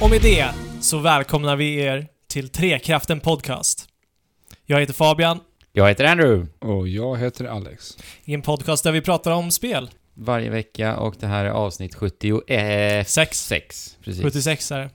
Och med det så välkomnar vi er till Trekraften Podcast. Jag heter Fabian. Jag heter Andrew. Och jag heter Alex. I en podcast där vi pratar om spel. Varje vecka, och det här är avsnitt 76. Precis. 76 är det.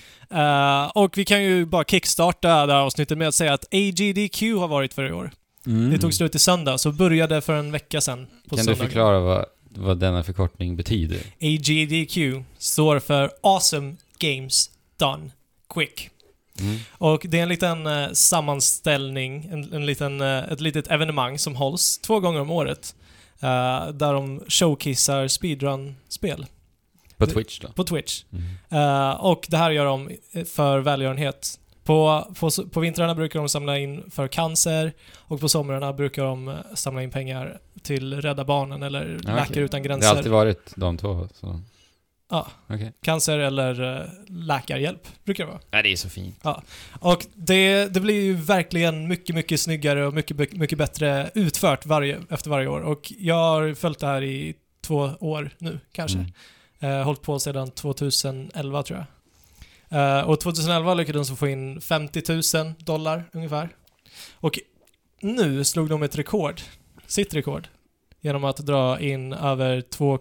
Och vi kan ju bara kickstarta det här avsnittet med att säga att AGDQ har varit för i år. Det tog slut i söndag, så började för en vecka sedan. Kan du förklara vad denna förkortning betyder? AGDQ står för Awesome Games Done Quick. Och det är en liten sammanställning, ett litet evenemang som hålls 2 gånger om året. Där de showkissar speedrun-spel. På Twitch då? På Twitch. Och det här gör de för välgörenhet. På vintrarna brukar de samla in för cancer, och på somrarna brukar de samla in pengar till Rädda Barnen eller Läkare Utan Gränser. Det har alltid varit de två. Så. Ja, cancer eller läkarhjälp brukar det vara. Ja, det är så fint. Ja. Och det blir ju verkligen mycket, mycket snyggare och mycket, mycket bättre utfört efter varje år. Och jag har följt det här i 2 år nu, kanske. Hållit på sedan 2011, tror jag. Och 2011 lyckades de få in $50,000 ungefär. Och nu slog de sitt rekord, genom att dra in över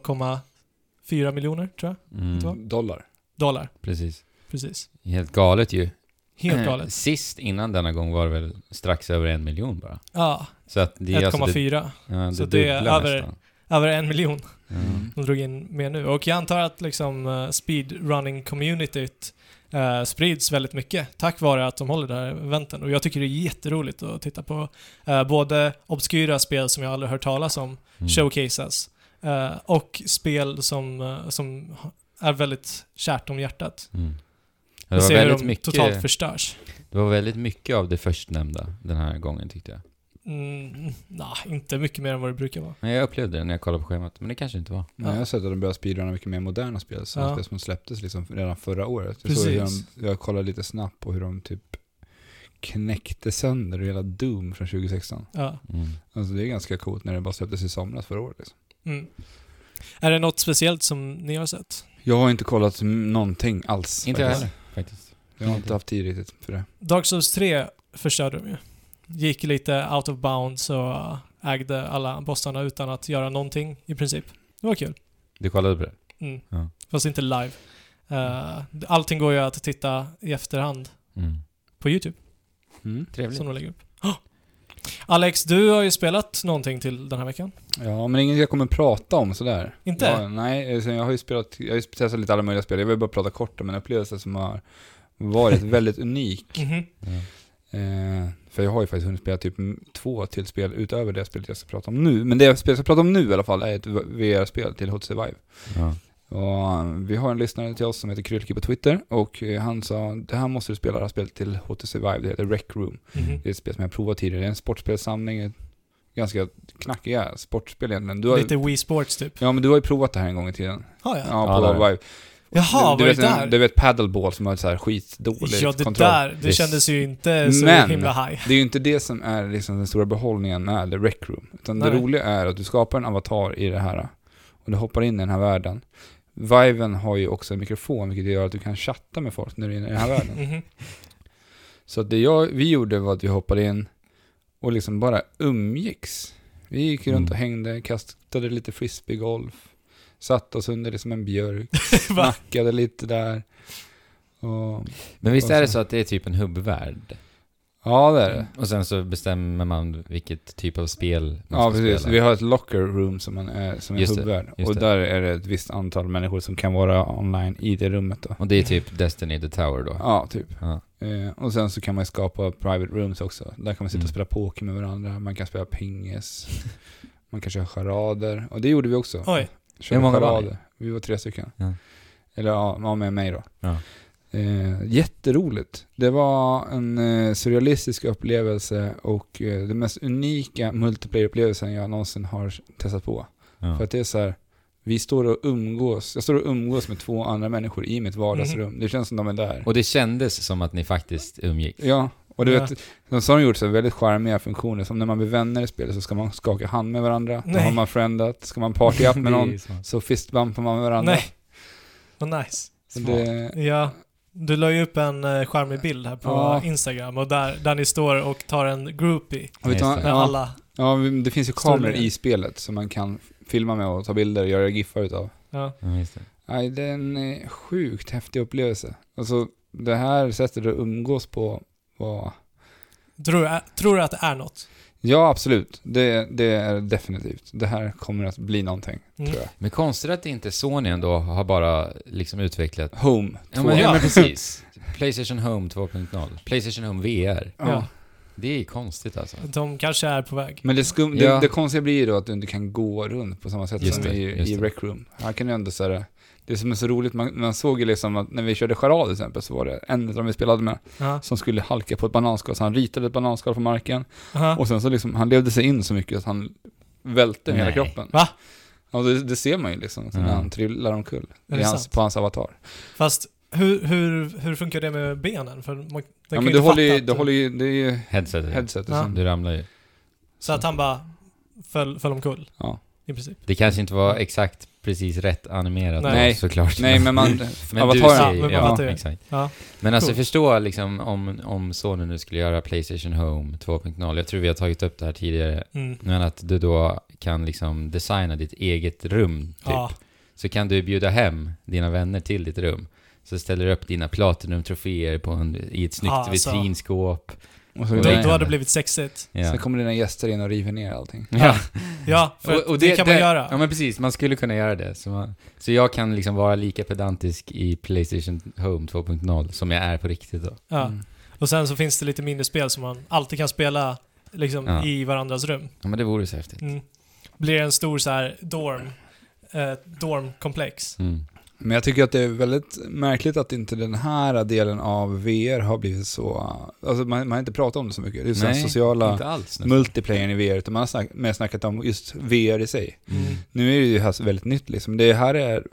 2,4 miljoner, tror jag. Dollar. Precis. Helt galet ju. Helt galet. Sist innan denna gång var det väl strax över 1 miljon bara. Ja, så att det är 1,4. Alltså så det är över 1 miljon. De drog in mer nu. Och jag antar att liksom speedrunning-communityt sprids väldigt mycket tack vare att de håller det här eventen. Och jag tycker det är jätteroligt att titta på både obskyra spel som jag aldrig hört talas om, showcases, och spel som är väldigt kärt om hjärtat. Det var ser väldigt mycket, totalt förstörs. Det var väldigt mycket av det förstnämnda den här gången, tyckte jag. Inte mycket mer än vad det brukar vara. Men jag upplevde det när jag kollade på schemat, men det kanske inte var. Nej, jag har sett att de börjar speedrunna mycket mer moderna spel. Spel som släpptes liksom redan förra året. Jag kollade lite snabbt på hur de typ knäckte sönder hela Doom från 2016. Alltså det är ganska coolt när det bara släpptes i somras förra året. Liksom. Är det något speciellt som ni har sett? Jag har inte kollat någonting alls. Inte heller, faktiskt. Jag har inte haft tid riktigt för det. Dark Souls 3 förstörde de ju. Gick lite out of bounds och ägde alla bossarna utan att göra någonting i princip. Det var kul. Du kollade på det? Ja. Fast inte live. Allting går ju att titta i efterhand på YouTube. Trevligt. Som de lägger upp. Alex, du har ju spelat någonting till den här veckan. Ja, men inget jag kommer prata om sådär. Inte? Nej, jag har ju testat lite alla möjliga spel. Jag vill bara prata kort om en upplevelse som har varit väldigt unik. För jag har ju faktiskt hunnit spela typ 2 till spel utöver det spelet jag ska prata om nu. Men det spel jag ska prata om nu i alla fall är ett VR-spel till HTC Vive. Och vi har en lyssnare till oss som heter Krylki på Twitter, och han sa, det här måste du spela, det här spelet till HTC Vive, det heter Rec Room. Det är ett spel som jag har provat tidigare, det är en sportspelsamling, ganska knackiga sportspel egentligen. Lite Wii Sports typ. Ja, men du har ju provat det här en gång i tiden. Ja, på Vive. Jaha, du vet paddleball som har ett så här skitdåligt kontroll. Det kändes ju inte så himla high. Det är ju inte det som är liksom den stora behållningen med The Rec Room. Utan det roliga är att du skapar en avatar i det här och du hoppar in i den här världen. Viven har ju också en mikrofon, vilket gör att du kan chatta med folk när du är inne i den här världen. Så att vi gjorde var att vi hoppade in och liksom bara umgicks. Vi gick runt och hängde, kastade lite frisbeegolf, satt oss under det som en björk, snackade lite där. Men visst är det så att det är typ en hubbvärld? Ja, det är det. Och sen så bestämmer man vilket typ av spel man ska precis. spela. Vi har ett locker room som är hubbvärld. Och där är det ett visst antal människor som kan vara online i det rummet då. Och det är typ Destiny the Tower då? Ja, typ. Och sen så kan man skapa private rooms också. Där kan man sitta och spela poker med varandra. Man kan spela pingis. Man kan köra charader. Och det gjorde vi också. Oj. Hur många var ni? Vi var 3 stycken. Ja. Eller med mig då. Ja. Jätteroligt. Det var en surrealistisk upplevelse och den mest unika multiplayer-upplevelsen jag någonsin har testat på. För att det är så här, jag står och umgås med 2 andra människor i mitt vardagsrum. Det känns som de är där. Och det kändes som att ni faktiskt umgick. Ja, och du vet, de har gjort så väldigt charmiga funktioner. Som när man blir vänner i spelet så ska man skaka hand med varandra. Då har man friendat. Ska man party up med någon så fistbumpar man med varandra. Nej. Vad nice. Ja. Du la ju upp en charmig bild här på Instagram och där ni står och tar en groupie med alla. Ja, det finns ju kameror i spelet som man kan filma med och ta bilder och göra giffar utav. Ja. Just det. Nej, det är en sjukt häftig upplevelse. Alltså, det här sättet att umgås på var... Tror du att det är något? Ja, absolut. Det är definitivt. Det här kommer att bli någonting, tror jag. Men konstigt att inte Sony ändå har bara liksom utvecklat... Home 2. Ja, men precis. PlayStation Home 2.0. PlayStation Home VR. Ja. Det är konstigt alltså. De kanske är på väg. Men det konstiga blir ju då att du inte kan gå runt på samma sätt som i Rec Room. Här kan du ändå säga det som är så roligt, man såg ju liksom att när vi körde charad till exempel så var det en av dem vi spelade med som skulle halka på ett bananskal, så han ritade ett bananskal på marken och sen så liksom, han levde sig in så mycket att han välte hela kroppen. Va? Ja, det ser man ju liksom när han trillar omkull på hans avatar. Fast hur funkar det med benen? För men du håller ju det är ju headset du ramlar ju. Så att han bara föll omkull. Ja. I princip. Det kanske inte var exakt precis rätt animerat. Nej, såklart. Nej, men avataren. Exakt. Ja. Men alltså förstå liksom om Sony nu skulle göra PlayStation Home 2.0. Jag tror vi har tagit upp det här tidigare. Men att du då kan liksom designa ditt eget rum typ. Ja. Så kan du bjuda hem dina vänner till ditt rum. Så ställer du upp dina Platinum-troféer i ett snyggt vitrinskåp. Och så då har det blivit sexigt. Ja. Sen kommer dina gäster in och river ner allting. Ja, för och det kan man göra. Ja, men precis. Man skulle kunna göra det. Så jag kan liksom vara lika pedantisk i PlayStation Home 2.0 som jag är på riktigt då. Ja. Och sen så finns det lite mindre spel som man alltid kan spela liksom i varandras rum. Ja, men det vore så häftigt. Blir en stor så här dormkomplex. Men jag tycker att det är väldigt märkligt att inte den här delen av VR har blivit så... Alltså man har inte pratat om det så mycket. Det är så sociala multiplayer i VR, utan man har mer snackat om just VR i sig. Nu är det ju här väldigt nytt liksom. Det här är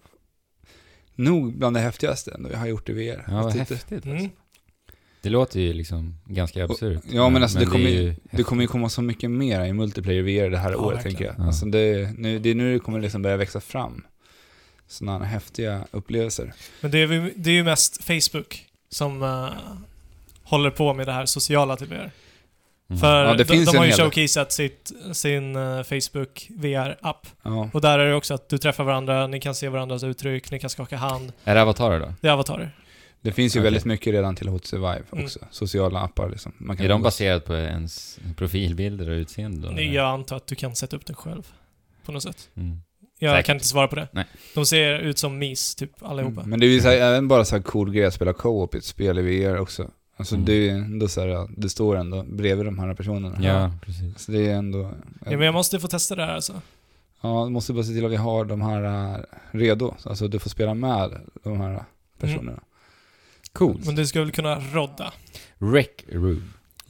nog bland det häftigaste ändå jag har gjort i VR. Ja, vad häftigt alltså. Det låter ju liksom ganska absurt. Ja, men alltså det kommer ju komma så mycket mer i multiplayer VR det här året, tänker jag. Alltså det är nu det kommer liksom börja växa fram sådana häftiga upplevelser. Men det är ju mest Facebook som håller på med det här sociala till VR. För de har ju showcasat sin Facebook VR-app. Ja. Och där är det också att du träffar varandra, ni kan se varandras uttryck, ni kan skaka hand. Är det avatarer då? Det är avatarer. Det finns ju väldigt mycket redan till HTC Vive också. Sociala appar liksom. Är de baserade på ens profilbilder och utseende då? Nej, jag antar att du kan sätta upp den själv på något sätt. Jag kan inte svara på det. Nej. De ser ut som mis typ allihopa. Men det är ju även bara så här cool grej att spela co-op i ett spel i VR också. Alltså det är ändå så här, det står ändå bredvid de här personerna. Ja, precis. Så det är ändå... Ja, men jag måste få testa det här alltså. Ja, du måste bara se till att vi har de här redo. Alltså du får spela med de här personerna. Cool. Men du ska väl kunna rodda. Rec Room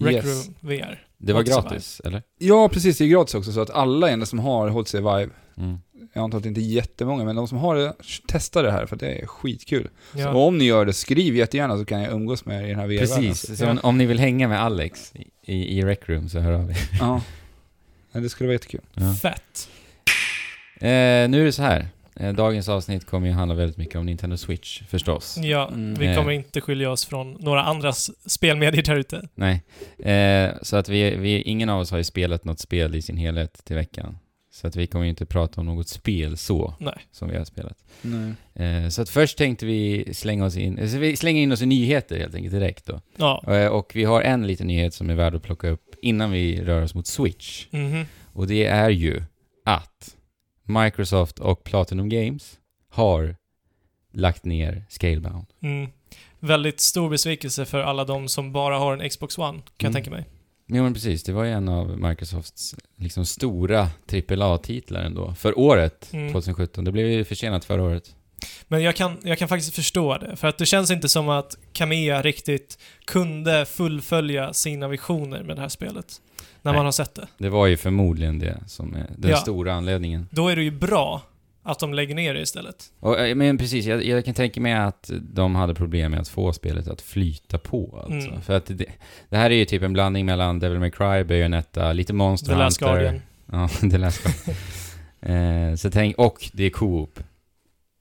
VR. Det var gratis, eller? Ja, precis. Det är gratis också. Så att alla ändå som har HTC Vive, jag antar att det inte är jättemånga, men de som har det, testa det här för det är skitkul. Ja. Så om ni gör det, skriv jättegärna så kan jag umgås med er i den här VR-världen. Precis. Så om ni vill hänga med Alex i Rec Room så hör av er. Ja, det skulle vara jättekul. Ja. Fett. Nu är det så här. Dagens avsnitt kommer ju handla väldigt mycket om Nintendo Switch, förstås. Ja, vi kommer inte skilja oss från några andras spelmedier där ute. Nej, så att ingen av oss har ju spelat något spel i sin helhet till veckan. Så att vi kommer ju inte prata om något spel som vi har spelat. Nej. Så att först tänkte vi slänga in oss i nyheter helt enkelt direkt då. Ja. Och vi har en liten nyhet som är värd att plocka upp innan vi rör oss mot Switch. Och det är ju att Microsoft och Platinum Games har lagt ner Scalebound. Väldigt stor besvikelse för alla de som bara har en Xbox One, kan jag tänka mig. Ja, men precis. Det var ju en av Microsofts liksom stora AAA-titlar ändå. För året, 2017. Det blev ju försenat förra året. Men jag kan faktiskt förstå det. För att det känns inte som att Kamiya riktigt kunde fullfölja sina visioner med det här spelet. När man har sett det. Det var ju förmodligen det som är den stora anledningen. Då är det ju bra att de lägger ner det istället. Men precis, jag kan tänka mig att de hade problem med att få spelet att flyta på. Alltså. För att det här är ju typ en blandning mellan Devil May Cry, Bayonetta, lite Monster Hunter. The Last Guardian. Ja, The Last Guardian. Och det är co-op.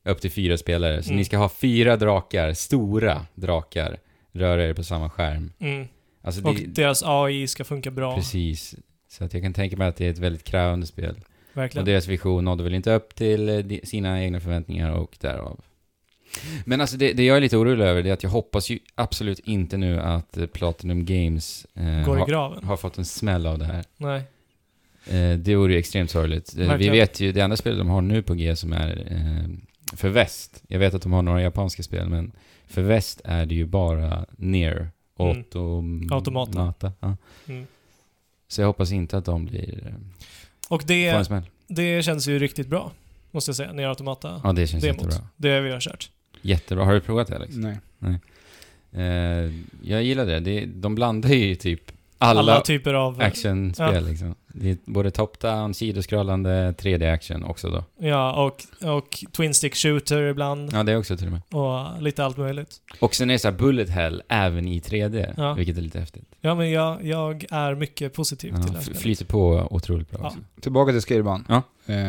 upp till 4 spelare. Så ni ska ha 4 drakar, stora drakar, röra er på samma skärm. Alltså och deras AI ska funka bra. Precis. Så att jag kan tänka mig att det är ett väldigt krävande spel. Verkligen. Och deras vision nådde väl inte upp till sina egna förväntningar och därav. Men alltså det jag är lite orolig över är att jag hoppas ju absolut inte nu att Platinum Games går i graven. Har fått en smäll av det här. Nej. Det vore ju extremt sorgligt. Vi vet ju, det enda spelet de har nu på G som är för väst. Jag vet att de har några japanska spel, men för väst är det ju bara Nier Automata. Ja. Så jag hoppas inte att de blir och det känns ju riktigt bra, måste jag säga, Nier Automata. Ja, det känns jättebra. Det vi har kört. Jättebra. Har du provat det, Alex? Nej. Jag gillar det. De blandar ju typ alla typer av actionspel liksom. Det är både top-down, sidoskrollande, 3D-action också då. Ja, och twin stick shooter ibland. Ja, det är också till och med. Och lite allt möjligt. Och sen är det så här bullet hell även i 3D, vilket är lite häftigt. Ja, men jag är mycket positiv till det här spelet. Flyter på otroligt bra också. Tillbaka till Scalebound. Ja.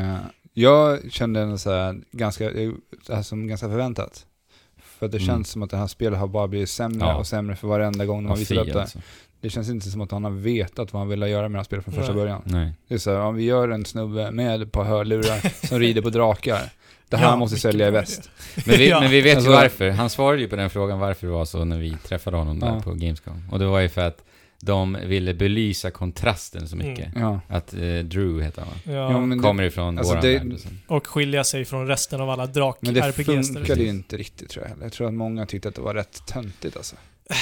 Jag kände den så här ganska förväntat. För att det känns som att det här spelet har bara blivit sämre och sämre för varenda gång de har visat upp det. Alltså. Det känns inte som att han har vetat vad han ville göra med det här spelet från första början. Nej. Det är så här, om vi gör en snubbe med ett par hörlurar som rider på drakar. Det här måste sälja i väst. Men vi vet ju varför. Han svarade ju på den frågan varför det var så när vi träffade honom där på Gamescom. Och det var ju för att de ville belysa kontrasten så mycket. Att Drew heter han. Kommer ifrån våran värld. Och skilja sig från resten av alla drak-RPGs. Men det funkade ju inte riktigt, tror jag. Jag tror att många tyckte att det var rätt töntigt alltså.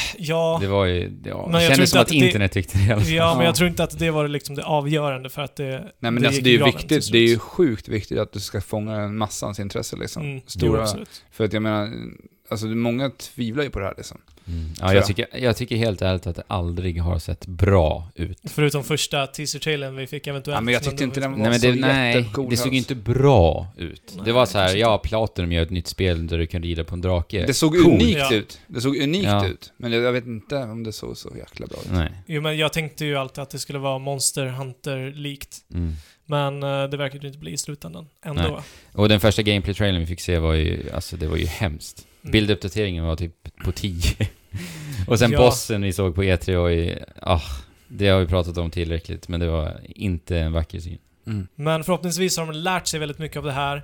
Ja. Det var ju... det kändes som att internet tyckte det i alla fall. Ja, men jag tror inte att det var liksom det avgörande för att det... Nej, men alltså det är ju viktigt. Det är ju sjukt viktigt att du ska fånga en massans intresse liksom. Stora. För att jag menar... Alltså många tvivlar ju på det här liksom. Ja, jag tycker helt ärligt att det aldrig har sett bra ut. Förutom första teaser-trailen vi fick eventuellt. Ja, men jag tyckte inte den var så jättecool. Det såg inte bra ut. Nej, det var så här, Platinum gör ett nytt spel där du kan rida på en drake. Det såg unikt ut. Det såg unikt ut. Men jag vet inte om det såg så jäkla bra ut. Nej. Jo, men jag tänkte ju alltid att det skulle vara Monster Hunter-likt. Men det verkar ju inte bli i slutändan ändå. Nej. Och den första gameplay-trailern vi fick se var ju, alltså det var ju hemskt. Bilduppdateringen var typ på 10. Och sen bossen vi såg på E3 och det har vi pratat om tillräckligt, men det var inte en vacker syn. Men förhoppningsvis har de lärt sig väldigt mycket av det här.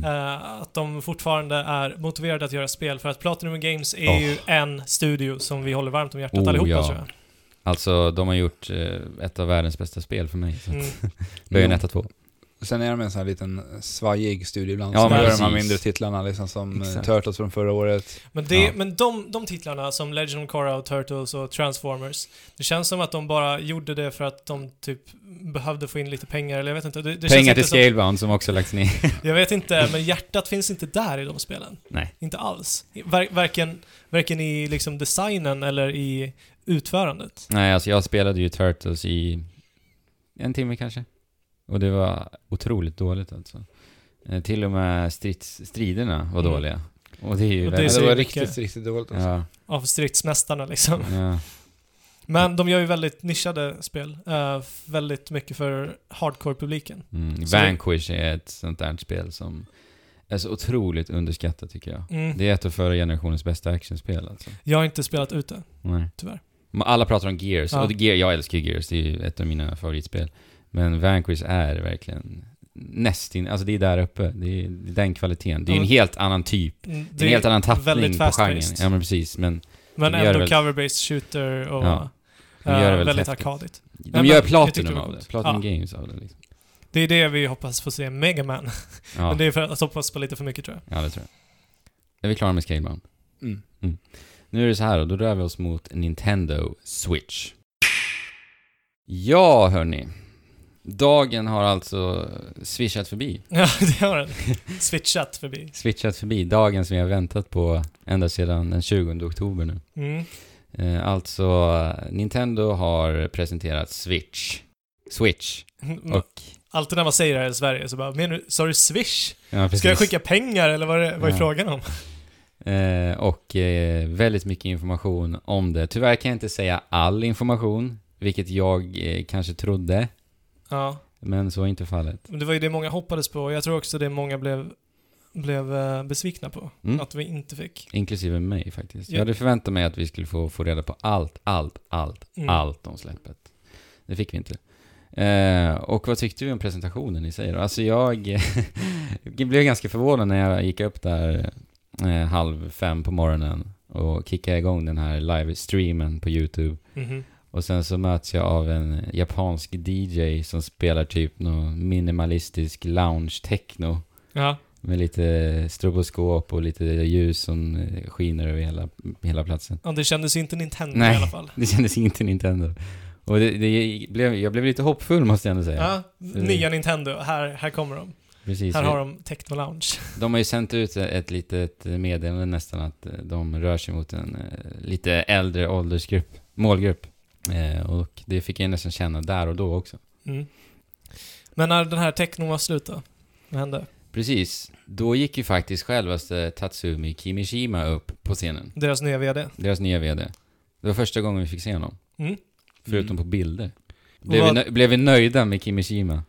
Att de fortfarande är motiverade att göra spel. För att Platinum Games är ju en studio som vi håller varmt om hjärtat allihopa, tror jag. Alltså, de har gjort ett av världens bästa spel för mig. Bayonetta 2. Sen är de en sån här liten svajig studie ibland. Ja, som gör de här mindre titlarna liksom, som Turtles från förra året. Men de titlarna som Legend of Korra och Turtles och Transformers, det känns som att de bara gjorde det för att de typ behövde få in lite pengar, eller jag vet inte. Det pengar till Scalebound som också lagts ner. Jag vet inte, men hjärtat finns inte där i de spelen. Nej. Inte alls. Varken i liksom designen eller i utförandet. Nej, alltså jag spelade ju Turtles i 1 timme kanske. Och det var otroligt dåligt alltså. Till och med striderna var dåliga. Och det är ju det var riktigt dåligt alltså. Ja. Av stridsmästarna liksom. Ja. Men de gör ju väldigt nischade spel. Väldigt mycket för hardcore-publiken. Vanquish är ett sånt där spel som är så otroligt underskattat, tycker jag. Det är ett av förra generationens bästa actionspel alltså. Jag har inte spelat ut det. Nej. Tyvärr. Alla pratar om Gears. Och jag älskar Gears. Det är ju ett av mina favoritspel. Men Vanquish är verkligen nästin, alltså det är där uppe. Det är den kvaliteten. Det är en helt annan typ. Det är en helt annan tappning på genren. Ja, men precis. Men ändå cover-based shooter och väldigt arkadigt. De gör Platinum av det. Platinum Games av det liksom. Det är det vi hoppas få se Mega Man. Men det är för att hoppas på lite för mycket, tror jag. Ja, det tror jag. Är vi klara med Scalebound? Nu är det så här, och då rör vi oss mot Nintendo Switch. Ja, hörni. Dagen har alltså swishat förbi. Ja, det har den. Switchat förbi. Dagen som jag har väntat på ända sedan den 20 oktober nu. Alltså, Nintendo har presenterat Switch. Och alltid när man säger det här i Sverige så bara, men nu, sa du Swish? Ja, ska jag skicka pengar eller vad är frågan om? Och väldigt mycket information om det. Tyvärr kan jag inte säga all information, vilket jag kanske trodde. Ja. Men så är inte fallet. Det var ju det många hoppades på. Jag tror också det många blev blev besvikna på att vi inte fick. Inklusive mig faktiskt. Jag hade förväntat mig att vi skulle få reda på allt om släppet. Det fick vi inte. Och vad tyckte vi om presentationen i sig då? Alltså jag blev ganska förvånad när jag gick upp där 4:30 på morgonen och kickade igång den här livestreamen på YouTube. Och sen så möts jag av en japansk DJ som spelar typ någon minimalistisk lounge techno. Ja. Med lite stroboskop och lite ljus som skiner över hela platsen. Ja, det kändes inte Nintendo i alla fall. Det kändes inte Nintendo. Och jag blev lite hoppfull måste jag ändå säga. Ja, nya Nintendo. Här kommer de. Precis. Här har de Techno Lounge. De har ju sänt ut ett litet meddelande nästan att de rör sig mot en lite äldre målgrupp. Och det fick jag nästan känna där och då också. Men när den här techno var slut då? Vad hände? Precis. Då gick ju faktiskt självaste Tatsumi Kimishima upp på scenen. Deras nya vd. Det var första gången vi fick se honom. Förutom på bilder. Blev vi nöjda med Kimishima?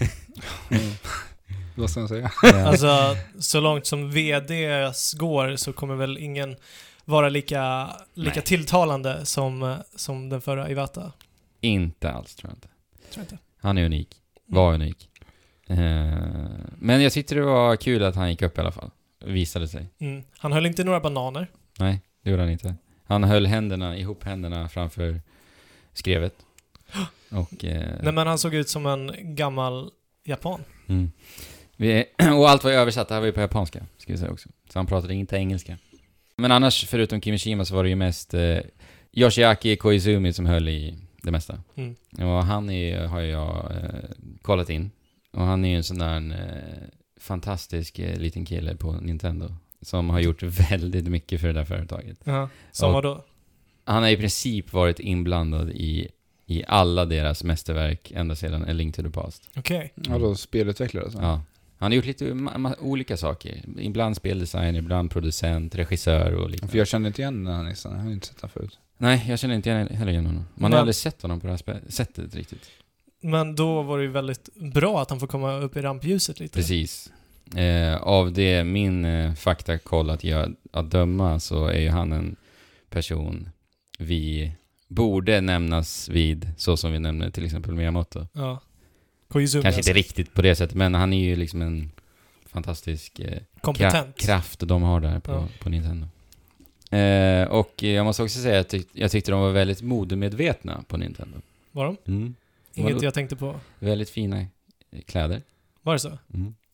Vad ska jag säga? Alltså, så långt som vds går så kommer väl ingen vara lika tilltalande som den förra Iwata. Inte alls, tror jag inte. Han är unik. Var unik. Men jag tyckte det var kul att han gick upp i alla fall. Visade sig. Han höll inte några bananer. Nej, det gjorde han inte. Han höll ihop händerna framför skrevet. Och, nej, men han såg ut som en gammal japan. Och allt var översatt, det här var ju på japanska, ska vi säga också. Så han pratade inte engelska. Men annars, förutom Kimishima, så var det ju mest Yoshiaki Koizumi som höll i det mesta. Och han har jag kollat in. Och han är ju en sån där fantastisk liten kille på Nintendo som har gjort väldigt mycket för det där företaget. Ja, som var då? Han har i princip varit inblandad i alla deras mästerverk ända sedan A Link to the Past. Okej. Ja, då spelutvecklare alltså. Ja. Han har gjort lite olika saker. Ibland speldesign, ibland producent, regissör och liknande. För jag känner inte igen den här nästan. Jag har inte sett den förut. Nej, jag känner inte heller igen honom. Man har aldrig sett honom på det här sättet riktigt. Men då var det ju väldigt bra att han får komma upp i rampljuset lite. Precis. Av det min faktakoll att döma så är ju han en person vi borde nämnas vid, så som vi nämner till exempel Miyamoto. Ja. Koizumi, kanske inte riktigt på det sättet, men han är ju liksom en fantastisk kraft de har där på Nintendo. Och jag måste också säga att jag tyckte de var väldigt modemedvetna på Nintendo. Var de? Inget jag tänkte på. Väldigt fina kläder. Var det så?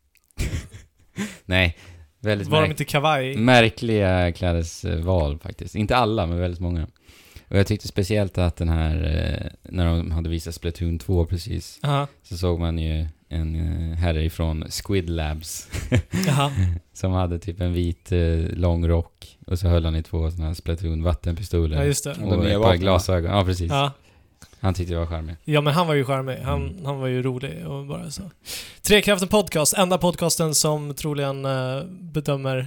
Nej, väldigt var de inte kawaii? Märkliga klädesval faktiskt. Inte alla, men väldigt många. Och jag tyckte speciellt att den här, när de hade visat Splatoon 2 precis, så såg man ju en herre ifrån Squid Labs som hade typ en vit lång rock och så höll han i 2 såna här Splatoon vattenpistoler. Ja, just det. Och ett par glasögon. Ja, precis. Ja. Han tyckte jag var charmig. Ja, men han var ju charmig. Han var ju rolig och bara så. Trekraften podcast, enda podcasten som troligen bedömer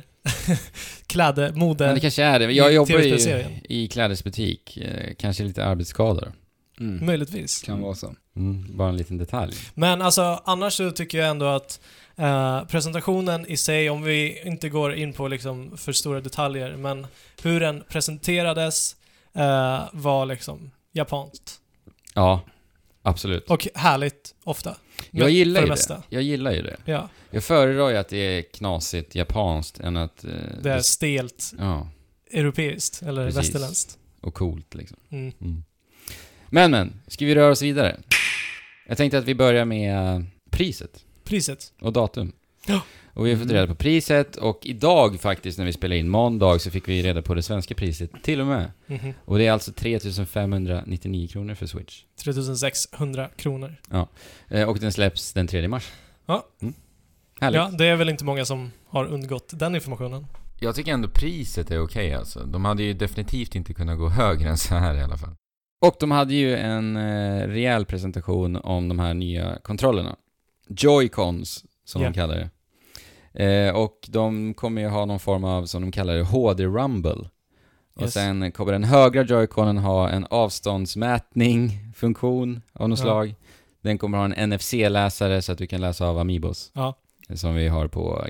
mode. Men det kanske är det. Jag jobbar ju i klädesbutik. Kanske lite arbetsskador. Möjligtvis. Kan vara så. Bara en liten detalj. Men alltså, annars så tycker jag ändå att presentationen i sig, om vi inte går in på liksom för stora detaljer, men hur den presenterades var liksom japanskt. Ja, absolut. Och härligt ofta. Jag gillar ju det. Ja. Jag föredrar ju att det är knasigt japanskt än att det är stelt europeiskt eller västerländskt. Och coolt liksom. Men, ska vi röra oss vidare? Jag tänkte att vi börjar med priset. Och datum. Ja. Och vi har fått reda på priset, och idag faktiskt när vi spelar in måndag så fick vi reda på det svenska priset till och med. Och det är alltså 3599 kronor för Switch. 3600 kronor. Ja. Och den släpps den 3 mars. Ja. Härligt. Ja, det är väl inte många som har undgått den informationen. Jag tycker ändå priset är okej alltså. De hade ju definitivt inte kunnat gå högre än så här i alla fall. Och de hade ju en rejäl presentation om de här nya kontrollerna. Joy-Cons som de kallar det. Och de kommer ju ha någon form av, som de kallar det, HD Rumble. Och sen kommer den högra Joy-Conen ha en avståndsmätning-funktion av något slag. Den kommer ha en NFC-läsare så att du kan läsa av Amiibos. Ja. som vi har på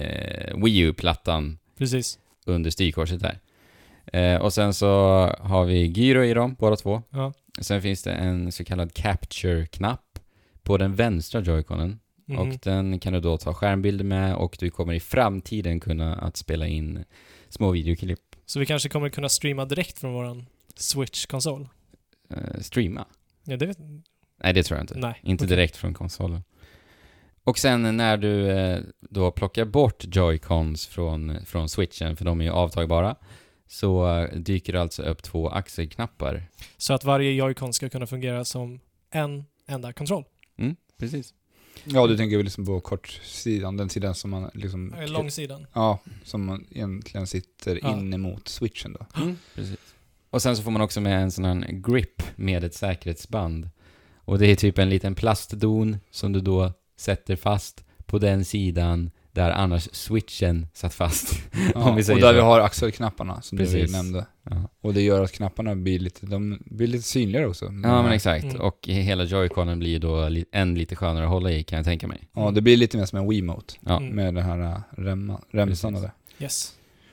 Wii U-plattan. Precis. Under styrkorset där. Och sen så har vi gyro i dem, båda två. Ja. Sen finns det en så kallad capture-knapp på den vänstra joyconen. Och den kan du då ta skärmbilder med, och du kommer i framtiden kunna att spela in små videoklipp. Så vi kanske kommer kunna streama direkt från våran Switch-konsol? Streama? Ja, det vet... Nej, det tror jag inte. Nej. Inte direkt från konsolen. Och sen när du då plockar bort joycons från switchen, för de är ju avtagbara, så dyker det alltså upp 2 axelknappar. Så att varje joycon ska kunna fungera som en enda kontroll. Precis. Ja, du tänker väl liksom på kortsidan, den sidan som man liksom... Långsidan. Ja, som man egentligen sitter in emot switchen då. Precis. Och sen så får man också med en sån här grip med ett säkerhetsband. Och det är typ en liten plastdon som du då sätter fast på den sidan där annars switchen satt fast. Ja, om vi säger och där så. vi har axelknapparna som Precis. du nämnde. Ja. Och det gör att knapparna blir lite synligare också. Ja, men exakt. Och hela joyconen blir då lite skönare att hålla i, kan jag tänka mig. Ja, det blir lite mer som en Wiimote. Ja. Med den här remsan och det. Yes.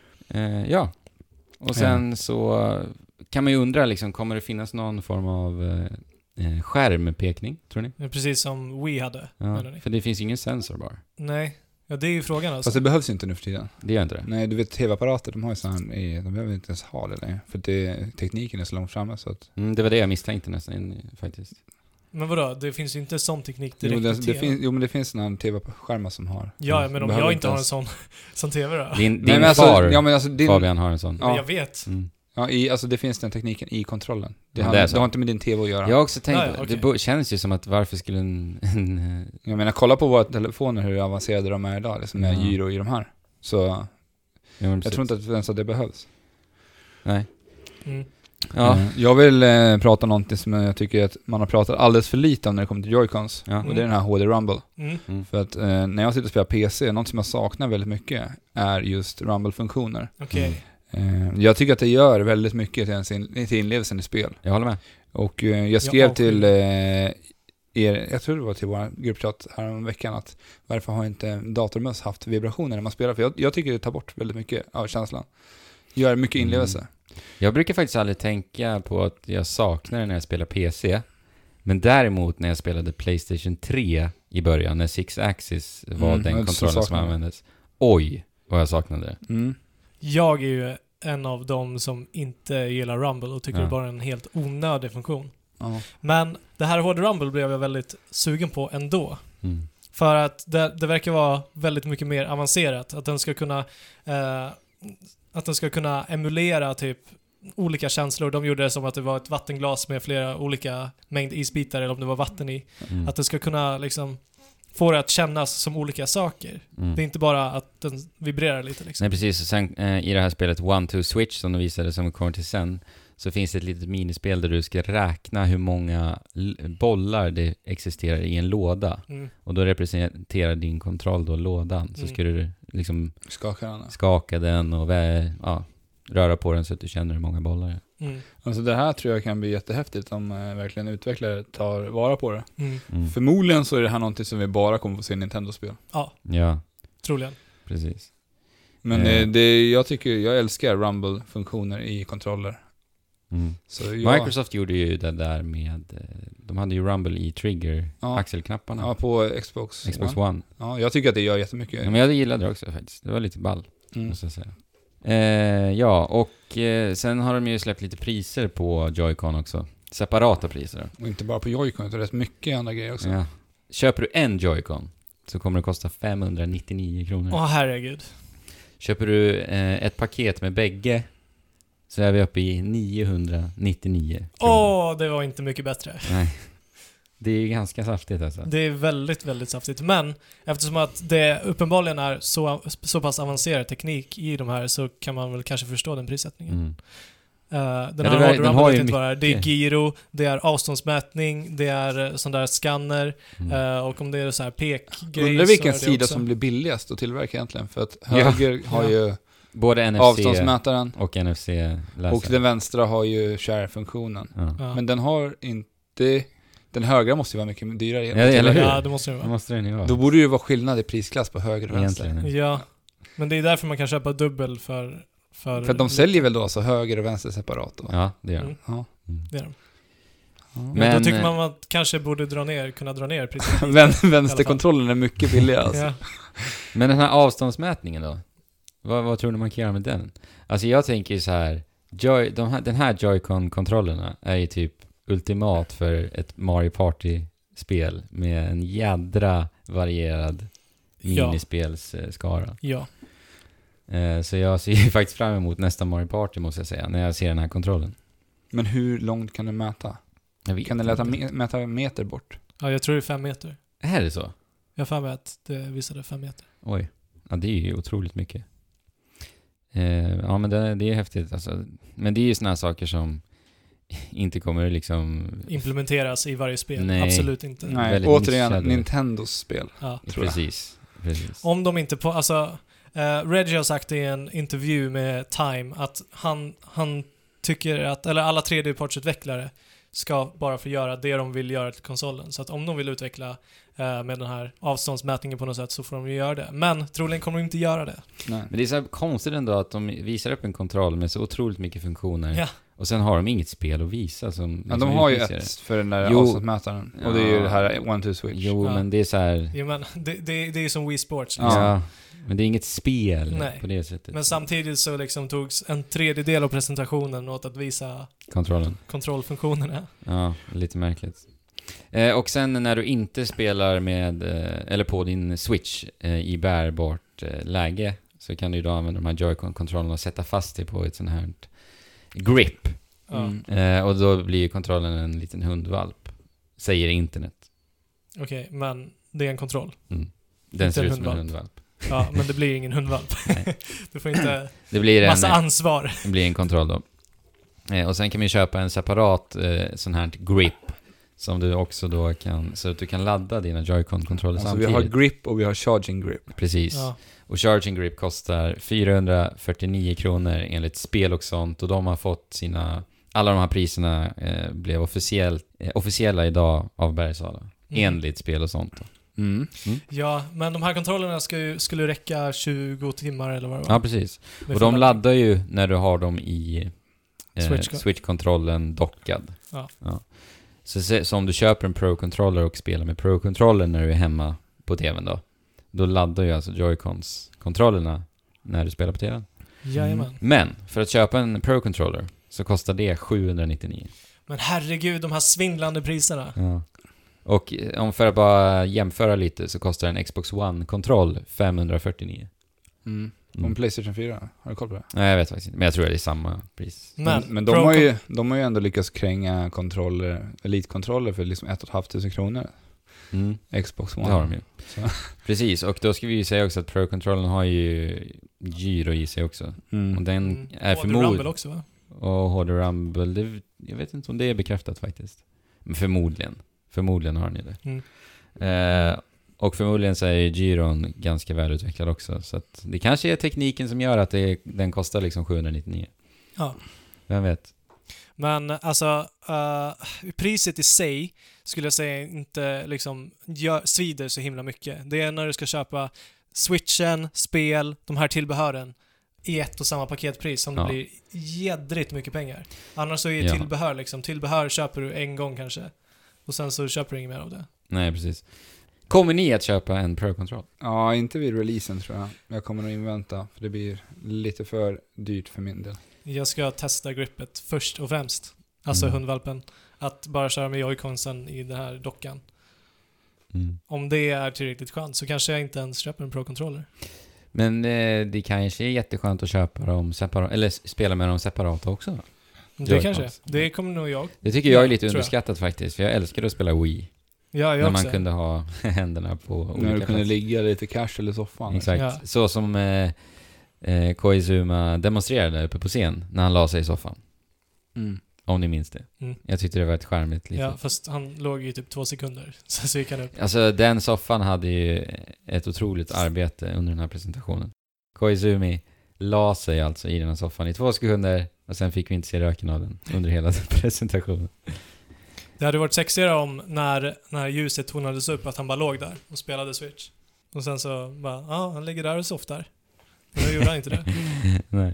Ja. Och sen så kan man ju undra liksom, kommer det finnas någon form av skärmpekning, tror ni? Precis som Wii hade. Ja, för det finns ju ingen sensor bara. Nej. Ja, det är ju frågan alltså. Fast det behövs ju inte nu för tiden. Det gör inte det. Nej, du vet tv-apparater, de har ju sån här, de behöver inte ens ha det längre. För tekniken är så långt framme så att... Det var det jag misstänkte nästan faktiskt. Men vadå? Det finns ju inte sån teknik direkt i TV. Men det finns såna här tv-skärmar som har. Ja, men om jag inte har en sån TV då? Din far, Fabian, har en sån. Ja. Men jag vet. Ja, alltså det finns den tekniken i kontrollen. Det har inte med din tv att göra. Jag har också tänkt, det känns ju som att varför skulle Jag menar, kolla på våra telefoner hur avancerade de är idag, liksom med gyro i de här. Så jag tror inte att ens att det behövs. Nej. Ja. Jag vill prata någonting som jag tycker att man har pratat alldeles för lite om när det kommer till Joy-Cons. Och det är den här HD Rumble. För att när jag sitter och spelar PC, något som jag saknar väldigt mycket är just Rumble-funktioner. Okej. Jag tycker att det gör väldigt mycket till inlevelsen i spel. Jag håller med. Och jag skrev till jag tror det var till vår gruppchatt här om veckan, att varför har inte datormöss haft vibrationer när man spelar? För jag tycker det tar bort väldigt mycket av känslan. Gör mycket inlevelse. Jag brukar faktiskt aldrig tänka på att jag saknar det när jag spelar PC. Men däremot när jag spelade PlayStation 3 i början, när Six Axis var den kontrollen som användes. Oj, vad jag saknade det. Jag är ju en av dem som inte gillar Rumble och tycker det är bara en helt onödig funktion. Men det här HD Rumble blev jag väldigt sugen på ändå. För att det verkar vara väldigt mycket mer avancerat. Att den ska kunna emulera typ olika känslor. De gjorde det som att det var ett vattenglas med flera olika mängd isbitar, eller om det var vatten i. Att det ska kunna liksom få det att kännas som olika saker. Det är inte bara att den vibrerar lite liksom. Nej, precis. Och sen i det här spelet One to Switch som de visade som kommer till sen, så finns det ett litet minispel där du ska räkna hur många bollar det existerar i en låda. Och då representerar din kontroll då lådan. Så ska du liksom skaka den och röra på den så att du känner hur många bollar det är. Alltså det här tror jag kan bli jättehäftigt om verkligen utvecklare tar vara på det. Förmodligen så är det här någonting som vi bara kommer få se i Nintendo-spel. Ja. Troligen. Precis. Men jag älskar Rumble-funktioner i kontroller. Så Microsoft gjorde ju det där med, de hade ju Rumble i trigger axelknapparna. Ja, på Xbox One. Ja, jag tycker att det gör jättemycket. Ja, men jag gillade det också faktiskt. Det var lite ball, måste jag säga. Sen har de ju släppt lite priser på Joy-Con också. Separata priser. Och inte bara på Joy-Con, utan rätt mycket andra grejer också. Ja. Köper du en Joy-Con så kommer det kosta 599 kronor. Herregud. Köper du ett paket med bägge så är vi uppe i 999 kronor. Det var inte mycket bättre. Nej. Det är ganska saftigt alltså. Det är väldigt, väldigt saftigt. Men eftersom att det uppenbarligen är så pass avancerad teknik i de här, så kan man väl kanske förstå den prissättningen. Den har ju mycket. Det är gyro, det är avståndsmätning, det är sån där scanner, och om det är så här pekgrej. Undrar vilken sida som blir billigast att tillverka egentligen, för att höger har ju både NFC avståndsmätaren och NFC-läsare. Och den vänstra har ju share-funktionen. Men den har inte... Den högra måste ju vara mycket dyrare. Ja, det måste den ju vara. Då borde det ju vara skillnad i prisklass på höger och vänster. Ja, men det är därför man kan köpa dubbel för att de säljer väl då alltså höger och vänster separat då? Ja, det gör de. Ja. Det är de. Men då tycker man att kanske borde kunna dra ner priset. Vänsterkontrollen är mycket billigare alltså. Ja. Men den här avståndsmätningen då? Vad tror du man kan göra med den? Alltså jag tänker ju så här, den här Joy-Con-kontrollerna är ju typ ultimat för ett Mario Party-spel med en jädra varierad minispelsskara. Ja. Så jag ser ju faktiskt fram emot nästa Mario Party, måste jag säga, när jag ser den här kontrollen. Men hur långt kan du mäta? Kan den mäta meter bort? Ja, jag tror det är 5 meter. Är det så? Jag har för mig att det visade 5 meter. Oj, ja, det är ju otroligt mycket. Ja, men det är häftigt alltså. Men det är ju såna här saker som inte kommer liksom implementeras i varje spel. Nej. Absolut inte. Nej, återigen Nintendos spel. Ja. Precis. Om de inte på, alltså Reggie har sagt i en intervju med Time att han tycker att, eller alla 3D-partsutvecklare ska bara få göra det de vill göra till konsolen. Så att om de vill utveckla med den här avståndsmätningen på något sätt så får de ju göra det. Men troligen kommer de inte göra det. Nej. Men det är så konstigt ändå att de visar upp en kontroll med så otroligt mycket funktioner. Ja. Och sen har de inget spel att visa. Men de har ju ett för den där avståndsmätaren. Och det är ju det här 1-2-switch. Jo, men det är så här... Jo, men det är som Wii Sports. Liksom. Ja, men det är inget spel på det sättet. Men samtidigt så liksom togs en tredjedel av presentationen åt att visa kontrollfunktionerna. Ja, lite märkligt. Och sen när du inte spelar med eller på din Switch i bärbart läge så kan du då använda de här Joy-Con-kontrollerna och sätta fast dig på ett sånt här grip. Och då blir kontrollen en liten hundvalp, säger internet. Okej, men det är en kontroll. Den ser ut som en hundvalp. Ja, men det blir ingen hundvalp. Du får inte det blir massa ansvar. Det blir en kontroll då. Och sen kan man köpa en separat sån här grip som du också då kan, så att du kan ladda dina Joy-Con-kontroller samtidigt. Vi har grip och vi har charging grip. Precis. Ja. Och charging grip kostar 449 kronor enligt spel och sånt. Och de har fått alla de här priserna blev officiella idag av Bergsala. Enligt spel och sånt då. Ja, men de här kontrollerna skulle räcka 20 timmar eller vad det var. Ja, precis. Och de laddar ju när du har dem i Switch-kontrollen dockad. Ja. Så om du köper en Pro-controller och spelar med Pro-controller när du är hemma på tvn då laddar ju alltså Joy-Cons-kontrollerna när du spelar på tvn. Jajamän. Men för att köpa en Pro-controller så kostar det 799. Men herregud, de här svindlande priserna. Ja. Och för att bara jämföra lite så kostar en Xbox One-kontroll 549. Om PlayStation 4, har du koll på det? Nej, jag vet faktiskt inte, men jag tror det är samma pris. Men de har ju ändå lyckats kränga Elite-kontroller för liksom 1 500 kronor. Xbox One. Det har de ju. Precis, och då ska vi ju säga också att Pro-kontrollen har ju gyro i sig också. Och den är förmodligen... Rumble också, va? Och HD Rumble, jag vet inte om det är bekräftat faktiskt. Men förmodligen har ni det. Och förmodligen så är gyron ganska välutvecklad också. Så att det kanske är tekniken som gör att den kostar liksom 799. Ja. Vem vet? Men alltså, priset i sig skulle jag säga inte liksom svider så himla mycket. Det är när du ska köpa Switchen, spel, de här tillbehören i ett och samma paketpris som det blir jädrigt mycket pengar. Annars så är tillbehör liksom, tillbehör köper du en gång kanske. Och sen så köper du inget mer av det. Nej, precis. Kommer ni att köpa en Pro-kontroll? Ja, inte vid releasen tror jag. Jag kommer nog invänta, för det blir lite för dyrt för min del. Jag ska testa grippet först och främst. Alltså hundvalpen. Att bara köra med Joy-Consen i den här dockan. Om det är tillräckligt skönt så kanske jag inte ens köper en Pro-controller. Men det kanske är jätteskönt att köpa dem separat, eller spela med dem separata också. Det kanske. Det kommer nog jag. Det tycker jag är lite underskattat faktiskt. För jag älskar att spela Wii. Ja, när man kunde ha händerna på olika när du kunde platser. Ligga lite casual i soffan. Exakt. Ja. Så som Koizuma demonstrerade uppe på scen när han la sig i soffan. Om ni minns det. Jag tyckte det var ett charmigt litet. Ja, fast han låg i typ 2 sekunder. Så gick han upp. Alltså den soffan hade ju ett otroligt arbete under den här presentationen. Koizumi la sig alltså i den här soffan i 2 sekunder och sen fick vi inte se röken av den under hela presentationen. Det hade varit sexigare om när ljuset tonades upp att han bara låg där och spelade Switch. Och sen så bara, han ligger där och softar. Men nu gjorde han inte det. Nej.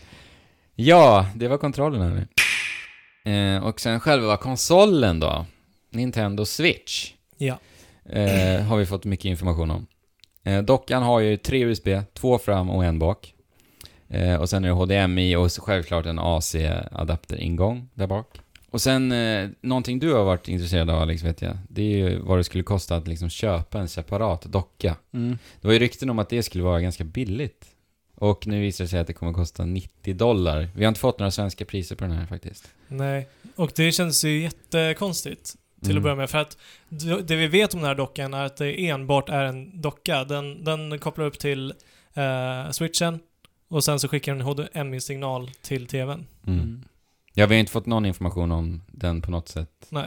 Ja, det var kontrollen här. Och sen själva konsolen då. Nintendo Switch. Ja. Har vi fått mycket information om. Dockan har ju 3 USB, 2 fram och 1 bak. Och sen är det HDMI och självklart en AC-adapter-ingång där bak. Och sen, någonting du har varit intresserad av, Alex, vet jag. Det är ju vad det skulle kosta att liksom köpa en separat docka. Mm. Det var ju rykten om att det skulle vara ganska billigt. Och nu visar det sig att det kommer kosta $90. Vi har inte fått några svenska priser på den här faktiskt. Nej, och det känns ju jättekonstigt till att börja med. För att det vi vet om den här dockan är att det enbart är en docka. Den kopplar upp till switchen och sen så skickar den en HDMI-signal till tvn. Ja, vi har inte fått någon information om den på något sätt. Nej.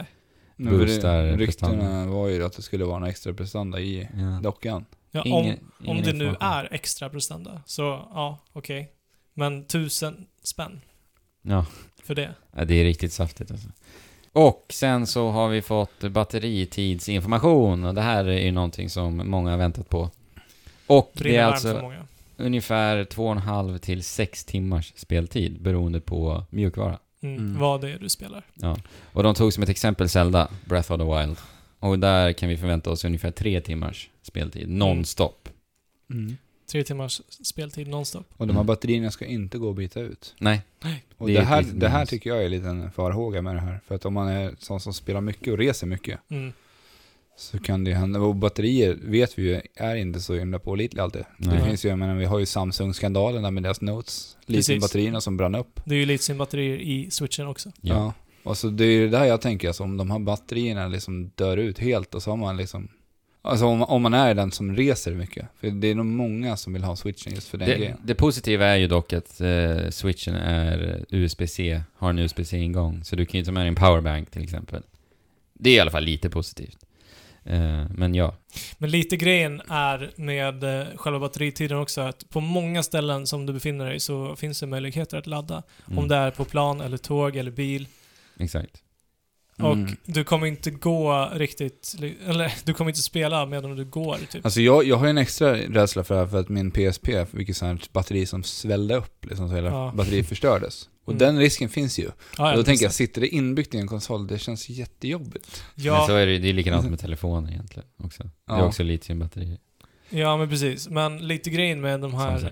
Ryktena var ju att det skulle vara en extra prestanda i dockan. Ja, om det nu är extra prestanda. Så ja, okej. Men 1000 spänn. Ja. För det. Ja, det är riktigt saftigt alltså. Och sen så har vi fått batteritidsinformation. Och det här är ju någonting som många har väntat på. Och det är alltså ungefär 2,5 till 6 timmars speltid beroende på mjukvara. Vad det är du spelar. Ja. Och de tog som ett exempel Zelda, Breath of the Wild. Och där kan vi förvänta oss ungefär 3 timmars speltid, non-stop. 3 timmars speltid non-stop. Och de här batterierna ska inte gå att byta ut. Nej. Och det här tycker jag är lite en farhåga med det här. För att om man är sån som spelar mycket och reser mycket så kan det hända. Och batterier vet vi ju är inte så himla pålitliga alltid. Det finns ju, jag menar, vi har ju Samsung-skandalen där med deras Notes. Litium-batterierna som brann upp. Det är ju litium-batterier i Switchen också. Ja. Och så det är ju det här jag tänker, alltså, om de här batterierna liksom dör ut helt och så har man liksom... Alltså om man är den som reser mycket. För det är nog många som vill ha Switchen just för den grejen. Det positiva är ju dock att Switchen är USB-C, har en USB-C-ingång. Så du kan ju ta med din powerbank till exempel. Det är i alla fall lite positivt. Men ja. Men lite grejen är med själva batteritiden också att på många ställen som du befinner dig så finns det möjligheter att ladda. Om det är på plan eller tåg eller bil. Exakt. Och du kommer inte gå riktigt, eller du kommer inte spela medan du går typ. Alltså jag har en extra rädsla för att min PSP, vilket sånt batteri som svällde upp liksom, så hela batteriet förstördes. Och den risken finns ju. Och då tänker jag, sitter det inbyggt i en konsol, det känns jättejobbigt. Ja. Men så är det är likadant med telefoner egentligen också. Det är också litiumbatterier. Ja, men precis. Men lite grejen med de här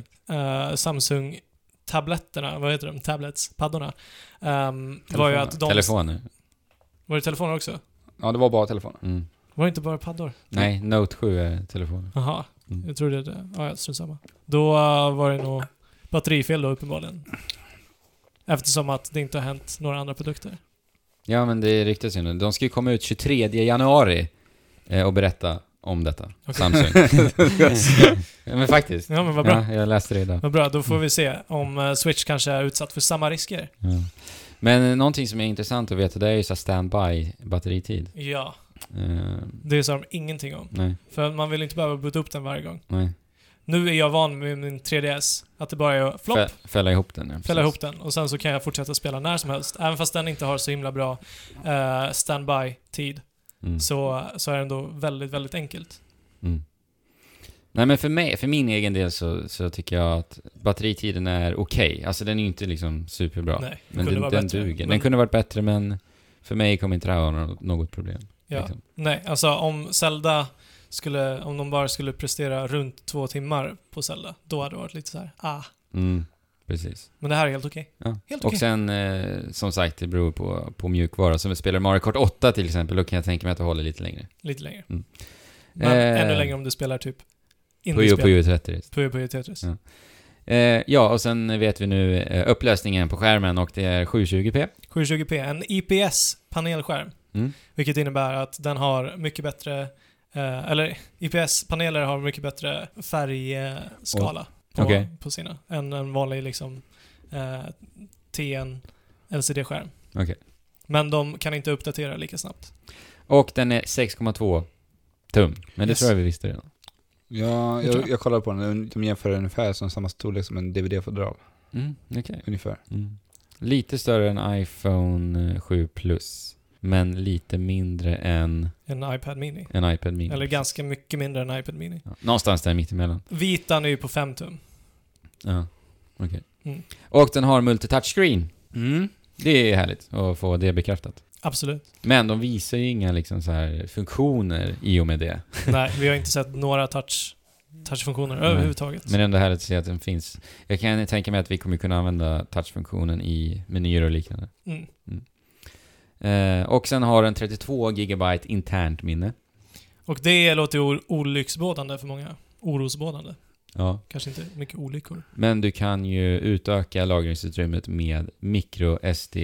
Samsung-tabletterna, vad heter de? Tablets, paddorna. Var ju att de... Telefoner. Var det telefoner också? Ja, det var bara telefoner. Var det inte bara paddor? Nej, Note 7 är telefoner. Jaha, jag trodde det. Ja, strunt samma. Då var det nog batterifel då uppenbarligen. Eftersom att det inte har hänt några andra produkter. Ja, men det är riktigt synd. De ska ju komma ut 23 januari och berätta om detta. Okay. Samsung. Ja, men faktiskt. Ja, men vad bra. Ja, jag läste det idag. Vad bra, då får vi se om Switch kanske är utsatt för samma risker. Ja. Men någonting som är intressant att veta, det är ju så standby batteritid. Ja. Det sa de ingenting om. Nej. För man vill inte behöva byta upp den varje gång. Nej. Nu är jag van med min 3DS att det bara är flopp. Fälla ihop den. Ja, fälla ihop den. Och sen så kan jag fortsätta spela när som helst. Även fast den inte har så himla bra standby-tid. Så är det ändå väldigt, väldigt enkelt. Nej, men för min egen del så tycker jag att batteritiden är okej. Alltså den är ju inte liksom superbra. Nej, men den duger. Den kunde varit bättre, men för mig kommer inte det här vara något problem. Ja. Liksom. Nej, alltså om Zelda om de bara skulle prestera runt 2 timmar på Zelda, då hade det varit lite så här. Precis. Men det här är helt okej. Ja. Helt okej. Och sen, som sagt, det beror på mjukvara. Som vi spelar Mario Kart 8 till exempel, då kan jag tänka mig att det håller lite längre. Lite längre. Men ännu längre om du spelar typ Puyo Tetris. Puyo Tetris. Ja, och sen vet vi nu upplösningen på skärmen, och det är 720p. 720p, en IPS-panelskärm. Vilket innebär att den har mycket bättre eller IPS-paneler har mycket bättre färgskala på sina än en vanlig liksom TN LCD-skärm. Okay. Men de kan inte uppdatera lika snabbt. Och den är 6,2 tum. Men det tror jag vi visste redan. Ja, jag kollar på den. De jämför ungefär som samma storlek som en DVD-fodral. Okay. Ungefär. Lite större än iPhone 7 Plus. Men lite mindre än en iPad Mini. En iPad Mini. Eller ganska mycket mindre än en iPad Mini. Ja. Någonstans där mittemellan. Vitan är ju på 5 tum. Ja, okej. Och den har multitouchscreen. Det är härligt att få det bekräftat. Absolut. Men de visar ju inga liksom så här funktioner i och med det. Nej, vi har inte sett några touchfunktioner överhuvudtaget. Men ändå härligt att se att den finns. Jag kan tänka mig att vi kommer kunna använda touchfunktionen i menyer och liknande. Och sen har den 32 GB internt minne. Och det låter ju olycksbådande för många. Orosbådande. Ja. Kanske inte mycket olyckor. Men du kan ju utöka lagringsutrymmet med micro SD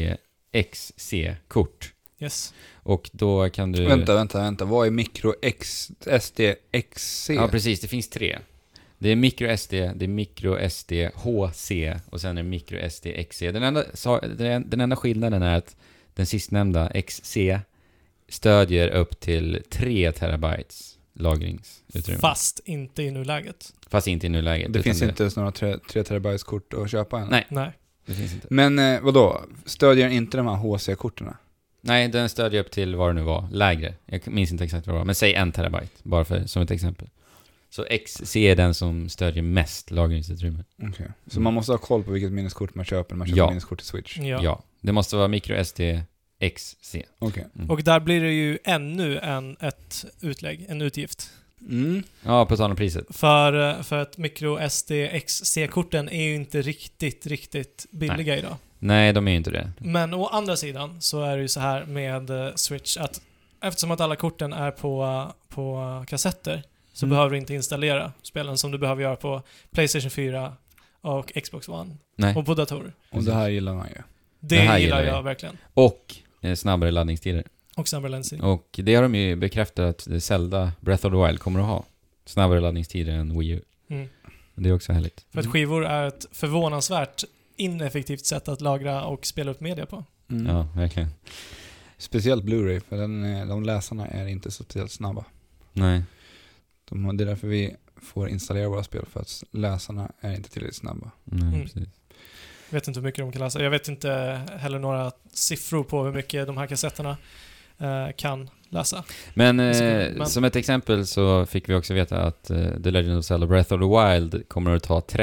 XC-kort. Yes. Och då kan du... Vänta. Vad är micro SD XC? Ja, precis. Det finns 3. Det är micro SD, det är micro SD HC och sen är det micro SD XC. Den enda skillnaden är att den sistnämnda XC stödjer upp till 3 terabytes lagringsutrymme. Fast inte i nuläget. Det finns inte några 3 terabytes kort att köpa än. Nej. Det finns inte. Men vadå? Stödjer inte de här HC-korterna? Nej, den stödjer upp till vad det nu var. Lägre. Jag minns inte exakt vad det var. Men säg 1 terabyte. Bara som ett exempel. Så XC är den som stödjer mest lagringsutrymme. Okay. Så man måste ha koll på vilket minneskort man köper när man köper minneskort till Switch? Ja. Det måste vara micro SD XC. Okay. Och där blir det ju ännu ett utlägg, en utgift. Ja, på tal om priset. För att micro SD XC-korten är ju inte riktigt billiga idag. Nej, de är ju inte det. Men å andra sidan så är det ju så här med Switch att eftersom att alla korten är på kassetter så behöver du inte installera spelen som du behöver göra på PlayStation 4 och Xbox One. Nej. Och på datorer. Och det här gillar man ju. Det gillar jag verkligen. Och snabbare laddningstider. Och snabbare laddningstider. Och det har de ju bekräftat att Zelda Breath of the Wild kommer att ha. Snabbare laddningstider än Wii U. Det är också härligt. För att skivor är ett förvånansvärt ineffektivt sätt att lagra och spela upp media på. Ja, verkligen. Speciellt Blu-ray, för de läsarna är inte så speciellt snabba. Nej. Det är därför vi får installera våra spel, för att läsarna är inte tillräckligt snabba. Nej, precis. Jag vet inte hur mycket de kan läsa. Jag vet inte heller några siffror på hur mycket de här kassetterna kan läsa. Men som ett exempel så fick vi också veta att The Legend of Zelda Breath of the Wild kommer att ta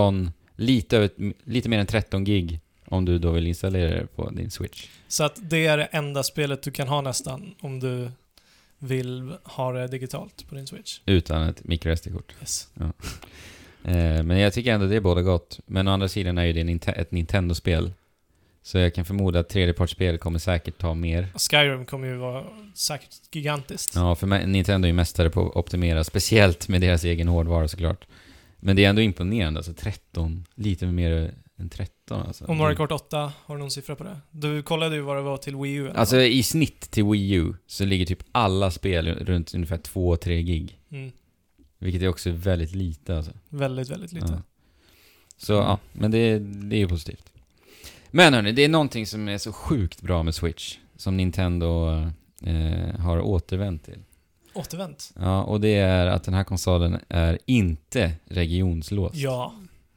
lite mer än 13 gig om du då vill installera det på din Switch. Så att det är det enda spelet du kan ha nästan om du vill ha det digitalt på din Switch. Utan ett microSD-kort. Yes. Ja. Men jag tycker ändå det är båda gott. Men å andra sidan är ju det ett Nintendo-spel. Så jag kan förmoda att tredjepartsspel kommer säkert ta mer. Skyrim kommer ju vara säkert gigantiskt. Ja, för Nintendo är ju mästare på att optimera. Speciellt med deras egen hårdvara såklart. Men det är ändå imponerande. Alltså 13, lite mer än 13. Alltså. Och Mario Kart 8, har du någon siffra på det? Du kollade ju vad det var till Wii U. Alltså i snitt till Wii U så ligger typ alla spel runt ungefär 2-3 gig. Vilket är också väldigt lite alltså. Väldigt, väldigt lite. Ja. Så ja, men det är ju positivt. Men hörni, det är någonting som är så sjukt bra med Switch som Nintendo har återvänt till. Återvänt? Ja, och det är att den här konsolen är inte regionslåst. Ja.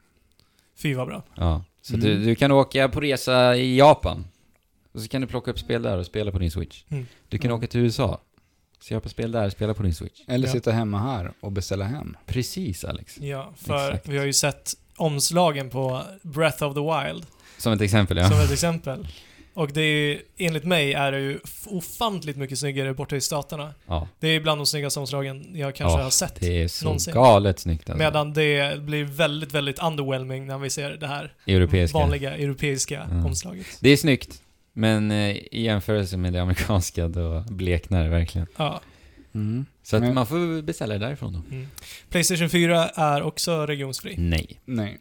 Fy vad bra. Ja, så du kan åka på resa i Japan och så kan du plocka upp spel där och spela på din Switch. Du kan åka till USA, köpa spel där och spela på din Switch. Eller sitta hemma här och beställa hem. Precis, Alex. Ja, för exakt. Vi har ju sett omslagen på Breath of the Wild. Som ett exempel, ja. Som ett exempel. Och det är ju, enligt mig är det ju ofantligt mycket snyggare borta i staterna. Ja. Det är bland de snyggaste omslagen jag kanske har sett det är så någonsin. Galet snyggt alltså. Medan det blir väldigt, väldigt underwhelming när vi ser det här vanliga europeiska omslaget. Det är snyggt, men i jämförelse med det amerikanska då bleknar det verkligen. Ja. Så att man får beställa det därifrån då. PlayStation 4 är också regionsfri? Nej.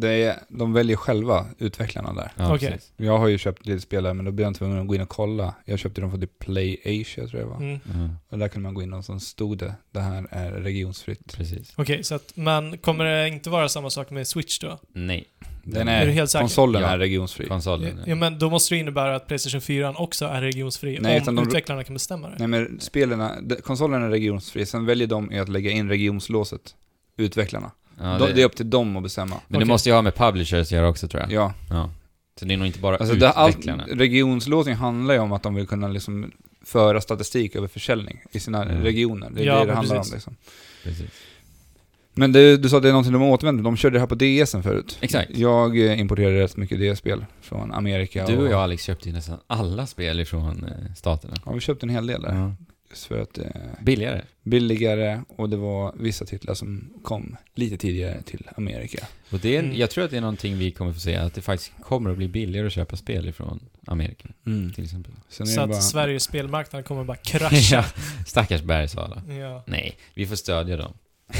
De väljer själva utvecklarna där. Ja, okay. Jag har ju köpt lite spelare, men då blir jag tvungen att gå in och kolla. Jag köpte dem för The Play Asia, tror jag var. Och där kunde man gå in och så stod det här är regionsfritt. Precis. Okej, så att, men kommer det inte vara samma sak med Switch då? Nej. Är du helt säker? Konsolen är regionsfri. Ja, men då måste det innebära att PlayStation 4 också är regionsfri. Nej, om utvecklarna kan bestämma det. Nej, men konsolen är regionsfri. Sen väljer de att lägga in regionslåset. Utvecklarna. Ja, det är upp till dem att bestämma. Men det måste ju ha med publishers att göra också, tror jag. Ja. Så det är nog inte bara alltså utvecklarna. Regionslåsning handlar ju om att de vill kunna liksom föra statistik över försäljning i sina regioner. Det är det handlar om liksom. Precis. Men du sa att det är någonting de återvänder. De körde det här på DSen förut. Exakt. Jag importerade rätt mycket DS-spel från Amerika. Du och jag, Alex, köpte ju nästan alla spel ifrån staterna. Ja, vi köpte en hel del där. Ja. Just för att... Billigare. Och det var vissa titlar som kom lite tidigare till Amerika. Och det är, jag tror att det är någonting vi kommer få se, att det faktiskt kommer att bli billigare att köpa spel ifrån Amerika, till exempel. Så att Sveriges spelmarknad kommer bara krascha. Stackars Bergsala. Ja. Nej, vi får stödja dem.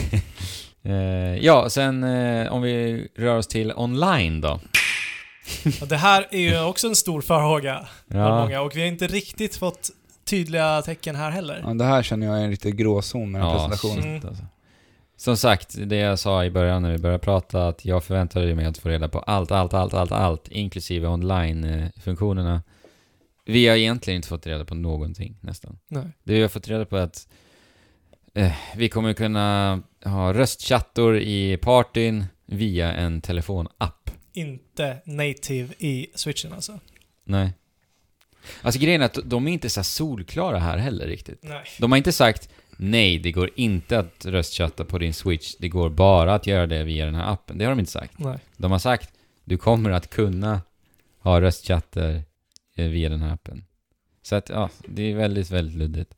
Sen om vi rör oss till online då. Och det här är ju också en stor farhåga bland många, och vi har inte riktigt fått tydliga tecken här heller. Ja, det här känner jag är en riktigt gråzon med den presentationen. Alltså. Som sagt, det jag sa i början när vi började prata, att jag förväntade mig att få reda på allt, inklusive online-funktionerna. Vi har egentligen inte fått reda på någonting, nästan. Nej. Det vi har fått reda på är att vi kommer kunna ha röstchattor i partyn via en telefonapp. Inte native i Switchen alltså. Nej. Alltså grejen är att de är inte så solklara här heller riktigt. Nej. De har inte sagt nej, det går inte att röstchatta på din Switch. Det går bara att göra det via den här appen. Det har de inte sagt. Nej. De har sagt du kommer att kunna ha röstchatter via den här appen. Så att det är väldigt, väldigt luddigt.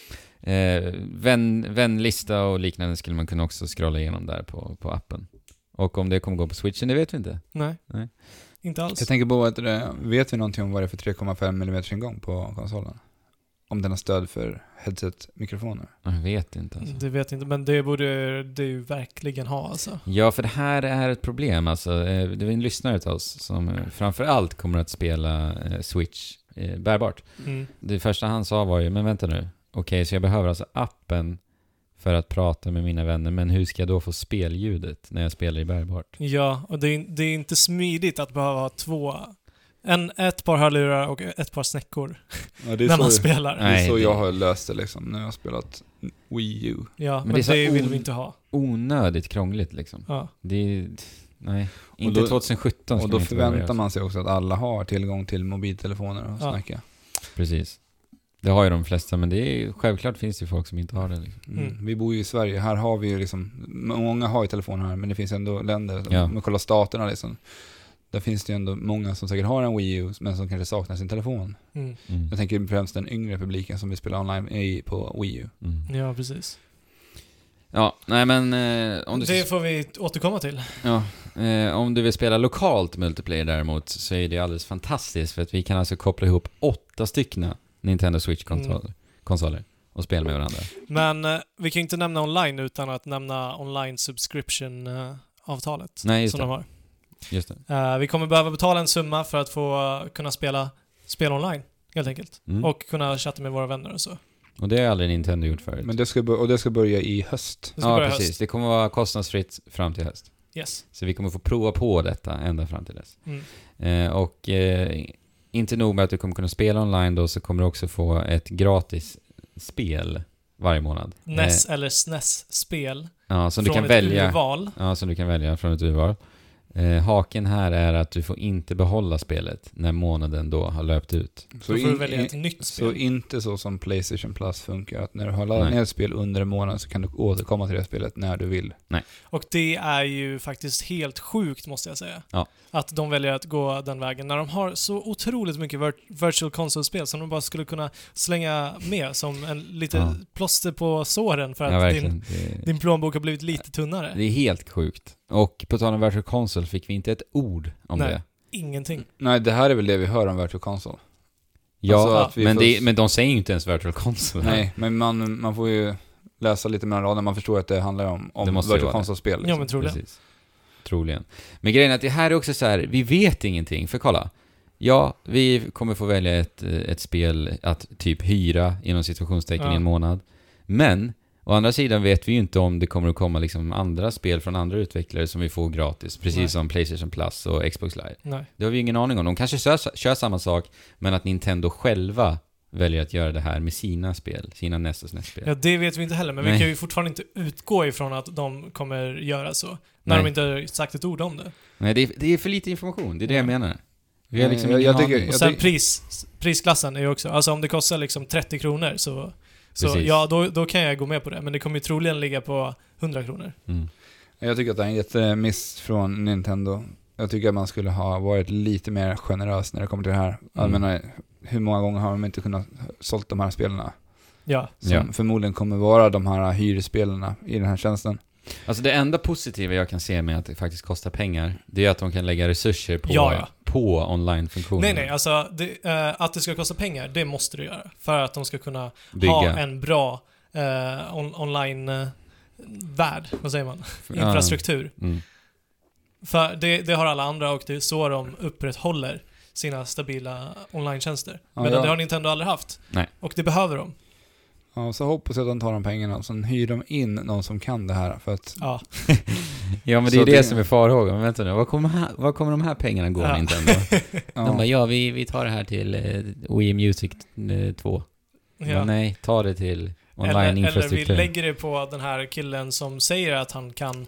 Vänlista och liknande skulle man kunna också scrolla igenom där på appen. Och om det kommer gå på Switchen, det vet vi inte. Nej. Inte alls. Jag tänker på att vet vi någonting om vad det är för 3,5 mm ingång på konsolen? Om den har stöd för headset-mikrofoner? Jag vet inte alltså. Det vet inte, men det borde det ju verkligen ha alltså. Ja, för det här är ett problem alltså. Det är en lyssnare till oss som framförallt kommer att spela Switch bärbart. Det första han sa var ju, men vänta nu. Okej, så jag behöver alltså appen för att prata med mina vänner, men hur ska jag då få spelljudet när jag spelar i bärbart? Ja, och det är inte smidigt att behöva ha ett par hörlurar och ett par snäckor när man spelar. Det är så jag har löst det liksom, när jag har spelat Wii U. Ja, men det vill vi inte ha. Onödigt krångligt liksom. Ja. Nej, inte 2017. Och då förväntar man sig också att alla har tillgång till mobiltelefoner och snacka. Precis. Det har ju de flesta, men det är självklart finns det ju folk som inte har det. Liksom. Vi bor ju i Sverige. Här har vi ju liksom, många har ju telefoner här, men det finns ändå länder, om man kollar staterna liksom. Där finns det ju ändå många som säkert har en Wii U, men som kanske saknar sin telefon. Jag tänker främst den yngre publiken som vill spela online på Wii U. Ja, precis. Ja, nej men... det får vi återkomma till. Ja, om du vill spela lokalt multiplayer däremot så är det alldeles fantastiskt, för att vi kan alltså koppla ihop 8 stycken Nintendo Switch-konsoler och spela med varandra. Men vi kan inte nämna online utan att nämna online subscription-avtalet som de har. Just det. Vi kommer behöva betala en summa för att få kunna spela online, helt enkelt. Och kunna chatta med våra vänner och så. Och det har aldrig Nintendo gjort förut. Men det ska börja i höst. Precis. Höst. Det kommer vara kostnadsfritt fram till höst. Yes. Så vi kommer få prova på detta ända fram till dess. Inte nog med att du kommer kunna spela online då, så kommer du också få ett gratis spel varje månad. NES eller SNES-spel. Ja, som du kan välja. Urval. Ja, som du kan välja från ett urval. Haken här är att du får inte behålla spelet när månaden då har löpt ut. Så får du välja ett nytt spel. Så inte så som PlayStation Plus funkar, att när du har laddat ner ett spel under en månad så kan du återkomma till det spelet när du vill. Nej. Och det är ju faktiskt helt sjukt, måste jag säga. Ja. Att de väljer att gå den vägen när de har så otroligt mycket virtual console-spel som de bara skulle kunna slänga med som en lite plåster på såren för att din plånbok har blivit lite tunnare. Det är helt sjukt. Och på tal om virtual console fick vi inte ett ord om det. Ingenting. Nej, det här är väl det vi hör om virtual console. Ja, alltså men de säger ju inte ens virtual console. Nej, men man får ju läsa lite mellan raderna. Man förstår att det handlar om virtual console-spel. Liksom. Ja, men troligen. Precis. Troligen. Men grejen är att det här är också så här, vi vet ingenting. För kolla, vi kommer få välja ett spel att typ hyra inom situationstecken i en månad. Men å andra sidan vet vi ju inte om det kommer att komma liksom andra spel från andra utvecklare som vi får gratis. Precis som PlayStation Plus och Xbox Live. Nej. Det har vi ingen aning om. De kanske kör samma sak, men att Nintendo själva väljer att göra det här med sina spel. Sina NES och SNES-spel. Ja, det vet vi inte heller. Men vi kan ju fortfarande inte utgå ifrån att de kommer göra så. När de inte har sagt ett ord om det. Nej, det är för lite information. Det är det jag menar. Vi har liksom ingen aning. Och sen prisklassen är ju också, alltså om det kostar liksom 30 kronor så ja, då kan jag gå med på det. Men det kommer ju troligen ligga på 100 kronor. Jag tycker att det är en jättemiss från Nintendo. Jag tycker att man skulle ha varit lite mer generös när det kommer till det här. Jag menar, hur många gånger har de inte kunnat sålt de här spelarna? Ja. Som förmodligen kommer vara de här hyrespelarna i den här tjänsten. Alltså det enda positiva jag kan se med att det faktiskt kostar pengar, det är att de kan lägga resurser på online-funktioner. Nej, alltså att det ska kosta pengar, det måste du göra. För att de ska kunna ha en bra online-värld, vad säger man? Infrastruktur. För det har alla andra och det är så de upprätthåller sina stabila online-tjänster. Men det har Nintendo aldrig haft. Nej. Och det behöver de. Ja, så hoppas jag att de tar de pengarna och sen hyr de in någon som kan det här för att... Ja. Ja, men det är det som är farhågan. Men vänta nu, vad kommer de här pengarna gå, Nintendo? De bara, vi tar det här till Wii Music 2. Men nej, ta det till online-infrastruktur. Eller vi lägger det på den här killen som säger att han kan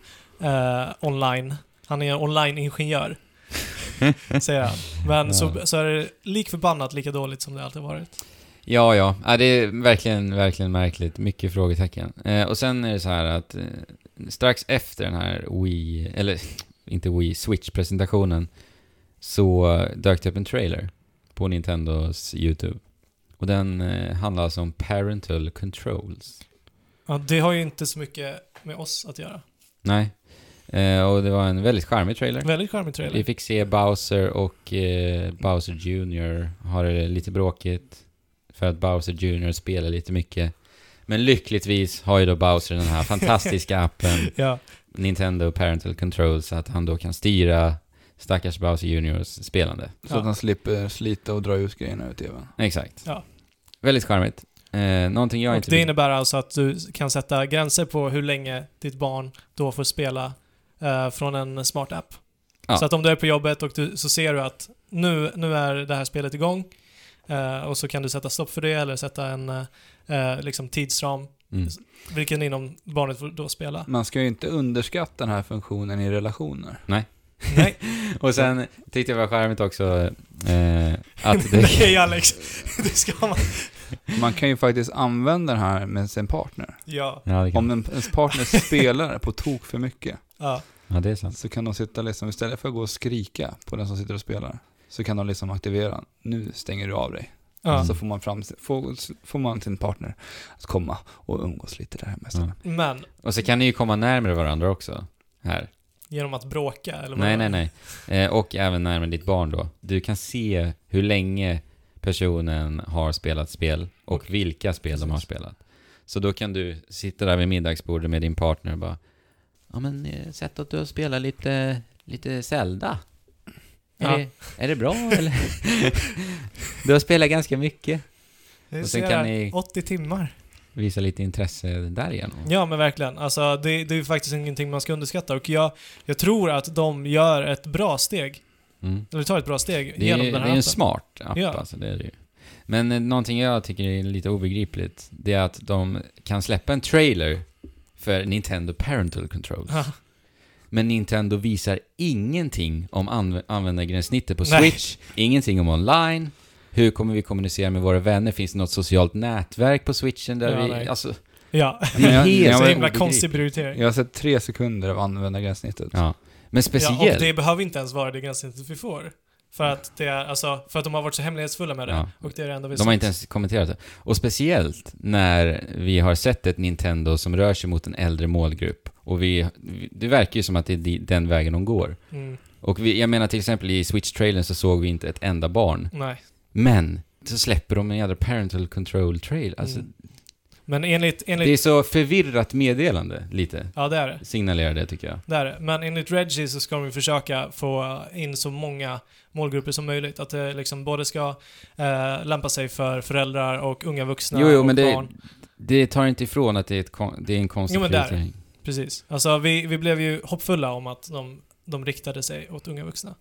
online. Han är en online-ingenjör. Säger han. Men så är det likförbannat lika dåligt som det alltid varit. Ja, det är verkligen märkligt. Mycket frågetecken. Och sen är det så här att strax efter den här Wii, eller inte Wii, Switch-presentationen så dök det upp en trailer på Nintendos YouTube. Och den handlar alltså om parental controls. Ja, det har ju inte så mycket med oss att göra. Nej. Och det var en väldigt charmig trailer. Väldigt charmig trailer. Vi fick se Bowser och Bowser Jr. har det lite bråkigt. För att Bowser Jr. spelar lite mycket. Men lyckligtvis har ju då Bowser den här fantastiska appen Nintendo Parental Controls, så att han då kan styra stackars Bowser Jr.'s spelande. Så att han slipper slita och dra ut grejerna ur tvn. Exakt. Ja. Väldigt charmigt. Någonting jag och inte det innebär alltså att du kan sätta gränser på hur länge ditt barn då får spela från en smart app. Ja. Så att om du är på jobbet och så ser du att nu är det här spelet igång. Och så kan du sätta stopp för det eller sätta en liksom tidsram vilken inom barnet får då spela. Man ska ju inte underskatta den här funktionen i relationer. Nej. Och sen tyckte jag var charmigt också att det... Nej, Alex, det ska man. Man kan ju faktiskt använda den här med sin partner. Ja. Om ens partner spelar på tok för mycket. Ja, det är sant. Så kan de sitta liksom, istället för att gå och skrika på den som sitter och spelar, så kan de liksom aktivera. Nu stänger du av dig. Så får man sin partner att komma och umgås lite där med. Men och så kan ni ju komma närmare varandra också här. Genom att bråka eller Nej. Och även närmare ditt barn då. Du kan se hur länge personen har spelat spel och vilka spel de har spelat. Så då kan du sitta där vid middagsbordet med din partner och bara, ja men sätt att du spelar lite Zelda. Är det bra eller? Du har spelat ganska mycket. Och sen kan ni 80 timmar. Visa lite intresse där igen. Ja, men verkligen. Alltså, det är faktiskt ingenting man ska underskatta. Och jag tror att de gör ett bra steg. Eller tar ett bra steg genom den här appen. Det är en smart app, alltså, det är det ju. Men någonting jag tycker är lite obegripligt, det är att de kan släppa en trailer för Nintendo Parental Controls. Men Nintendo visar ingenting om användargränssnittet på Switch. Ingenting om online. Hur kommer vi kommunicera med våra vänner? Finns det något socialt nätverk på Switchen där vi... Alltså, det är helt himla konstig prioritering. Jag har sett 3 sekunder av användargränssnittet. Ja. Men speciellt... Ja, och det behöver inte ens vara det gränssnittet vi får. För att det är, alltså, för att de har varit så hemlighetsfulla med det. Ja. Och det är det enda vi de har inte ens kommenterat det. Och speciellt när vi har sett ett Nintendo som rör sig mot en äldre målgrupp. Och det verkar ju som att det är den vägen de går. Och jag menar till exempel i Switch-trailern så såg vi inte ett enda barn. Nej. Men så släpper de en jävla parental control trail. Alltså, men enligt... Det är så förvirrat meddelande lite. Ja, det är det. Signalerar det, tycker jag. Det är det. Men enligt Reggie så ska de försöka få in så många målgrupper som möjligt. Att det liksom både ska lämpa sig för föräldrar och unga vuxna och men barn. Det tar inte ifrån att det är en konstig prioritering. Precis. Alltså vi blev ju hoppfulla om att de riktade sig åt unga vuxna.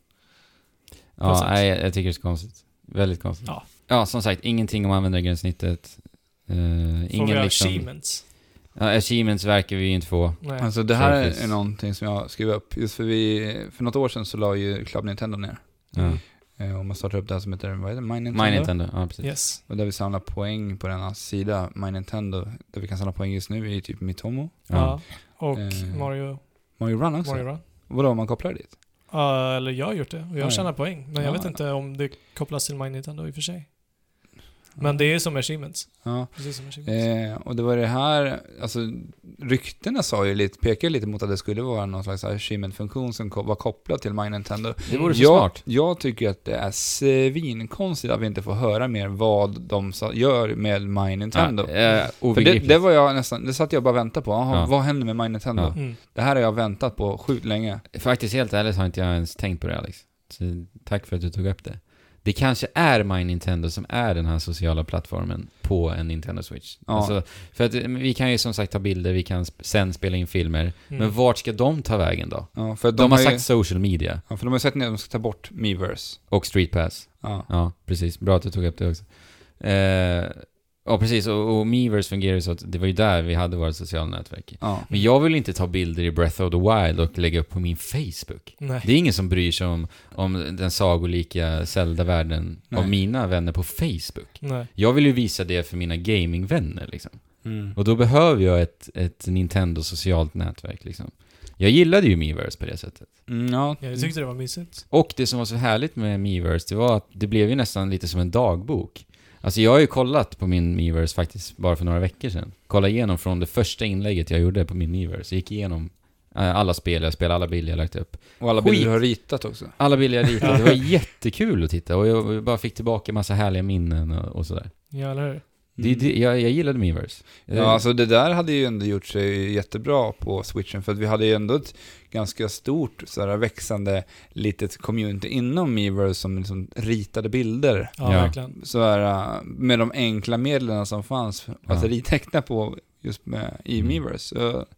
Ja, jag tycker det är så konstigt. Väldigt konstigt. Ja, som sagt, ingenting om användargränssnittet. Ingen liksom... achievements. Ja, achievements verkar vi ju inte få. Nej. Alltså det här är någonting som jag skrev upp. Just för något år sedan så la ju Club Nintendo ner. Och man startar upp det här som heter, vad heter det? My Nintendo, ja precis. Yes. Och där vi samlar poäng på denna sida, My Nintendo, där vi kan samla poäng just nu är typ Miitomo. Ja. Och Mario Run också? Mario Run. Vadå, man kopplar dit? Eller jag har gjort det. Och jag tjänar poäng. Men jag vet inte om det kopplas till My Nintendo i och för sig. Men det är som achievements. Ja. Precis som achievements. Och det var det här, alltså ryktena pekade lite mot att det skulle vara någon slags achievement-funktion som var kopplad till My Nintendo. Det vore så smart. Jag tycker att det är svinkonstigt att vi inte får höra mer vad de gör med My Nintendo. För det var jag nästan, det satt jag bara och väntade på. Vad händer med My Nintendo? Ja. Det här har jag väntat på sjukt länge. Faktiskt helt ärligt har inte jag ens tänkt på det, Alex. Så tack för att du tog upp det. Det kanske är My Nintendo som är den här sociala plattformen på en Nintendo Switch. Ja. Alltså, för att vi kan ju som sagt ta bilder, vi kan sen spela in filmer. Men vart ska de ta vägen då? Ja, för de har sagt social media. Ja, för de har sagt att de ska ta bort Miiverse. Och Street Pass. Ja, precis. Bra att du tog upp det också. Ja, precis. Och Miiverse fungerar så att det var ju där vi hade våra sociala nätverk. Ja. Men jag vill inte ta bilder i Breath of the Wild och lägga upp på min Facebook. Nej. Det är ingen som bryr sig om den sagolika Zelda-världen av mina vänner på Facebook. Nej. Jag vill ju visa det för mina gamingvänner liksom. Och då behöver jag ett Nintendo socialt nätverk liksom. Jag gillade ju Miiverse på det sättet. Ja, jag tyckte det var mysigt. Och det som var så härligt med Miiverse, det var att det blev ju nästan lite som en dagbok. Alltså jag har ju kollat på min Miiverse faktiskt bara för några veckor sedan. Kolla igenom från det första inlägget jag gjorde på min Miiverse. Jag gick igenom alla spel, jag spelade alla bilder jag lagt upp. Och alla bilder du har ritat också. Alla bilder jag ritat. Det var jättekul att titta. Och jag bara fick tillbaka en massa härliga minnen och sådär. Ja, eller hur? Jag gillade Miiverse. Ja, alltså det där hade ju ändå gjort sig jättebra på Switchen. För att vi hade ju ändå ett ganska stort sådär, växande litet community inom Miiverse som liksom ritade bilder. Ja, verkligen. Sådär, med de enkla medlen som fanns att riteckna på just i Miiverse.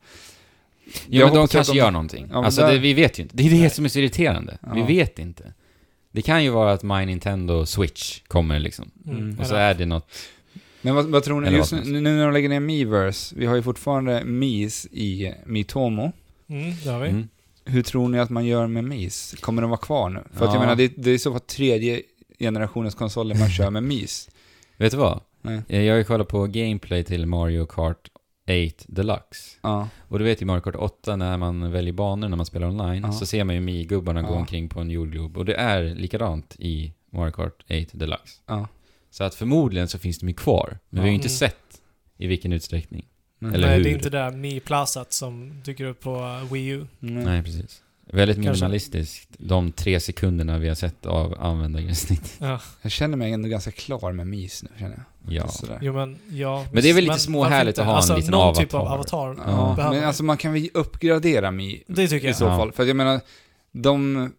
Ja, men de kanske gör någonting. Ja, alltså vi vet ju inte. Det är det som är så irriterande. Ja. Vi vet inte. Det kan ju vara att My Nintendo Switch kommer liksom. Och så är det något. Men vad tror ni, just nu när de lägger ner Miiverse, vi har ju fortfarande Miis i Miitomo. Det har vi. Hur tror ni att man gör med Miis? Kommer de vara kvar nu? För att jag menar, det är så för tredje generationens konsoler man kör med Miis. Vet du vad? Nej. Jag har ju kollat på gameplay till Mario Kart 8 Deluxe. Ja. Och du vet ju Mario Kart 8 när man väljer banor när man spelar online så ser man ju Mii-gubbarna gå omkring på en jordglob. Och det är likadant i Mario Kart 8 Deluxe. Ja. Så att förmodligen så finns de ju kvar. Men vi har ju inte sett i vilken utsträckning. Eller nej, hur. det är inte där Mi-plasat som dyker upp på Wii U. Nej, precis. Väldigt minimalistiskt. De 3 sekunderna vi har sett av användargränssnitt. Ja. Jag känner mig ändå ganska klar med Miis nu, känner jag. Ja. Jo, men det är väl lite småhärligt att ha en liten någon avatar. Typ av avatar. Ja. Men alltså man kan väl uppgradera Mi. Det tycker jag. I så fall. För jag menar, de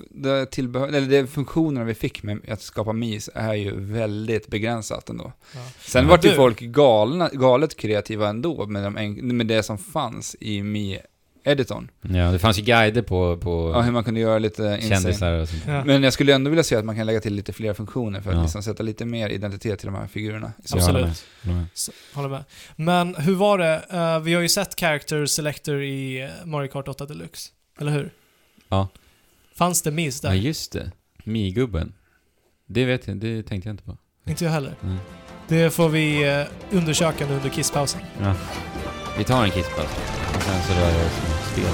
funktionerna vi fick med att skapa Miis är ju väldigt begränsat ändå. Ja. Sen var ju folk galet kreativa ändå med det som fanns i Mi-editorn. Ja, det fanns ju guider på hur man kunde göra lite kändisar och sånt. Ja. Men jag skulle ändå vilja säga att man kan lägga till lite fler funktioner för att liksom sätta lite mer identitet till de här figurerna. Absolut. Håller med. Men hur var det? Vi har ju sett Character Selector i Mario Kart 8 Deluxe. Eller hur? Ja. Fanns det Miis där? Ja, just det. Mi-gubben. Det vet jag, det tänkte jag inte på. Inte jag heller. Det får vi undersöka nu under kisspausen. Ja. Vi tar en kisspaus. Och sen så rör jag det som spel.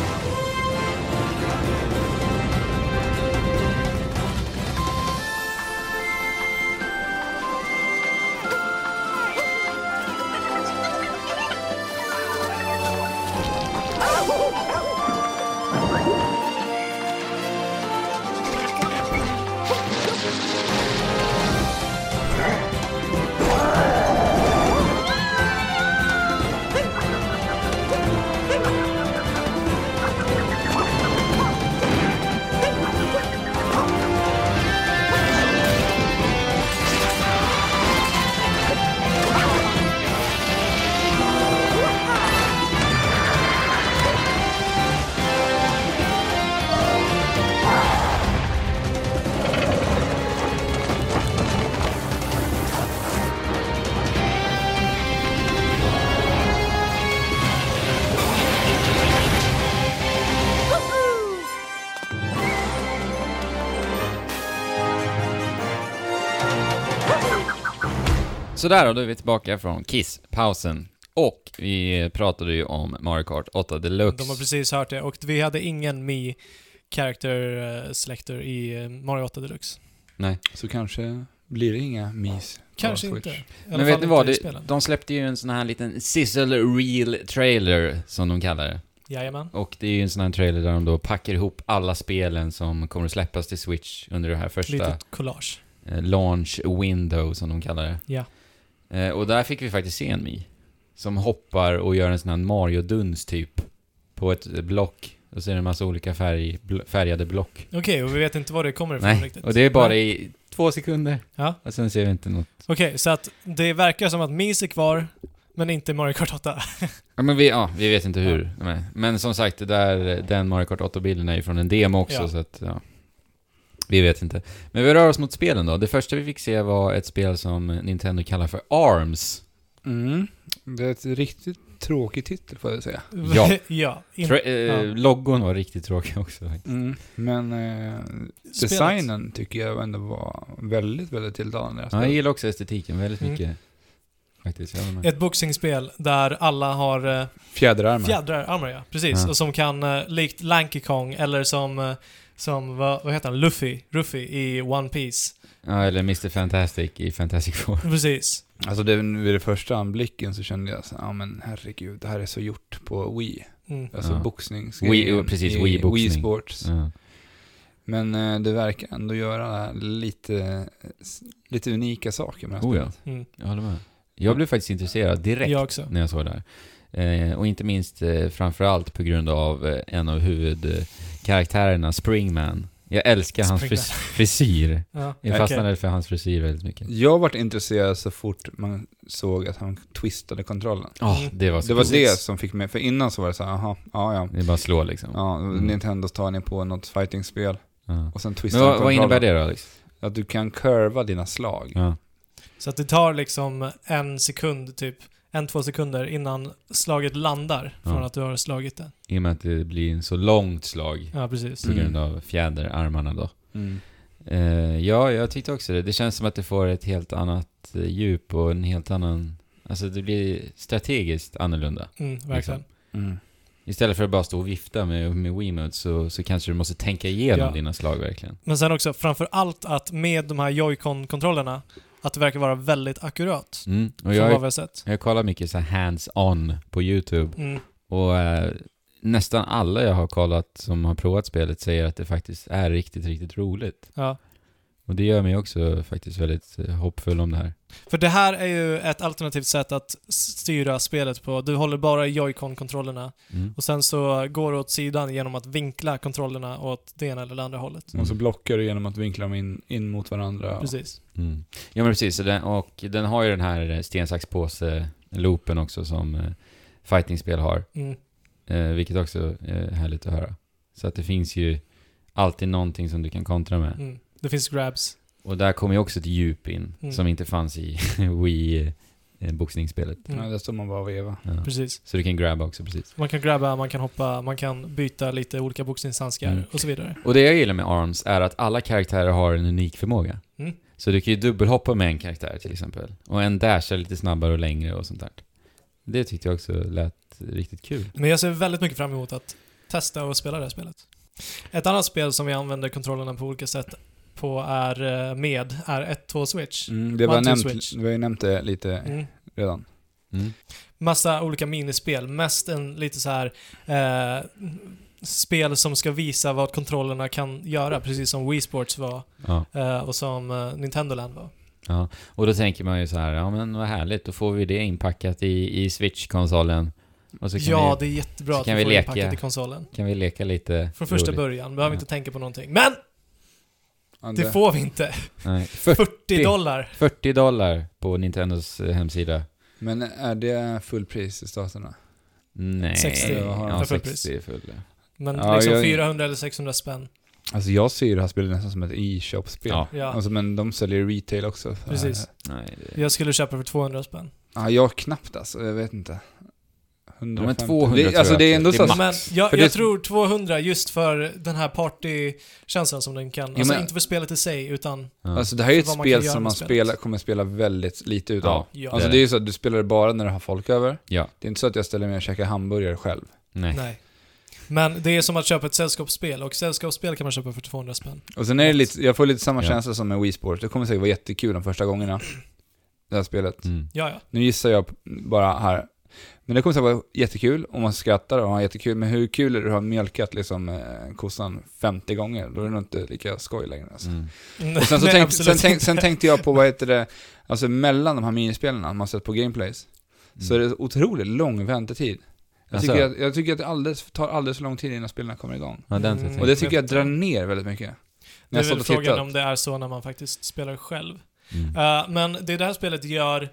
Sådär, och då är vi tillbaka från Kiss-pausen. Och vi pratade ju om Mario Kart 8 Deluxe. De har precis hört det. Och vi hade ingen Mii Character Selector i Mario 8 Deluxe. Nej. Så kanske blir det inga Miis. Kanske inte. Men vet ni vad? De släppte ju en sån här liten sizzle reel trailer, som de kallar det. Jajamän. Och det är ju en sån här trailer där de då packar ihop alla spelen som kommer att släppas till Switch under det här första... Litet collage. Launch window, som de kallar det. Ja. Och där fick vi faktiskt se en Mii som hoppar och gör en sån här Mario-duns typ på ett block. Och så är det en massa olika färgade block. Okej, och vi vet inte vad det kommer ifrån riktigt. Och det är bara i 2 sekunder. Ja. Och sen ser vi inte något. Okej, så att det verkar som att Mii är kvar, men inte Mario Kart 8. Ja, men vi vet inte hur. Ja. Men som sagt, den Mario Kart 8-bilden är ju från en demo också, ja. Så att, ja. Vi vet inte. Men vi rör oss mot spelen då. Det första vi fick se var ett spel som Nintendo kallar för ARMS. Det är ett riktigt tråkig titel, får jag säga. Ja. Ja. Loggon var riktigt tråkig också. Men designen tycker jag ändå var väldigt, väldigt tilltalande. Ja, jag gillar också estetiken väldigt mycket. Faktiskt, ett boxingspel där alla har fjäderarmar, ja. Precis. Ja. Och som kan, likt Lanky Kong, eller som vad heter han? Ruffy i One Piece. Ja, eller Mr. Fantastic i Fantastic Four. Precis. Alltså vid det första anblicken så kände jag så, men herregud, det här är så gjort på Wii. Alltså boxningsgrejen. Precis, Wii Sports. Ja. Men det verkar ändå göra lite unika saker med det här spelet. Jag håller med. Jag blev faktiskt intresserad direkt när jag såg det här. Och inte minst framförallt på grund av en av huvudkaraktärerna, Springman. Jag älskar hans frisyr. Ja. Jag fastnade för hans frisyr väldigt mycket. Jag varit intresserad så fort man såg att han twistade kontrollen. Det var det som fick mig. För innan så var det så här, ja. Det är bara slå liksom. Ja, Nintendo tar ner på något fighting-spel. Och sen twistar kontrollen. Vad innebär det då, Alex? Att du kan curva dina slag. Ja. Så att det tar liksom 1 sekund, typ 1-2 sekunder innan slaget landar från att du har slagit det. I och med att det blir en så långt slag. Ja, precis. På grund av fjäderarmarna då. Ja, jag tyckte också det. Det känns som att det får ett helt annat djup och en helt annan... Alltså det blir strategiskt annorlunda. Verkligen. Istället för att bara stå och vifta med Wiimote så kanske du måste tänka igenom dina slag verkligen. Men sen också, framför allt att med de här Joy-Con-kontrollerna att det verkar vara väldigt akkurat. Och jag kollar mycket så här hands-on på YouTube. Och nästan alla jag har kollat som har provat spelet säger att det faktiskt är riktigt, riktigt roligt. Ja. Och det gör mig också faktiskt väldigt hoppfull om det här. För det här är ju ett alternativt sätt att styra spelet på. Du håller bara Joy-Con-kontrollerna och sen så går du åt sidan genom att vinkla kontrollerna åt det ena eller det andra hållet. Och så blockar du genom att vinkla dem in mot varandra. Precis. Ja, men precis. Och den har ju den här stensaxpåse-loopen också som fighting-spel har. Vilket också är härligt att höra. Så att det finns ju alltid någonting som du kan kontra med. Det finns grabs. Och där kommer ju också ett djup in som inte fanns i Wii-boxningsspelet. Ja, där står man bara och veva. Ja. Precis. Så du kan grabba också, precis. Man kan grabba, man kan hoppa, man kan byta lite olika boxningshandskar och så vidare. Och det jag gillar med ARMS är att alla karaktärer har en unik förmåga. Så du kan ju dubbelhoppa med en karaktär till exempel. Och en dashar lite snabbare och längre och sånt där. Det tyckte jag också lät riktigt kul. Men jag ser väldigt mycket fram emot att testa och spela det här spelet. Ett annat spel som vi använder kontrollerna på olika sätt på är 1-2 Switch. Det var nämnt, vi har ju nämnt det lite redan. Massa olika minispel. Mest en lite så här spel som ska visa vad kontrollerna kan göra, precis som Wii Sports var och som Nintendo Land var. Ja, och då tänker man ju så här, ja men vad härligt, då får vi det inpackat i Switch-konsolen. Och så kan det är jättebra att vi får inpackat i konsolen. Kan vi leka lite från första början, behöver inte tänka på någonting. Men! Det får vi inte. Nej. $40 på Nintendos hemsida. Men är det fullpris i staterna? Nej. 60 är full. Men liksom 400 eller 600 spänn. Alltså jag ser det här spelet nästan som ett e-shop-spel. Ja. Alltså, men de säljer retail också. Precis. Jag skulle köpa för 200 spänn. Ja, jag knappt alltså. Jag vet inte. 150. Men 200 det, alltså det är ändå det är så... Men jag tror 200 just för den här partykänslan som den kan. Alltså inte för spelet i sig, utan... Alltså det här är ett vad man spel kan som man spelet. kommer spela väldigt lite utav. Ja. Alltså det är ju så att du spelar det bara när du har folk över. Ja. Det är inte så att jag ställer mig och käkar hamburgare själv. Nej. Men det är som att köpa ett sällskapsspel, och sällskapsspel kan man köpa för 200 spänn. Och sen är det lite, jag får lite samma känsla som med Wii Sports. Det kommer säkert vara jättekul de första gångerna. Det här spelet. Ja. Nu gissar jag bara här. Men det kommer säkert vara jättekul om man skrattar och har jättekul. Men hur kul är det att ha mjölkat liksom kossan 50 gånger? Då är det nog inte lika skoj längre. Alltså. Och sen tänkte jag på, vad heter det, alltså mellan de här minispelarna man sett på gameplays. Så är det otroligt lång väntetid. Jag tycker att det tar alldeles för lång tid innan spelarna kommer igång. Och det tycker jag drar ner väldigt mycket. Det är väl frågan om det är så när man faktiskt spelar själv. Men det här spelet gör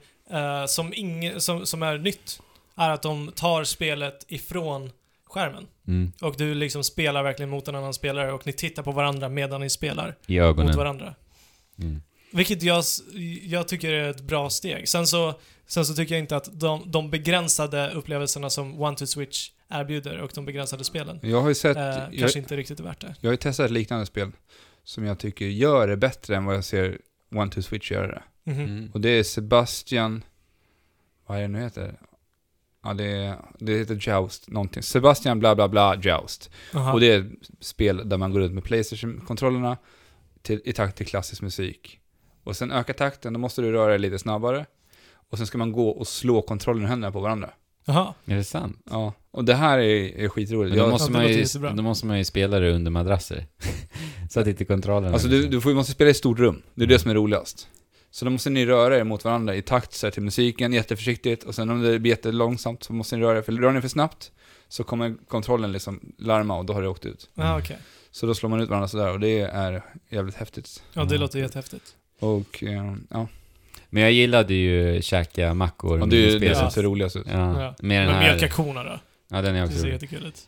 som är nytt är att de tar spelet ifrån skärmen. Och du liksom spelar verkligen mot en annan spelare, och ni tittar på varandra medan ni spelar i ögonen mot varandra. Vilket jag tycker är ett bra steg. Sen så tycker jag inte att de begränsade upplevelserna som One to Switch erbjuder och de begränsade spelen jag har ju sett, kanske inte riktigt är värt det. Jag har ju testat ett liknande spel som jag tycker gör det bättre än vad jag ser One to Switch göra det. Och det är Sebastian, vad är det nu heter? Ja, det heter Joust någonting. Sebastian bla bla bla Joust. Och det är ett spel där man går ut med PlayStation-kontrollerna i takt till klassisk musik. Och sen öka takten, då måste du röra dig lite snabbare. Och sen ska man gå och slå kontrollen i händerna på varandra. Jaha. Är det sant? Ja, och det här är skitroligt. Då måste man ju spela det under madrasser. Så att inte kontrollen... Alltså du måste spela i ett stort rum. Det är det som är roligast. Så då måste ni röra er mot varandra i takt så här, till musiken, jätteförsiktigt. Och sen om det blir jättelångsamt så måste ni röra er. För rör ni för snabbt så kommer kontrollen liksom larma och då har det åkt ut. Okay. Så då slår man ut varandra sådär och det är jävligt häftigt. Ja, det låter jättehäftigt. Och ja. Men jag gillade ju käka mackor. Och det är det som ser roligast ut. Ja. Men mjölka korna då? Ja, den är också det ser jättekul ut.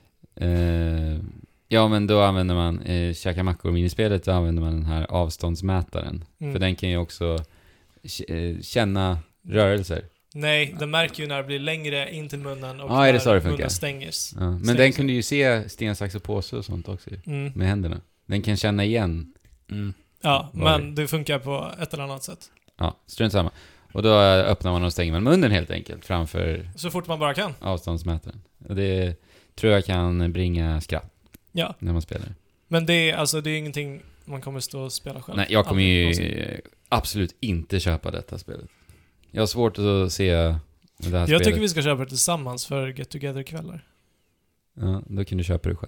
Ja, men då använder man käka mackor. Minispelet, då använder man den här avståndsmätaren. För den kan ju också känna rörelser. Nej, den märker ju när det blir längre in till munnen och är det så det funkar? munnen stängs. Ja. Men den kunde ju se sten, sax och påse och sånt också med händerna. Den kan känna igen. Ja, men det funkar på ett eller annat sätt. Ja, strunt samma. Och då öppnar man och stänger man munnen helt enkelt framför så fort man bara kan. Avståndsmätaren. Och det tror jag kan bringa skratt när man spelar. Men det är ingenting man kommer stå och spela själv. Nej, jag kommer ju absolut inte köpa detta spelet. Jag har svårt att se det här spelet. Jag tycker vi ska köpa det tillsammans för Get Together-kvällar. Ja, då kan du köpa det själv.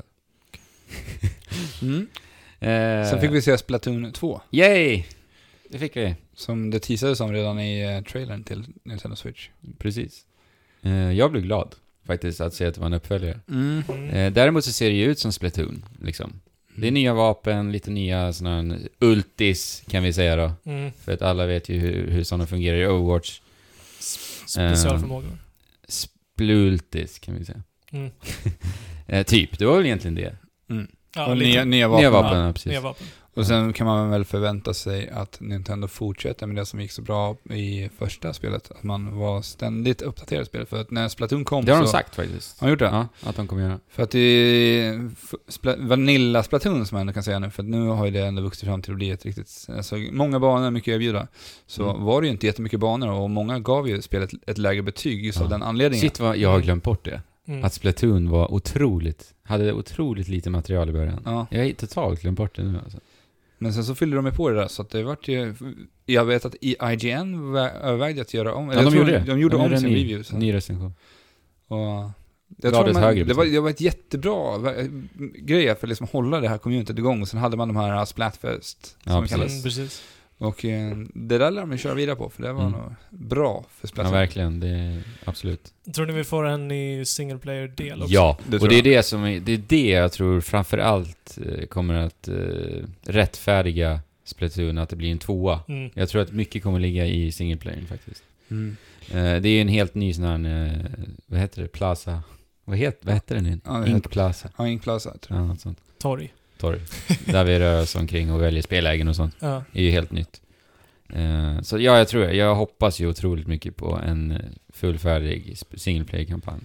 Sen fick vi se Splatoon 2. Yay! Det fick vi. Som det teasades om redan i trailern till Nintendo Switch. Precis. Jag blev glad faktiskt att se att det var en uppföljare. Däremot så ser det ju ut som Splatoon liksom. Det är nya vapen, lite nya sådana ultis kan vi säga då. För att alla vet ju hur sådana fungerar i Overwatch. Specialförmågor. Splultis kan vi säga. Typ, det var väl egentligen det. Ja, och nya vapen. Ja, precis. Nya vapen. Och sen kan man väl förvänta sig att Nintendo fortsätter med det som gick så bra i första spelet. Att man var ständigt uppdaterad spelet. För att när Splatoon kom det har de sagt faktiskt. Har de gjort det? Ja, att de kommer göra. För att i Vanilla Splatoon som man ändå kan säga nu. För att nu har ju det ändå vuxit fram till att bli ett riktigt... Alltså, många banor, mycket erbjuda. Så var det ju inte jättemycket banor. Och många gav ju spelet ett lägre betyg just av den anledningen. Shit vad jag har glömt bort det. Att Splatoon var hade otroligt lite material i början. Ja. Jag har totalt glömt bort det nu alltså. Men sen så fyllde de på det där så att det vart ju... Jag vet att IGN övervägde att göra om... Ja, de gjorde om sin review. Så. Ny recension. Och jag tror det var ett jättebra grej för att liksom hålla det här communityt igång. Och sen hade man de här Splatfest som det kallas. Precis. Och det där lär man köra vidare på för det var nog bra för Splatoon. Ja, verkligen. Det är absolut. Tror ni vi får en ny single player-del också? Ja, och det är det jag tror framförallt kommer att rättfärdiga Splatoon, att det blir en 2. Jag tror att mycket kommer ligga i single player faktiskt. Det är en helt ny sån här, vad heter det? Plaza. Vad heter den nu? Ink Plaza. Ja, Ink Plaza tror jag. Ja, något sånt. Torg. Där vi rör oss omkring och väljer spelägen och sånt. Ja. Det är ju helt nytt. Så jag hoppas ju otroligt mycket på en fullfärdig single player-kampanj.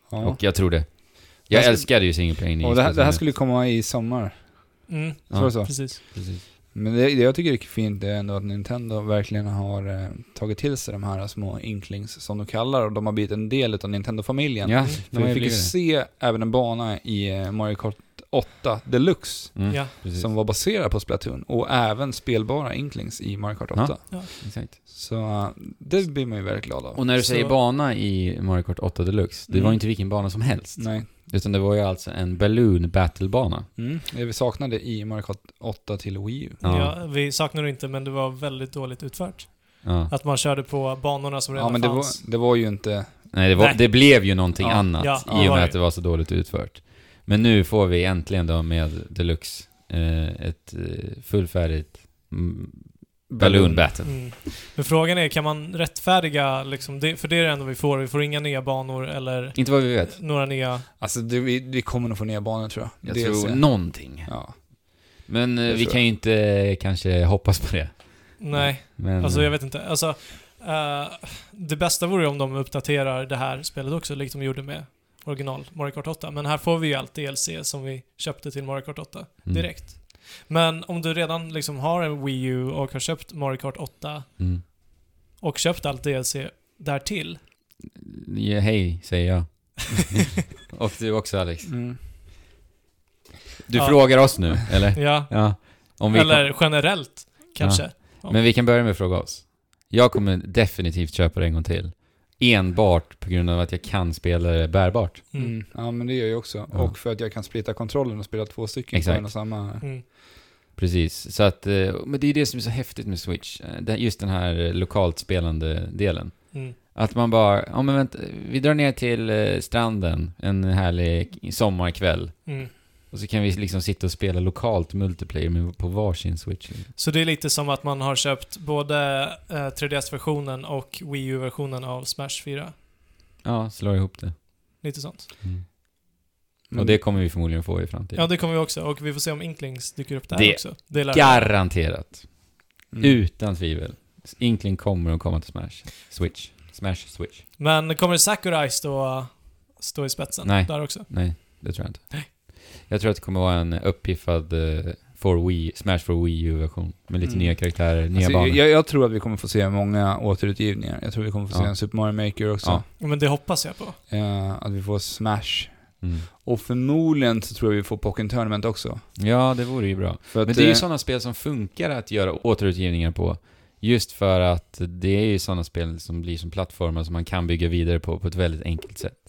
Ja. Och jag tror det. Jag älskade ju single player. Och det här skulle komma i sommar. Så. Precis. Men det jag tycker är fint är ändå att Nintendo verkligen har tagit till sig de här små inklings som de kallar, och de har blivit en del av Nintendo-familjen. Ja, för vi fick ju se även en bana i Mario Kart 8 Deluxe som var baserad på Splatoon, och även spelbara inklings i Mario Kart 8. Ja, exakt. Så det blir man ju väldigt glad av. Och när du säger bana i Mario Kart 8 Deluxe, det var inte vilken bana som helst. Nej. Utan det var ju alltså en Balloon Battle-bana. Det vi saknade i Mario Kart 8 till Wii U. Ja, vi saknade inte, men det var väldigt dåligt utfört. Ja. Att man körde på banorna som redan fanns. Det var ju inte... Nej, det blev ju någonting annat i och med att det var så dåligt utfört. Men nu får vi äntligen då med Deluxe ett fullfärdigt Balloon Battle. Men frågan är, kan man rättfärdiga liksom det, för det är det enda vi får. Vi får inga nya banor eller... Inte vad vi vet. Några nya... Alltså vi kommer nog få nya banor, tror jag. Jag tror någonting. Ja. Men vi kan ju inte kanske hoppas på det. Nej, men, alltså jag vet inte. Alltså, det bästa vore om de uppdaterar det här spelet också, liksom de gjorde med original Mario Kart 8. Men här får vi ju allt DLC som vi köpte till Mario Kart 8 direkt. Men om du redan liksom har en Wii U och har köpt Mario Kart 8 och köpt allt DLC därtill. Ja, hej, säger jag. Och du också, Alex. Du frågar oss nu, eller? Ja. Om vi eller generellt, kanske. Ja. Men vi kan börja med att fråga oss. Jag kommer definitivt köpa det en gång till. Enbart på grund av att jag kan spela det bärbart. Ja, men det gör jag också. Ja. Och för att jag kan splitta kontrollen och spela 2 stycken på en och samma... Precis. Så att, men det är det som är så häftigt med Switch. Just den här lokalt spelande delen. Att man bara, men vänta, vi drar ner till stranden en härlig sommarkväll. Och så kan vi liksom sitta och spela lokalt multiplayer på varsin Switch. Så det är lite som att man har köpt både 3DS-versionen och Wii U-versionen av Smash 4. Ja, slår ihop det. Lite sånt. Och det kommer vi förmodligen få i framtiden. Ja, det kommer vi också. Och vi får se om Inklings dyker upp där också. Det är garanterat. Utan tvivel. Inkling kommer att komma till Switch. Smash Switch. Men kommer Sakurai stå i spetsen där också? Nej, det tror jag inte. Nej. Jag tror att det kommer vara en uppiffad Smash for Wii U-version med lite nya karaktärer, nya banor. Jag tror att vi kommer få se många återutgivningar. Jag tror vi kommer få se en Super Mario Maker också. Ja, men det hoppas jag på. Att vi får Smash. Och förmodligen så tror jag vi får Pokémon Tournament också. Ja, det vore ju bra. Men det är ju sådana spel som funkar att göra återutgivningar på. Just för att det är ju sådana spel som blir som plattformar som man kan bygga vidare på ett väldigt enkelt sätt.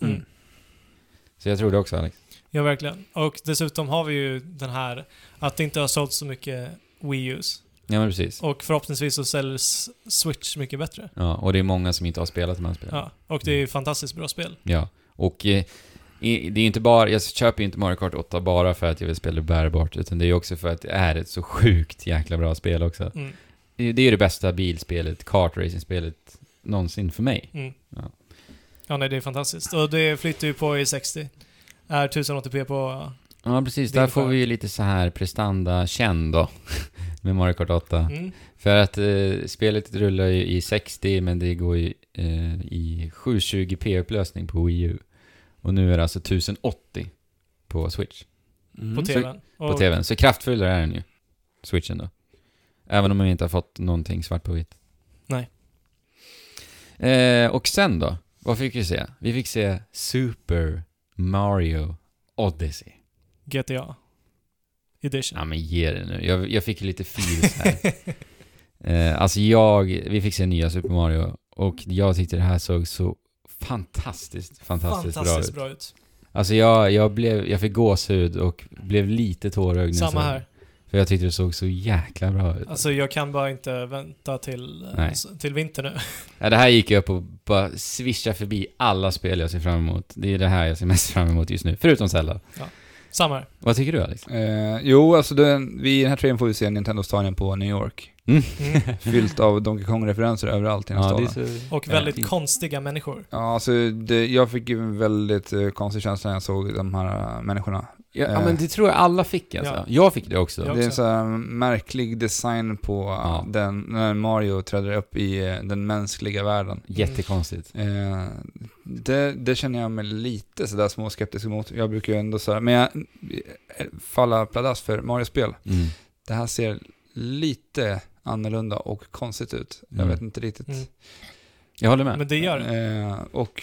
Så jag tror det också, Alex. Ja, verkligen. Och dessutom har vi ju den här att det inte har sålt så mycket Wii U's. Ja, men precis. Och förhoppningsvis så säljs Switch mycket bättre. Ja, och det är många som inte har spelat de här spelen. Ja, och det är fantastiskt bra spel. Ja, och det är inte bara, jag köper inte Mario Kart 8 bara för att jag vill spela det bärbart, utan det är också för att det är ett så sjukt jäkla bra spel också. Det är det bästa bilspelet, kartracing-spelet någonsin för mig. Ja, nej, det är fantastiskt. Och det flyttar ju på i 60. Är 1080p på... Ja, precis. Där får vi ju lite så här prestanda-känn då med Mario Kart 8. För att spelet rullar ju i 60, men det går ju i 720p-upplösning på Wii U. Och nu är det alltså 1080 på Switch. På tvn. På tvn. Så kraftfullare är den ju, Switchen då. Även om man inte har fått någonting svart på vitt. Nej. Och sen då? Vad fick vi se? Vi fick se Super Mario Odyssey. GTA Edition. Ja, men ge det nu. Jag fick lite feels här. Alltså vi fick se nya Super Mario. Och jag tyckte det här såg så fantastiskt bra ut. Alltså jag fick gåshud och blev lite tårögd. Samma här. För jag tyckte det såg så jäkla bra ut. Alltså jag kan bara inte vänta till vinter nu. Ja, det här gick jag upp och bara swisha förbi alla spel jag ser fram emot. Det är det här jag ser mest fram emot just nu. Förutom Zelda. Ja, samma här. Vad tycker du, Alex? Jo, alltså i den här trailern får vi se Nintendo-stadion på New York. Fyllt av Donkey Kong-referenser överallt i den staden. Och väldigt konstiga människor. Ja, alltså jag fick ju en väldigt konstig känsla när jag såg de här människorna. Ja, men det tror jag alla fick alltså. Ja. Jag fick det också. Det är en så här märklig design på när Mario träder upp i den mänskliga världen. Jättekonstigt. Det känner jag mig lite sådär småskeptisk mot. Jag brukar ju ändå såhär, men jag faller pladask för Mario-spel. Det här ser lite annorlunda och konstigt ut. Jag vet inte riktigt. Jag håller med. Men det gör det. Och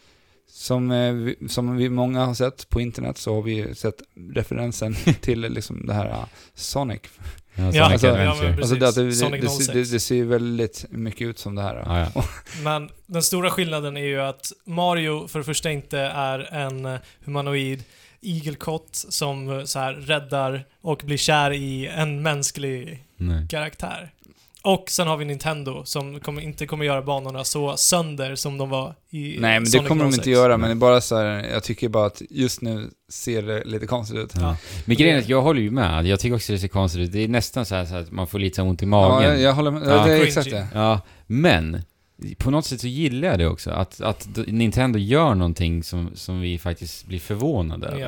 som vi många har sett på internet så har vi sett referensen till liksom det här Sonic. Sonic Adventure. Det ser väldigt mycket ut som det här. Ja. Men den stora skillnaden är ju att Mario för det första inte är en humanoid igelkott som så här räddar och blir kär i en mänsklig karaktär. Och sen har vi Nintendo som inte kommer göra banorna så sönder som de var i Nej, men Sonic det kommer 06. de inte göra, men det är bara så här, jag tycker bara att just nu ser det lite konstigt ut. Ja. Men grejen är att jag håller ju med. Jag tycker också det ser konstigt ut. Det är nästan så här att man får lite ont i magen. Ja, jag håller med. Ja, det är exakt det. Ja, men på något sätt så gillar jag det också. Att Nintendo gör någonting som vi faktiskt blir förvånade över. Ja.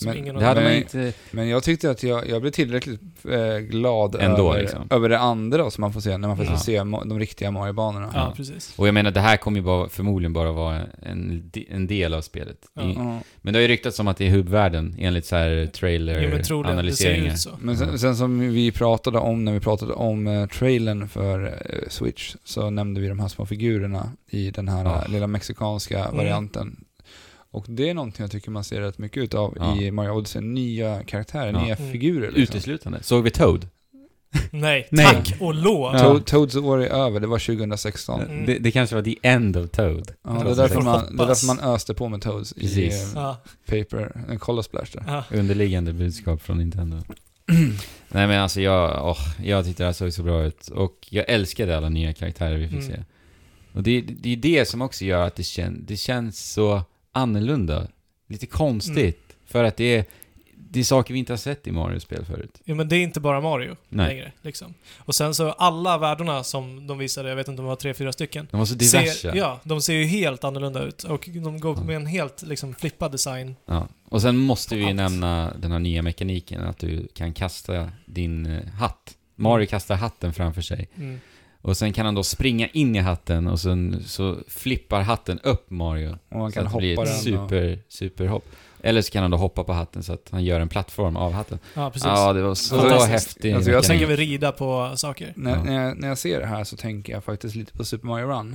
Men jag tyckte att jag blev tillräckligt glad ändå, över det andra som man får se när man får se de riktiga Mario-banorna. Ja, precis. Och jag menar, det här kommer ju förmodligen bara vara en del av spelet. Men det har ju ryktats om att det är hubbvärlden enligt så här trailer-analyseringar. Men sen som vi pratade om när vi pratade om trailern för Switch, så nämnde vi de här små figurerna i den här lilla mexikanska varianten. Och det är någonting jag tycker man ser rätt mycket utav i Mario Odyssey. Nya karaktärer, nya figurer. Liksom. Uteslutande. Såg vi Toad? Nej, tack och lov. Toads år är över, det var 2016. Det kanske var the end of Toad. Ja, det är därför man öste på med Toads i Paper, en Color Splash där. Underliggande budskap från Nintendo. Nej, men alltså jag tyckte det här såg så bra ut. Och jag älskade alla nya karaktärer vi fick se. Och det är det som också gör att det känns så annorlunda. Lite konstigt. För att det är saker vi inte har sett i Mario-spel förut. Ja, men det är inte bara Mario längre. Liksom. Och sen så alla världarna som de visade, jag vet inte om det var 3-4 stycken. De var så diversa. De ser ju helt annorlunda ut. Och de går med en helt liksom, flippad design. Ja. Och sen måste vi nämna den här nya mekaniken. Att du kan kasta din hatt. Mario kastar hatten framför sig. Och sen kan han då springa in i hatten och sen så flippar hatten upp Mario. Och man kan hoppa den. Superhopp. Eller så kan han då hoppa på hatten så att han gör en plattform av hatten. Ja, precis. Ja, det var så häftigt. Alltså, jag tänker vi rida på saker. När jag ser det här så tänker jag faktiskt lite på Super Mario Run.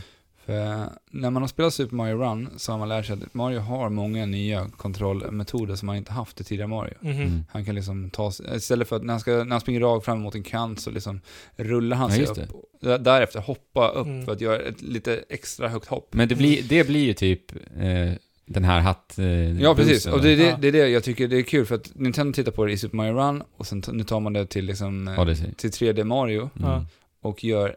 För när man har spelat Super Mario Run så har man lärt sig att Mario har många nya kontrollmetoder som man inte haft i tidigare Mario. Han kan liksom istället för att när han springer rakt fram mot en kant så liksom rullar han sig upp. Därefter hoppa upp för att göra ett lite extra högt hopp. Men det blir ju typ den här hatt. Ja, precis. Och det är det jag tycker det är kul, för att Nintendo tittar på det i Super Mario Run och sen nu tar man det till liksom till 3D Mario och gör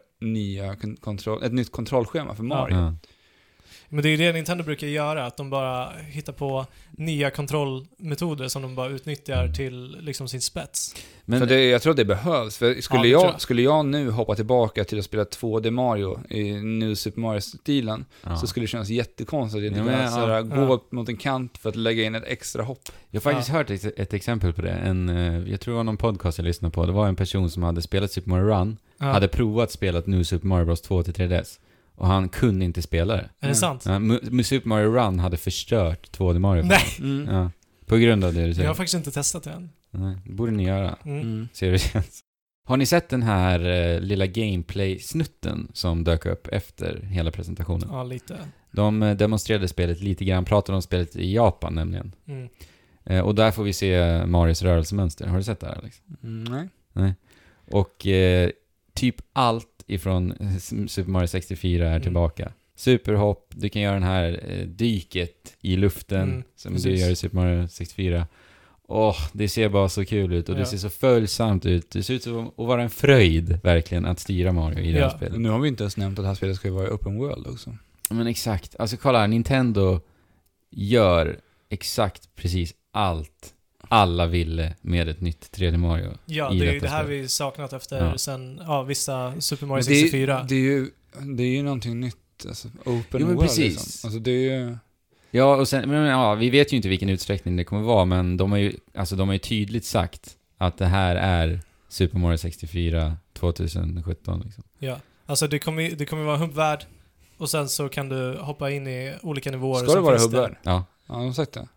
ett nytt kontrollschema för Mario. Men det är ju det Nintendo brukar göra, att de bara hittar på nya kontrollmetoder som de bara utnyttjar till liksom sin spets. Men jag tror att det behövs, för skulle jag nu hoppa tillbaka till att spela 2D Mario i New Super Mario-stilen så skulle det kännas jättekonstigt att gå upp mot en kant för att lägga in ett extra hopp. Jag har faktiskt hört ett exempel på det. Jag tror det var någon podcast jag lyssnade på. Det var en person som hade spelat Super Mario Run, hade provat spelat New Super Mario Bros 2 till 3DS. Och han kunde inte spela det. Är det sant? Ja, Super Mario Run hade förstört 2D Mario. Nej! Ja, på grund av det du säger. Jag har faktiskt inte testat det än. Nej, det borde ni göra. Ser det känns. Har ni sett den här lilla gameplay-snutten som dök upp efter hela presentationen? Ja, lite. De demonstrerade spelet lite grann. Pratade om spelet i Japan nämligen. Och där får vi se Marios rörelsemönster. Har du sett det här, Alex? Nej. Och typ allt ifrån Super Mario 64 är tillbaka. Superhopp, du kan göra den här dyket i luften som du gör i Super Mario 64. Det ser bara så kul ut och det ser så följsamt ut. Det ser ut som att vara en fröjd verkligen att styra Mario i det här spelet. Nu har vi inte ens nämnt att det här spelet ska vara open world också. Men exakt. Alltså kolla här, Nintendo gör exakt precis allt alla ville med ett nytt 3D Mario. Ja, det är ju det här vi saknat efter sen vissa Super Mario 64. Det är ju någonting nytt, alltså open world. Precis. Liksom. Alltså det är ju... Ja, och sen, vi vet ju inte vilken utsträckning det kommer vara, men de har ju tydligt sagt att det här är Super Mario 64 2017 liksom. Ja, alltså det kommer vara hubbvärld och sen så kan du hoppa in i olika nivåer. Ska det vara hubbvärld? Ja. Ja, de har sagt det.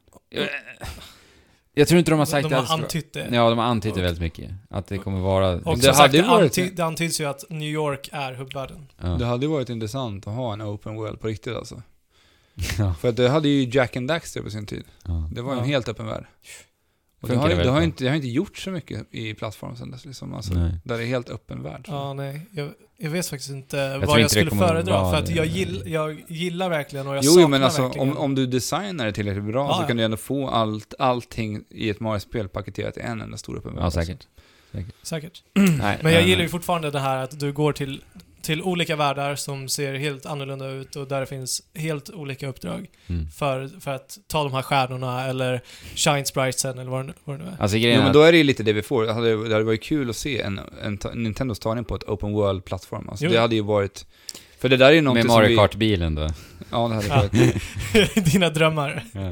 Jag tror inte de har sagt det. De har antytt det. Ja, de har antytt det väldigt mycket. Att det kommer vara... Och det antyds ju att New York är hubbvärlden. Ja. Det hade ju varit intressant att ha en open world på riktigt alltså. Ja. För att det hade ju Jack and Daxter på sin tid. Ja. Det var en helt öppen värld. Och det har inte gjort så mycket i plattformen sen dess liksom, alltså, där det är helt öppen värld. Så. Ja, nej. Jag vet faktiskt inte vad jag skulle föredra. För att jag gillar verkligen och jag saknar men alltså, verkligen. om du designar det tillräckligt bra så kan du ändå få allting i ett Mario-spel paketerat i en enda stor öppen värld. Ja, säkert. Säkert. Men jag gillar ju fortfarande det här att du går till olika världar som ser helt annorlunda ut och där det finns helt olika uppdrag för att ta de här stjärnorna eller shine spritesen eller vad det nu är. Alltså, men då är det ju lite det vi får. Det hade varit kul att se en Nintendos tagning på ett open world-plattform. Alltså, det hade ju varit... För det där är ju någonting med Mario Kart-bilen då? Ja, det hade varit... Dina drömmar. Ja.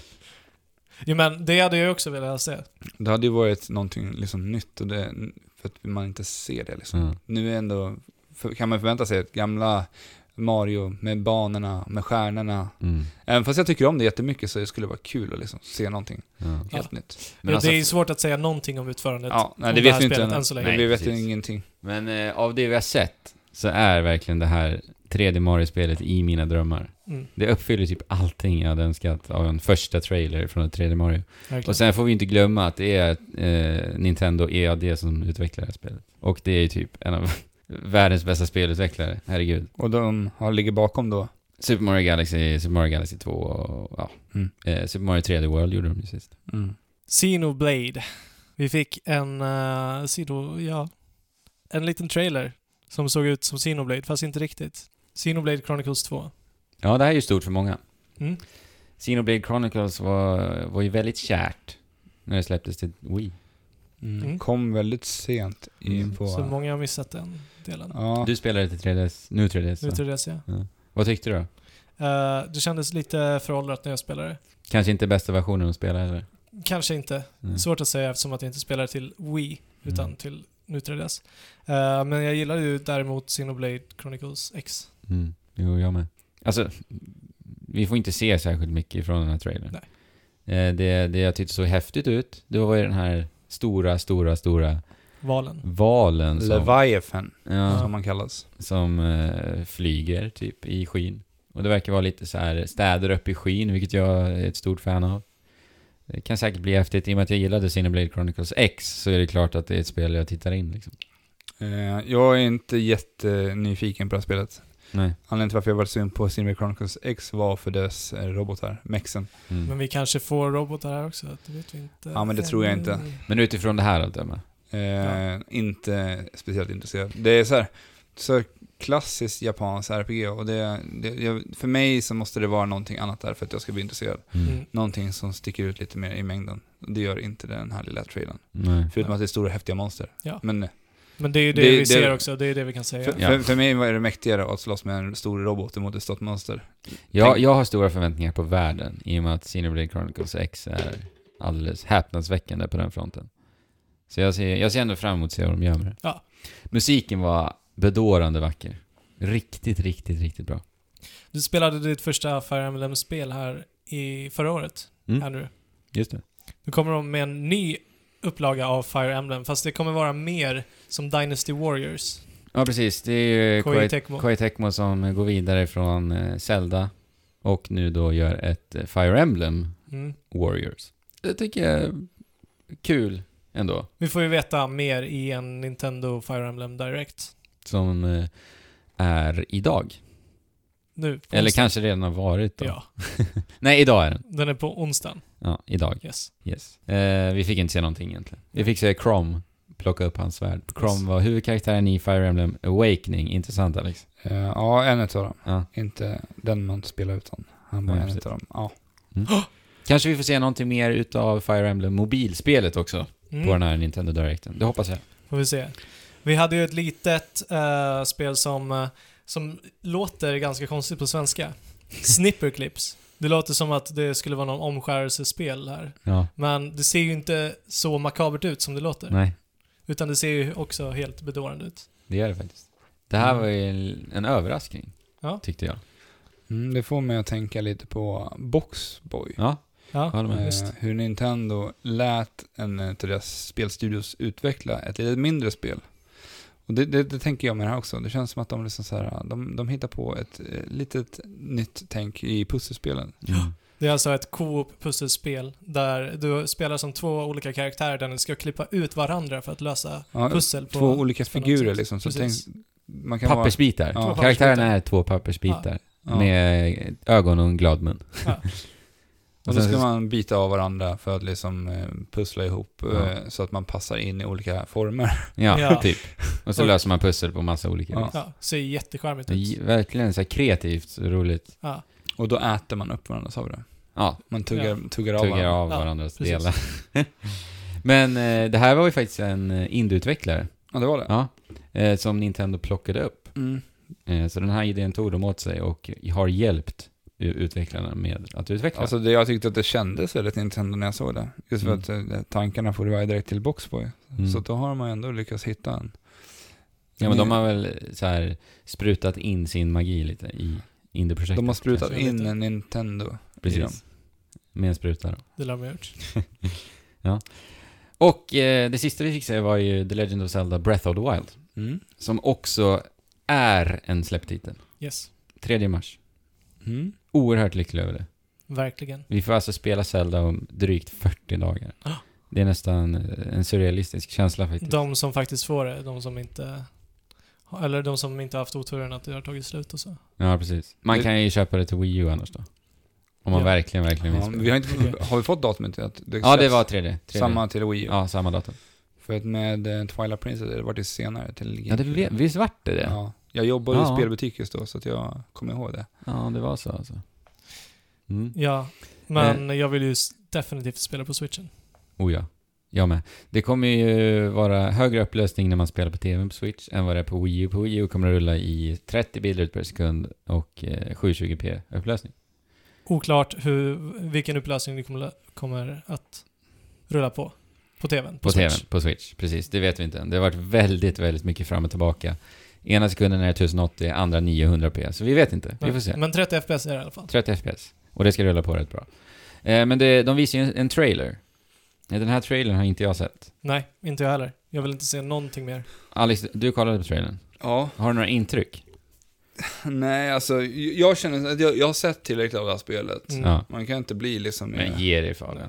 Jo, men det hade jag också velat se. Det hade ju varit någonting liksom nytt och det, för att man inte ser det liksom. Nu är ändå... kan man förvänta sig ett gamla Mario med banorna, med stjärnorna. Även fast jag tycker om det jättemycket så det skulle vara kul att liksom se någonting helt nytt. Men alltså, det är svårt att säga någonting om utförandet. Ja, nej, det vet vi inte än så länge. Nej, vi vet ju ingenting. Men av det vi har sett så är verkligen det här 3D Mario-spelet i mina drömmar. Det uppfyller typ allting jag hade önskat av en första trailer från ett 3D Mario. Verkligen. Och sen får vi inte glömma att det är Nintendo EAD som utvecklar det här spelet. Och det är ju typ en av världens bästa spelutvecklare, herregud. Och de ligger bakom då? Super Mario Galaxy 2 och Super Mario 3D World gjorde de ju sist. Xenoblade. Vi fick en liten trailer som såg ut som Xenoblade, fast inte riktigt. Xenoblade Chronicles 2. Ja, det här är ju stort för många. Xenoblade Chronicles var ju väldigt kärt när det släpptes till Wii. Kom väldigt sent in på... Så många har missat den delen. Ja. Du spelade till 3DS, nu 3DS. Nu 3DS, ja. Vad tyckte du då? Det kändes lite föråldrat när jag spelade. Kanske inte bästa versionen att spela, eller? Kanske inte. Svårt att säga eftersom att jag inte spelar till Wii utan till nu 3DS. Men jag gillade ju däremot Xenoblade Chronicles X. Jo, jag med. Alltså, vi får inte se särskilt mycket från den här trailern. Nej. Det jag tyckte så häftigt ut, det var ju den här stora valen som, Leviathan, som man kallas. Som flyger typ i skyn. Och det verkar vara lite så här städer upp i skyn, vilket jag är ett stort fan av. Det kan säkert bli häftigt. I och med att jag gillade Xenoblade Chronicles X så är det klart att det är ett spel jag tittar in liksom. Jag är inte jättenyfiken på det här spelet. Nej. Anledningen till varför jag var sugen på Xenoblade Chronicles X var för dess robotar, mexen. Men vi kanske får robotar här också, det vet vi inte. Ja, men det tror jag inte. Men utifrån det här att döma? Inte speciellt intresserad. Det är så klassiskt japanskt RPG och för mig så måste det vara någonting annat där för att jag ska bli intresserad. Någonting som sticker ut lite mer i mängden. Det gör inte den här lilla trailern. Förutom att det är stora häftiga monster. Ja. Men det är ju det vi ser också, det är det vi kan säga. För mig var det mäktigare att slåss med en stor robot mot ett stort monster. Jag har stora förväntningar på världen i och med att Xenoblade Chronicles X är alldeles häpnadsväckande på den fronten. Så jag ser ändå fram emot att se vad de gör med det. Ja. Musiken var bedårande vacker. Riktigt bra. Du spelade ditt första Fire Emblem-spel här i förra året, Andrew. Just det. Nu kommer de med en ny upplaga av Fire Emblem, fast det kommer vara mer som Dynasty Warriors. Ja, precis. Det är ju Koei Tecmo som går vidare från Zelda och nu då gör ett Fire Emblem Warriors. Det tycker jag är kul ändå. Vi får ju veta mer i en Nintendo Fire Emblem Direct. Som är idag. Nu. Eller kanske redan har varit då. Ja. Nej, idag är den. Den är på onsdagen. Ja, idag. Yes. Vi fick inte se någonting egentligen. Vi fick se Crom plocka upp hans svärd. Crom var huvudkaraktären i Fire Emblem Awakening. Intressant, Alex. Ja, en av dem. Ja. Inte den man spelar utan. Han var en av dem. Ja. Kanske vi får se någonting mer utav Fire Emblem mobilspelet också på den här Nintendo Directen. Det hoppas jag. Får vi se. Vi hade ju ett litet spel som låter ganska konstigt på svenska. Snipperclips. Det låter som att det skulle vara någon omskärelsespel här. Ja. Men det ser ju inte så makabert ut som det låter. Nej. Utan det ser ju också helt bedårande ut. Det gör det faktiskt. Det här var ju en överraskning, tyckte jag. Det får mig att tänka lite på Boxboy. Ja. Hur Nintendo lät en av deras spelstudios utveckla ett lite mindre spel. Och det tänker jag med det här också. Det känns som att de liksom så här, de hittar på ett litet nytt tänk i pusselspelen. Ja. Det är alltså ett co-op-pusselspel där du spelar som 2 olika karaktärer där ni ska klippa ut varandra för att lösa pussel på 2 olika figurer liksom. Så man kan pappersbitar. Karaktärerna är 2 pappersbitar med ögon och en glad mun. Ja. Och så ska man bita av varandra för att liksom pussla ihop så att man passar in i olika former. Ja, typ. Och så löser man pussel på massa olika vis. Ja, ser jättecharmigt ut. Verkligen så här kreativt och roligt. Ja. Och då äter man upp varandra, sa vi det? Ja. Man tuggar av varandras delar. Men det här var ju faktiskt en indie-utvecklare. Ja, det var det. Ja. Som Nintendo plockade upp. Så den här idén tog de åt sig och har hjälpt utvecklarna med att utveckla. Alltså jag tyckte att det kändes väldigt Nintendo när jag såg det. Just för att tankarna får iväg direkt till Boxboy. Så då har man ändå lyckats hitta en. Ja, men de har väl så här sprutat in sin magi lite i indie-projektet. De har sprutat in en Nintendo. Precis. Med en spruta då. Det lär man gjort. Ja. Och det sista vi fick se var ju The Legend of Zelda Breath of the Wild. Som också är en släpptitel. Yes. 3 mars. Oerhört lycklig över det. Verkligen. Vi får alltså spela Zelda om drygt 40 dagar. Det är nästan en surrealistisk känsla faktiskt. De som faktiskt får det, de som inte har haft oturen att det har tagit slut och så. Ja, precis. Man kan ju köpa det till Wii U annars då. Om man verkligen vill spela. Har vi fått datumet till att det det var 3D. Samma till Wii U. Ja, samma datum. För att med Twilight Princess det var det senare till. Ja, visst vart det. Ja. Jag jobbade i spelbutik just då så att jag kommer ihåg det. Ja, det var så alltså. Ja, men jag vill ju definitivt spela på Switchen. Oh ja, jag med. Det kommer ju vara högre upplösning när man spelar på TV på Switch än vad det är på Wii U. På Wii U kommer det rulla i 30 bilder per sekund och 720p upplösning. Oklart vilken upplösning det kommer att rulla på TVn. På Switch, precis. Det vet vi inte än. Det har varit väldigt, väldigt mycket fram och tillbaka. Ena sekunden är det 1080, andra 900p. Så vi vet inte. Vi får se. Men 30 FPS är det i alla fall. 30 FPS. Och det ska rulla på rätt bra. Men de visar ju en trailer. Den här trailern har inte jag sett. Nej, inte jag heller. Jag vill inte se någonting mer. Alex, du kollade på trailern. Ja. Har du några intryck? Nej, alltså jag känner att jag har sett tillräckligt av det här spelet. Man kan inte bli liksom... Men ge dig Fabian.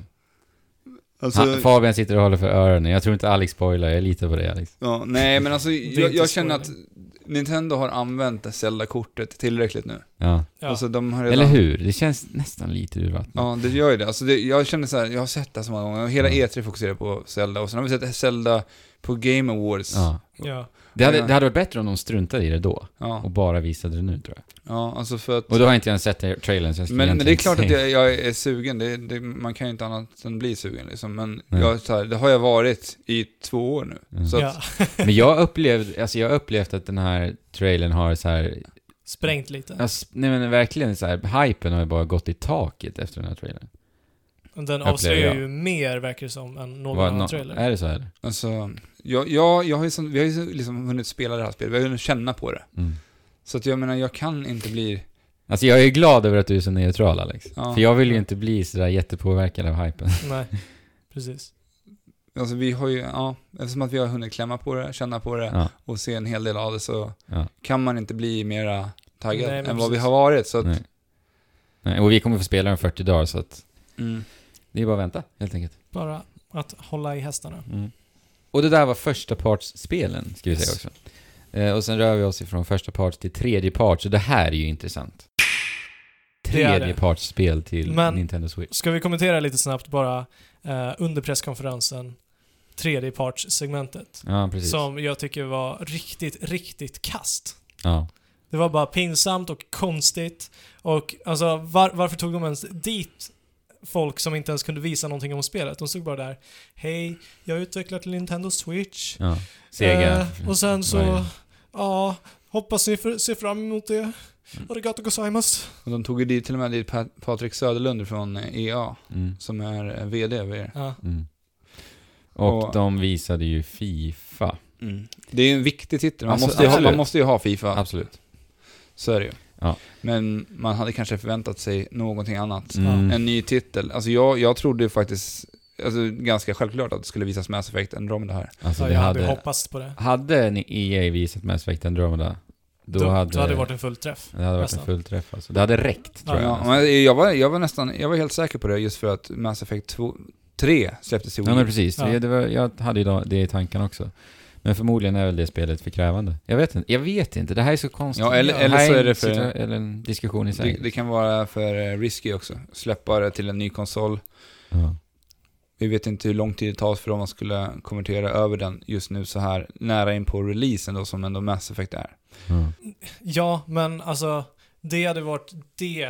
Alltså, Fabian sitter och håller för öronen. Jag tror inte Alex spoilar. Jag litar på dig, Alex. Ja, nej, men alltså jag känner att Nintendo har använt Zelda-kortet tillräckligt nu. Ja. Alltså, de har redan... Eller hur? Det känns nästan lite urvattnat. Ja, det gör ju det. Alltså, jag känner så här, jag har sett det så många gånger. Hela E3 fokuserar på Zelda. Och sen har vi sett Zelda på Game Awards. Ja. Det hade varit bättre om de struntade i det då. Och bara visade det nu, tror jag. Ja, alltså för att... Och då har inte jag sett trailern. Så men det är klart att jag är sugen. Man kan ju inte annat än bli sugen liksom. Men det har jag varit i 2 år nu. Så att... Men jag upplevt att den här trailern har så här... sprängt lite. Nej, men verkligen så här, hypen har ju bara gått i taket efter den här trailern. Den avslöjar ju mer, verkar det som, än någon annan trailer. Är det så här? Alltså, vi har ju liksom hunnit spela det här spelet. Vi har hunnit känna på det. Så att jag menar, jag kan inte bli... Alltså jag är glad över att du är så neutral, Alex. Ja. För jag vill ju inte bli så där jättepåverkad av hypen. Nej, precis. Alltså vi har ju, eftersom att vi har hunnit klämma på det, känna på det och se en hel del av det, så kan man inte bli mera taggad än vad vi har varit. Så att... Nej, och vi kommer få spela den 40 dagar, så att det är bara att vänta, helt enkelt. Bara att hålla i hästarna. Och det där var första partsspelen, ska vi säga också. Och sen rör vi oss ifrån första parts till tredje parts, så det här är ju intressant. Tredje partsspel till Nintendo Switch. Ska vi kommentera lite snabbt bara under presskonferensen tredje partssegmentet. Ja, precis. Som jag tycker var riktigt, riktigt kast. Ja. Det var bara pinsamt och konstigt. Och alltså, varför tog de ens dit folk som inte ens kunde visa någonting om spelet. De stod bara där, hej, jag har utvecklat till Nintendo Switch. Ja, Sega. Och sen så, hoppas ni ser fram emot det. Arigato gozaimasu. Och de tog ju till och med dit Patrik Söderlund från EA, som är vd över er. Ja. Och de visade ju FIFA. Det är en viktig titel. Man måste ju ha FIFA. Absolut. Så är det ju. Ja. Men man hade kanske förväntat sig någonting annat. En ny titel. Alltså jag trodde faktiskt ganska självklart att det skulle visas Mass Effect Andromeda här. Alltså jag hade hoppats på det. Hade EA visat Mass Effect Andromeda, då hade det varit en fullträff. Det hade varit en fullträff alltså. Det hade räckt, tror jag. Men jag var helt säker på det, just för att Mass Effect 3 släpptes i Wii. Ja, men precis. Ja. Jag hade ju det i tanken också. Men förmodligen är väl det spelet för krävande. Jag vet inte. Det här är så konstigt. Ja, eller så är det för eller en diskussion i sig. Det kan vara för risky också. Släppa det till en ny konsol. Ja. Vi vet inte hur lång tid det tar för om man skulle konvertera över den just nu så här nära in på releasen då, som ändå Mass Effect är. Ja, men alltså det hade varit det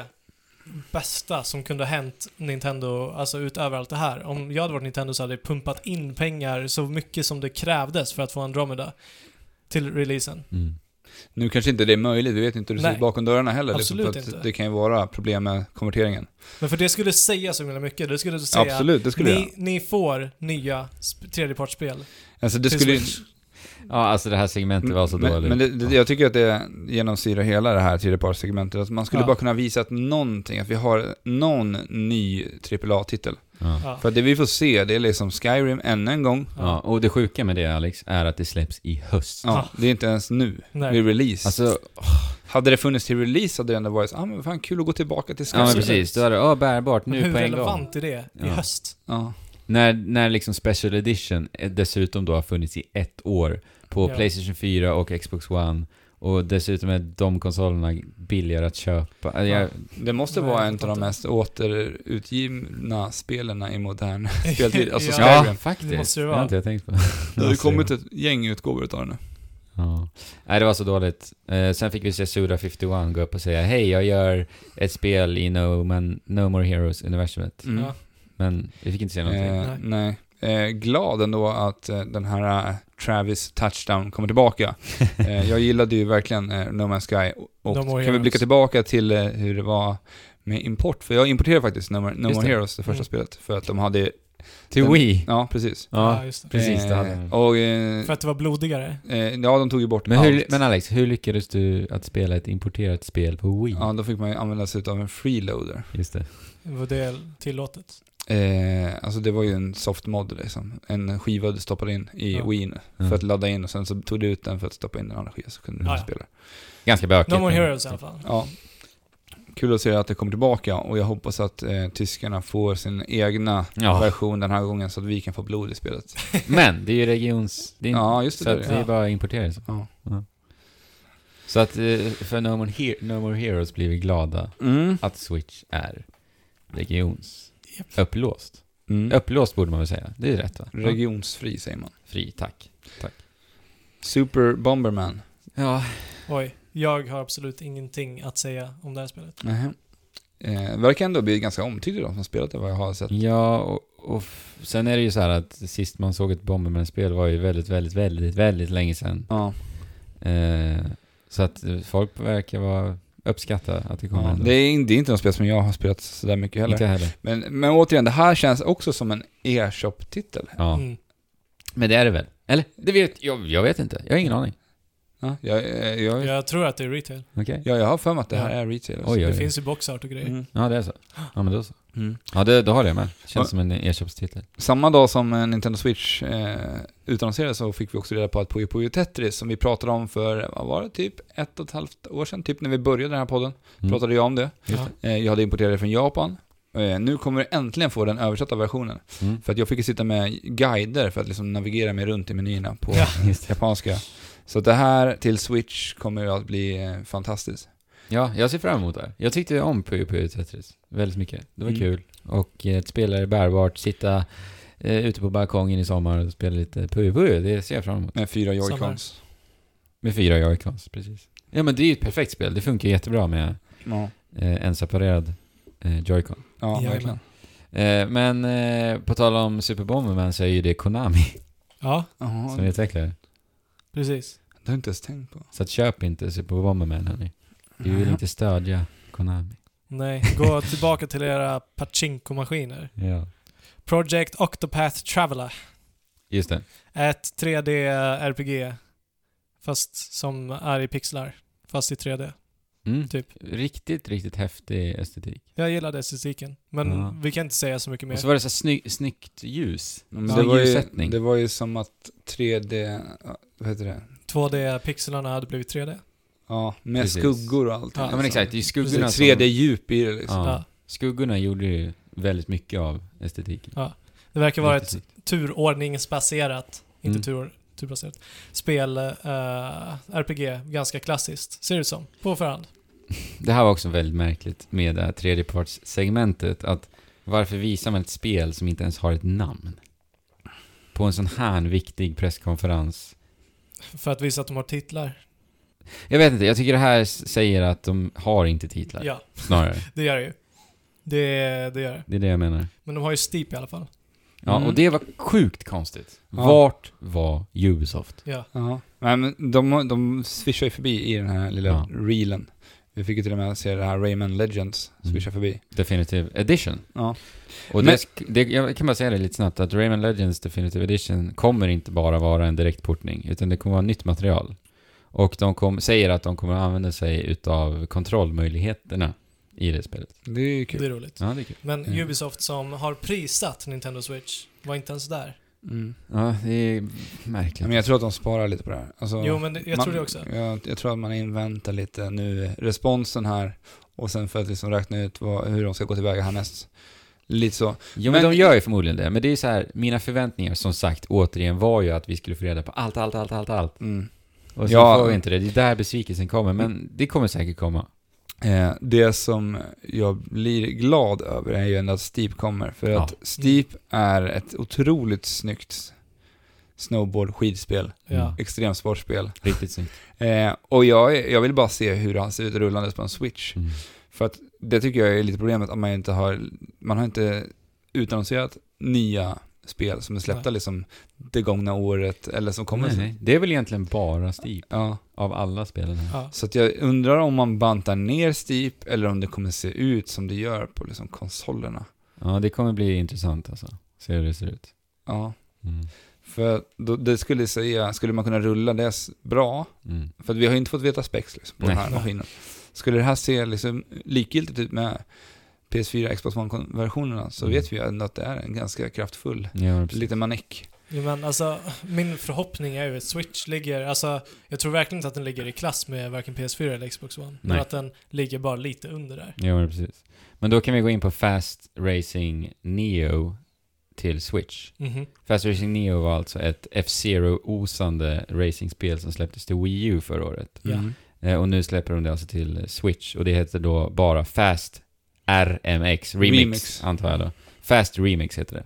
bästa som kunde ha hänt Nintendo, alltså utöver allt det här. Om jag hade varit Nintendo så hade jag pumpat in pengar så mycket som det krävdes för att få Andromeda till releasen. Nu kanske inte det är möjligt, vi vet inte hur det ser ut bakom dörrarna heller. Absolut liksom, inte. Det kan ju vara problem med konverteringen. Men för det skulle säga så mycket. Det skulle säga, absolut, det skulle ni får nya tredjepartsspel. Alltså det skulle... Ja, alltså det här segmentet var så dåligt. Men jag tycker att det genomsyrar hela det här tredjepartssegmentet. Att man skulle bara kunna visa att någonting, att vi har någon ny AAA-titel. Ja. För det vi får se, det är liksom Skyrim än en gång. Ja, och det sjuka med det, Alex, är att det släpps i höst. Ja, det är inte ens nu. Vid release. Alltså, hade det funnits till release hade det ändå varit men fan kul att gå tillbaka till Skyrim. Ja, men precis. Då är det bärbart nu på en gång. Hur relevant är det i höst? Ja. När liksom Special Edition dessutom då har funnits i 1 år på PlayStation 4 och Xbox One, och dessutom är de konsolerna billigare att köpa. Det måste vara en av de mest återutgivna spelarna i modern speltid. Alltså Skyrim. Faktiskt. Det måste det vara. Jag tänkt på. Det har ju kommit ett gäng utgåvor utav den nu. Ja. Nej, det var så dåligt. Sen fick vi se Suda51 gå upp och säga hej, jag gör ett spel i No More Heroes-universumet. Men vi fick inte se någonting. Nej. Glad ändå att den här Travis Touchdown kommer tillbaka. Jag gillade ju verkligen No Man's Sky. Och kan vi blicka tillbaka till hur det var med import? För jag importerade faktiskt No More Heroes, det första spelet. För att de hade... Till Wii? Ja, precis. Ja, just det. Precis, det hade de. Och, för att det var blodigare? Ja, de tog ju bort men Alex, hur lyckades du att spela ett importerat spel på Wii? Ja, då fick man ju använda sig av en freeloader. Just det. Var det tillåtet? Alltså det var ju en soft mod liksom. En skiva du stoppade in i Wii för att ladda in, och sen så tog du ut den för att stoppa in den andra skivan, så kunde du spela. Ganska bökigt. No More Heroes i alla fall. Ja. Kul att se att det kommer tillbaka, och jag hoppas att tyskarna får sin egna version den här gången, så att vi kan få blod i spelet. Men det är ju regions... just det. Så att det är bara importerat. Ja. Så att för No More Heroes blir vi glada att Switch är regions upplåst. Upplåst borde man väl säga. Det är rätt, va? Regionsfri säger man. Fri, tack. Super Bomberman. Ja. Oj, jag har absolut ingenting att säga om det här spelet. Verkar ändå bli ganska omtyckt de som spelat det, vad jag har sett. Ja, och sen är det ju så här att sist man såg ett Bomberman-spel var ju väldigt, väldigt, väldigt, väldigt länge sedan. Ja. Så att folk verkar vara uppskatta att det kommer. Det är inte något spel som jag har spelat så där mycket heller. Inte heller. Men återigen, det här känns också som en e-shop-titel. Ja. Men det är det väl? Eller? Det vet jag vet inte. Jag har ingen aning. Ja, jag tror att det är retail. Okay. Ja, jag har för mig att det här är retail. Oj. Det finns ju boxart och grejer. Ja, det är så. Ja, men då så. Ja, då har jag med. Känns som en e-shopstitel. Samma dag som Nintendo Switch utannonserades så fick vi också reda på att Puyo Puyo Tetris, som vi pratade om för, vad var det, typ 1,5 år sedan, typ när vi började den här podden, pratade jag om det. Jag hade importerat det från Japan. Nu kommer vi äntligen få den översatta versionen. För att jag fick sitta med guider för att liksom navigera mig runt i menyerna på japanska. Så det här till Switch kommer ju att bli fantastiskt. Ja, jag ser fram emot det här. Jag tyckte om Puyo Puyo Tetris väldigt mycket. Det var kul. Och ett spelare bärbart, sitta ute på balkongen i sommar och spela lite Puyo Puyo. Det ser jag fram emot. Med 4 Joy-Cons. Med 4 Joy-Cons, precis. Ja, men det är ju ett perfekt spel. Det funkar jättebra med en separerad Joy-Con. Ja, verkligen. Men på tal om Super Bomberman så är ju det Konami som utvecklare. Precis. Det har jag inte ens tänkt på. Så att köp inte Super Bomberman, hörni. Vi vill inte stödja Konami. Nej, gå tillbaka till era pachinko-maskiner. Ja. Project Octopath Traveler. Just det. Ett 3D-RPG. Fast som är i pixlar. Fast i 3D. Typ. Riktigt, riktigt häftig estetik. Jag gillade estetiken. Men vi kan inte säga så mycket mer. Och så var det så snyggt ljus. Det var ju som att 3D... Vad heter det? 2D-pixlarna hade blivit 3D. Ja, med skuggor och allt. Ja, men exakt. Det är skuggorna 3D-djup i det liksom. Ja. Skuggorna gjorde ju väldigt mycket av estetiken. Ja. Det verkar vara ett turordningsbaserat, inte turbaserat, spel, RPG, ganska klassiskt, ser det ut som, på förhand. Det här var också väldigt märkligt med det här tredjepartssegmentet, att varför visar man ett spel som inte ens har ett namn på en sån här viktig presskonferens? För att visa att de har titlar. Jag vet inte, jag tycker det här säger att de har inte titlar. Ja, snarare. Det gör det ju. Det gör det. Det är det jag menar. Men de har ju Steep i alla fall. Ja, och det var sjukt konstigt. Vart var Ubisoft? Ja. Men de swishar ju förbi i den här lilla reelen. Vi fick ju till och med se det här Rayman Legends swishar förbi. Definitive Edition. Ja. Och jag kan bara säga det lite snabbt, att Rayman Legends Definitive Edition kommer inte bara vara en direktportning, utan det kommer vara nytt material. Och de säger att de kommer att använda sig utav kontrollmöjligheterna i det spelet. Det är kul. Det är roligt. Ja, det är kul. Men Ubisoft som har prisat Nintendo Switch var inte ens där. Ja, det är märkligt. Men jag tror att de sparar lite på det här. Alltså, jo, men jag tror det också. Jag tror att man inväntar lite nu responsen här och sen för att liksom räkna ut hur de ska gå tillväga härnäst. Lite så. Jo, men de gör ju förmodligen det. Men det är så här, mina förväntningar som sagt återigen var ju att vi skulle få reda på allt. Och så får vi inte det. Det är där besvikelsen kommer, men det kommer säkert komma. Det som jag blir glad över är ju ändå att Steep kommer. För att Steep är ett otroligt snyggt snowboard-skidspel. Extremsportspel. Riktigt snyggt. Och jag vill bara se hur han ser ut rullandes på en Switch. För att det tycker jag är lite problemet att man har inte utannonserat nya spel som är släppta liksom det gångna året eller som kommer. Nej. Det är väl egentligen bara Steep av alla spelen här. Ja. Så att jag undrar om man bantar ner Steep eller om det kommer se ut som det gör på liksom konsolerna. Ja, det kommer bli intressant alltså. Se hur det ser ut. Ja. För det skulle man kunna rulla det bra. För att vi har inte fått veta specs liksom, på den här maskinen. Skulle det här se liksom likgiltigt ut med PS4 Xbox One-versionerna så vet vi ju ändå att det är en ganska kraftfull liten manick. Ja, men alltså, min förhoppning är ju att Switch ligger, alltså, jag tror verkligen inte att den ligger i klass med varken PS4 eller Xbox One. Men att den ligger bara lite under där. Ja, men precis. Men då kan vi gå in på Fast Racing Neo till Switch. Fast Racing Neo var alltså ett F-Zero-osande racingspel som släpptes till Wii U förra året. Och nu släpper de det alltså till Switch. Och det heter då bara Fast RMX Remix. Antar jag då. Fast Remix heter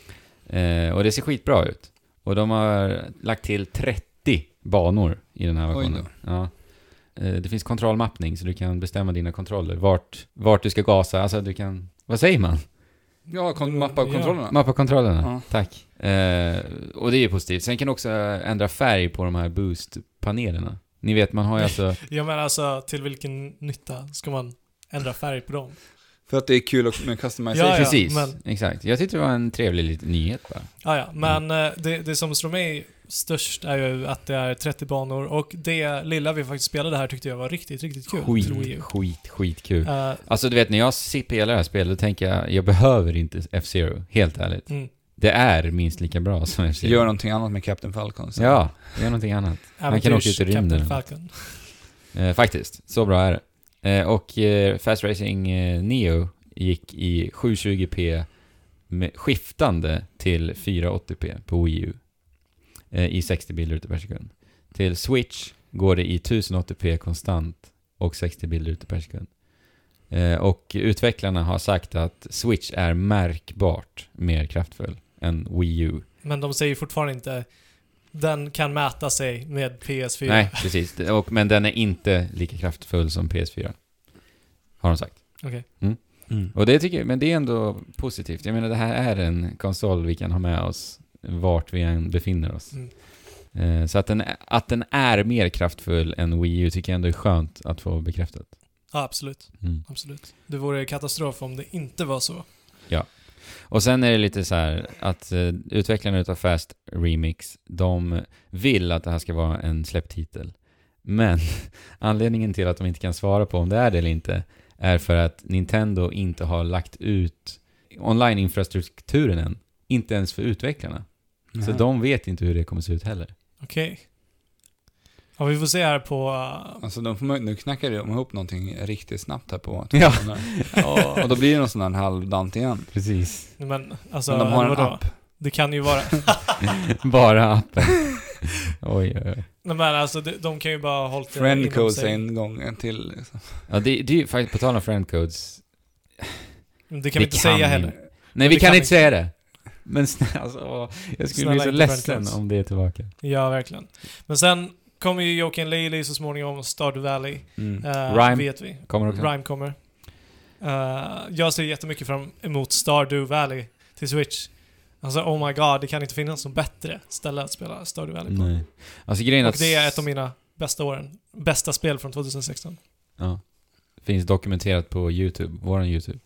det. Och det ser skitbra ut. Och de har lagt till 30 banor i den här versionen. Ja. Det finns kontrollmappning så du kan bestämma dina kontroller. Vart du ska gasa. Alltså du kan... Vad säger man? Ja, mappa kontrollerna. Mappa kontrollerna, tack. Och det är ju positivt. Sen kan du också ändra färg på de här boost-panelerna. Ni vet, man har ju alltså... Ja, men alltså till vilken nytta ska man ändra färg på dem? För att det är kul med customization. Ja, precis, exakt. Jag tyckte det var en trevlig liten nyhet bara. Ja, men det som slår mig störst är ju att det är 30 banor och det lilla vi faktiskt spelade här tyckte jag var riktigt, riktigt kul. Skitkul. Alltså du vet, när jag spelar det här spelet då tänker jag behöver inte F-Zero, helt ärligt. Det är minst lika bra som F-Zero. Gör någonting annat med Captain Falcon. Så. Ja, gör någonting annat. Man kan åka ut i rymden. Faktiskt, så bra är det. Och Fast Racing Neo gick i 720p med skiftande till 480p på Wii U i 60 bilder per sekund. Till Switch går det i 1080p konstant och 60 bilder per sekund. Och utvecklarna har sagt att Switch är märkbart mer kraftfull än Wii U. Men de säger fortfarande inte den kan mäta sig med PS4. Nej, precis. Men den är inte lika kraftfull som PS4. Har de sagt. Okej. Och det tycker jag, men det är ändå positivt. Jag menar, det här är en konsol vi kan ha med oss vart vi än befinner oss. Så att den är mer kraftfull än Wii U tycker jag ändå är skönt att få bekräftat. Ja, absolut. Absolut. Det vore katastrof om det inte var så. Ja. Och sen är det lite så här att utvecklarna utav Fast Remix, de vill att det här ska vara en släpptitel. Men anledningen till att de inte kan svara på om det är det eller inte är för att Nintendo inte har lagt ut online-infrastrukturen än. Inte ens för utvecklarna. Så de vet inte hur det kommer se ut heller. Okej. Ja, vi får se här på... Alltså nu knackar de ihop någonting riktigt snabbt här på. Ja. Och då blir det någon sån här halvdant igen. Precis. Men alltså, de har en app. Det kan ju vara... Bara appen. Oj. Men alltså, de kan ju bara hålla det friendcodes en gång till. Liksom. Ja, det är ju faktiskt på tal om friendcodes. Det kan vi inte säga heller. Nej, vi kan inte säga det. Men alltså, jag skulle bli så ledsen om det är tillbaka. Ja, verkligen. Men sen kommer ju Yooka-Laylee så småningom, Stardew Valley. Rhyme vet vi. Kommer också. Rhyme kommer. Jag ser jättemycket fram emot Stardew Valley till Switch. Alltså, oh my god, det kan inte finnas något bättre ställe att spela Stardew Valley på. Nej. Alltså, grejen och det är ett av mina bästa åren. Bästa spel från 2016. Ja. Finns dokumenterat på YouTube, våran YouTube.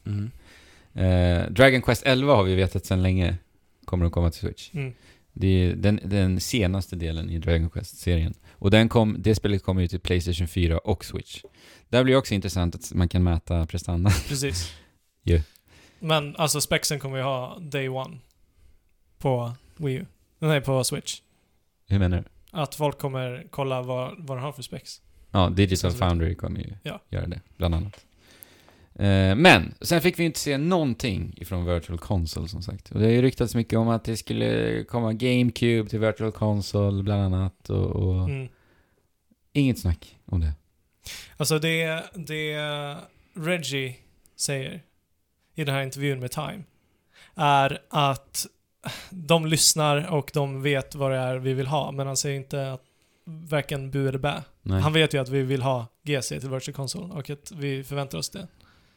Dragon Quest 11 har vi vetat sedan länge kommer att komma till Switch. Det är den senaste delen i Dragon Quest-serien. Och det spelet kommer ju till PlayStation 4 och Switch. Där blir också intressant att man kan mäta prestanda. Precis. Yeah. Men alltså spexen kommer ju ha Day One på Wii U. Nej, på Switch. Hur menar du? Att folk kommer kolla vad de har för spex. Ja, Digital Foundry kommer ju göra det, bland annat. Men sen fick vi inte se någonting ifrån Virtual Console som sagt. Och det har ju ryktats mycket om att det skulle komma GameCube till Virtual Console bland annat och inget snack om det. Alltså det Reggie säger i den här intervjun med Time är att de lyssnar och de vet vad det är vi vill ha, men han säger inte att varken bu eller bä. Nej. Han vet ju att vi vill ha GC till Virtual Console och att vi förväntar oss det.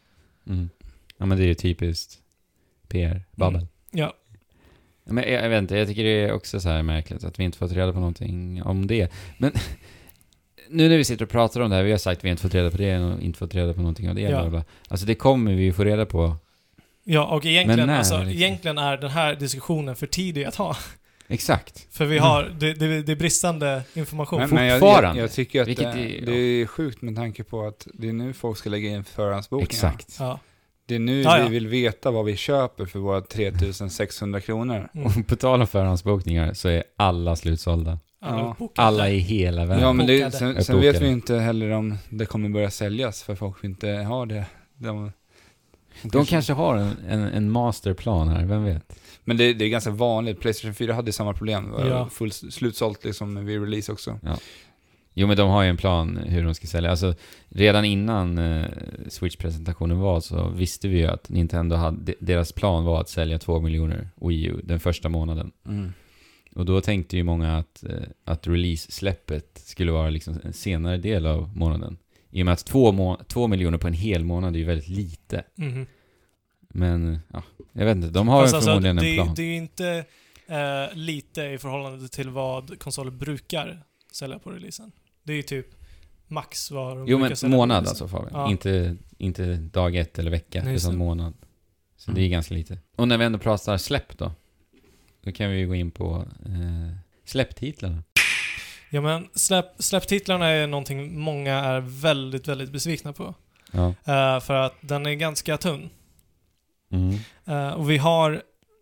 Ja, men det är ju typiskt PR-babbel. Ja. Men jag vet inte, jag tycker det är också så här märkligt att vi inte fått reda på någonting om det. Men nu när vi sitter och pratar om det här, vi har sagt att vi inte fått reda på det och inte fått reda på någonting av det. Ja. Alltså det kommer vi ju få reda på. Ja, och egentligen är den här diskussionen för tidig att ha. Exakt. För vi har det är bristande information fortfarande. Jag tycker att det är sjukt med tanke på att det är nu folk ska lägga in förhandsbokningar. Exakt. Ja. Det är nu vi vill veta vad vi köper för våra 3600 kronor. Och på tal om förhandsbokningar så är alla slutsålda. Alla i hela världen. Ja, men sen vet vi inte heller om det kommer börja säljas för folk inte har det. De kanske har en masterplan här, vem vet? Men det är ganska vanligt. PlayStation 4 hade samma problem. Full slutsålt liksom vid release också. Ja. Jo, men de har ju en plan hur de ska sälja. Alltså, redan innan Switch-presentationen var så visste vi ju att Nintendo deras plan var att sälja 2 miljoner Wii U den första månaden. Och då tänkte ju många att release-släppet skulle vara liksom en senare del av månaden. I och med att 2 miljoner på en hel månad är ju väldigt lite. Men, ja, jag vet inte. De har förmodligen en plan. Det är ju inte lite i förhållande till vad konsoler brukar sälja på releasen. Det är ju typ max vad de brukar sälja månad på alltså, Fabian. Ja. Inte dag 1 eller vecka, utan månad. Så det är ganska lite. Och när vi ändå pratar släpp då kan vi ju gå in på släpptitlarna. Ja, men släpptitlarna är någonting många är väldigt, väldigt besvikna på. Ja. För att den är ganska tunn. Och vi har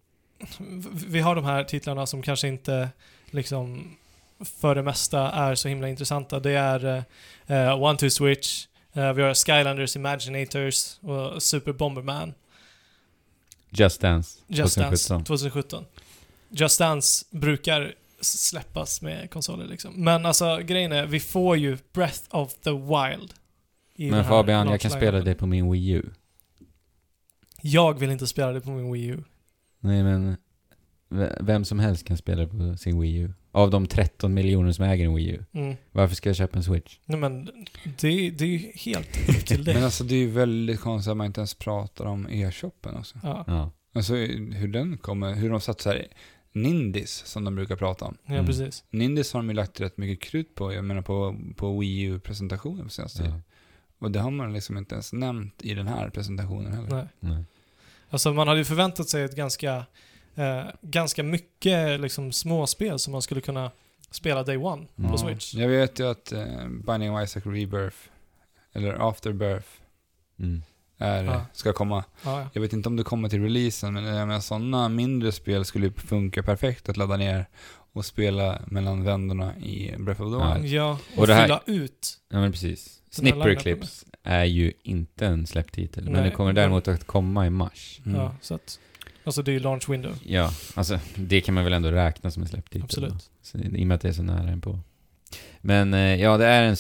de här titlarna som kanske inte liksom för det mesta är så himla intressanta. Det är One to Switch, vi har Skylanders Imaginators och Super Bomberman. Just Dance 2017. Just Dance brukar släppas med konsoler liksom. Men alltså grejen är, vi får ju Breath of the Wild. Men Fabian, jag kan spela det på min Wii U. Jag vill inte spela det på min Wii U. Nej, men vem som helst kan spela på sin Wii U. Av de 13 miljoner som äger en Wii U. Varför ska jag köpa en Switch? Nej, men det är ju helt upp till det. Men alltså det är ju väldigt konstigt att man inte ens pratar om e-shoppen också. Ja. Alltså hur den kommer, hur de satsar Nindies som de brukar prata om. Ja, precis. Nindies har de ju lagt rätt mycket krut på, jag menar på Wii U-presentationen på senaste tid. Och det har man liksom inte ens nämnt i den här presentationen heller. Nej. Alltså man hade ju förväntat sig ett ganska mycket liksom småspel som man skulle kunna spela Day One på Switch. Jag vet ju att Binding of Isaac Rebirth eller Afterbirth ska komma. Ja. Jag vet inte om det kommer till releasen, men jag menar, sådana mindre spel skulle funka perfekt att ladda ner och spela mellan vännerna i Breath of the Wild. Ja, och det här, fylla ut. Ja, men precis. Snipper Clips är ju inte en släpptitel, men det kommer däremot att komma i mars. Ja, så att alltså det är ju launch window. Ja, alltså det kan man väl ändå räkna som en släpptitel. Absolut. Så, i och med att det är så nära en på. Men ja, det är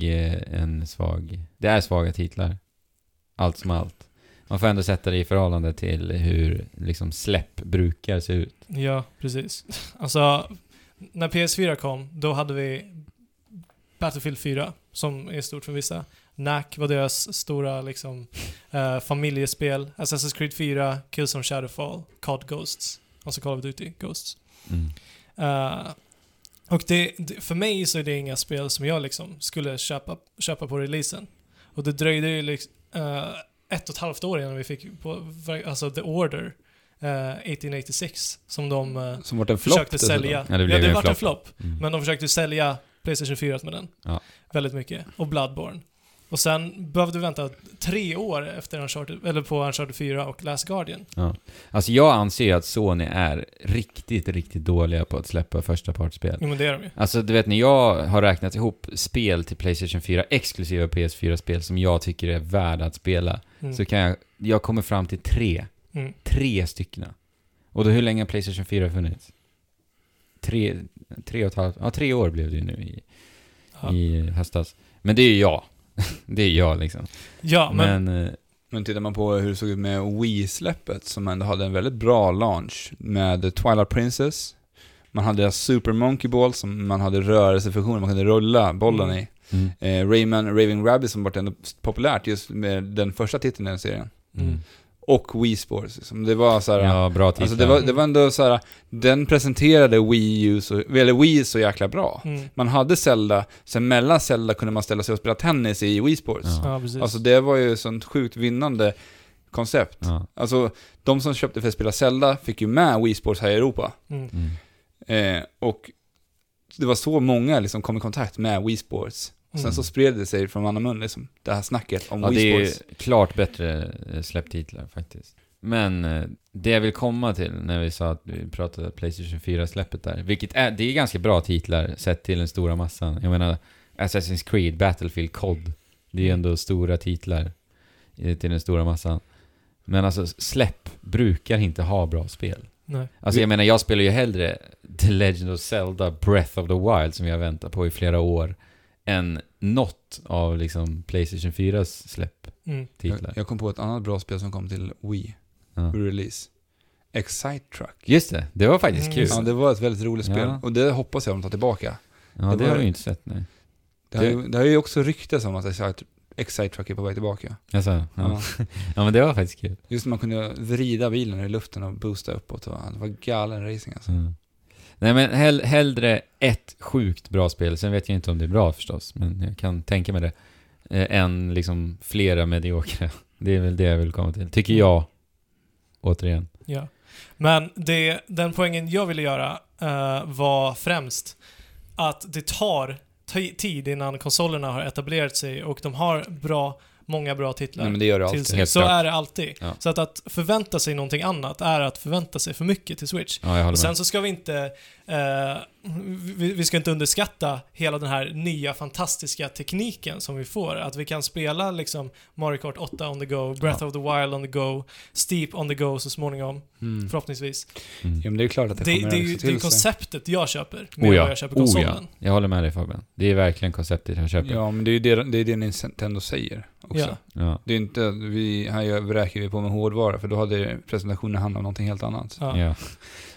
det är svaga titlar. Allt som allt. Man får ändå sätta det i förhållande till hur liksom släpp brukar se ut. Ja, precis. Alltså, när PS4 kom, då hade vi Battlefield 4, som är stort för vissa. NAC var deras stora liksom, familjespel. Assassin's Creed 4, Killzone Shadowfall, COD Ghosts. Alltså Call of Duty Ghosts. Och för mig så är det inga spel som jag liksom skulle köpa på releasen. Och det dröjde ju liksom 1,5 år innan vi fick alltså The Order 1886 som de som var en försökte sälja. Ja, det var en flopp. Men de försökte sälja PlayStation 4 med den. Ja. Väldigt mycket. Och Bloodborne. Och sen behövde vi vänta 3 år efter på Uncharted 4 och Last Guardian. Ja. Alltså jag anser att Sony är riktigt, riktigt dåliga på att släppa första partsspel. Jo, men det är de ju. Alltså du vet, när jag har räknat ihop spel till PlayStation 4, exklusiva PS4-spel som jag tycker är värda att spela, så kan jag kommer fram till 3. 3 stycken. Och då hur länge har PlayStation 4 funnits? 3 år blev det ju nu i höstas. Men det är ju jag. Det är jag liksom. Ja, men tittar man på hur det såg ut med Wii-släppet, som ändå hade en väldigt bra launch med Twilight Princess. Man hade Super Monkey Ball som man hade rörelsefunktioner, man kunde rulla bollen i. Rayman Raving Rabbids som var ändå populärt just med den första titeln i den serien. Och Wii Sports. Som det var så här, ja, bra titlar. Alltså det var ändå så här, den presenterade Wii så jäkla bra. Man hade Zelda, sen mellan Zelda kunde man ställa sig och spela tennis i Wii Sports. Ja, alltså det var ju sånt sjukt vinnande koncept. Ja. Alltså de som köpte för att spela Zelda fick ju med Wii Sports här i Europa. Och det var så många liksom kom i kontakt med Wii Sports. Sen så spred det sig från annan mun liksom, det här snacket om Wii Sports. Det är klart bättre släpptitlar faktiskt. Men det jag vill komma till när vi sa att vi pratade PlayStation 4-släppet där, vilket det är ganska bra titlar sett till den stora massan. Jag menar Assassin's Creed, Battlefield, COD. Det är ändå stora titlar till den stora massan. Men alltså släpp brukar inte ha bra spel. Nej. Alltså jag menar, jag spelar ju hellre The Legend of Zelda Breath of the Wild som jag väntar på i flera år än något av liksom PlayStation 4s släpptitlar. Jag kom på ett annat bra spel som kom till Wii release. Excite Truck. Just det var faktiskt kul. Ja, det var ett väldigt roligt spel. Och det hoppas jag de tar tillbaka. Ja, det har jag ju inte sett, nej. Det har ju också ryktats om att Excite Truck är på väg tillbaka. Alltså, ja. Ja, men det var faktiskt kul. Just när man kunde vrida bilen i luften och boosta uppåt. Det var galen racing alltså. Nej, men hellre ett sjukt bra spel. Sen vet jag inte om det är bra förstås, men jag kan tänka mig det. Än liksom flera mediokra. Det är väl det jag vill komma till. Tycker jag. Återigen. Ja. Men den poängen jag ville göra var främst att det tar tid innan konsolerna har etablerat sig och de har många bra titlar. Nej, men det gör det alltid. Så är det alltid. Ja. Så att förvänta sig någonting annat är att förvänta sig för mycket till Switch. Ja, och sen så ska vi inte vi ska inte underskatta hela den här nya fantastiska tekniken som vi får. Att vi kan spela liksom Mario Kart 8 on the go, Breath of the Wild on the go, Steep on the go så småningom. Förhoppningsvis. Ja, men det är klart att det kommer det är konceptet jag köper med vad jag köper konsolen. Jag håller med dig, Fabian. Det är verkligen konceptet jag köper. Ja, men det är det Nintendo säger också. Ja. Det är inte här räker vi på med hårdvara, för då hade presentationen handlat om någonting helt annat. Ja.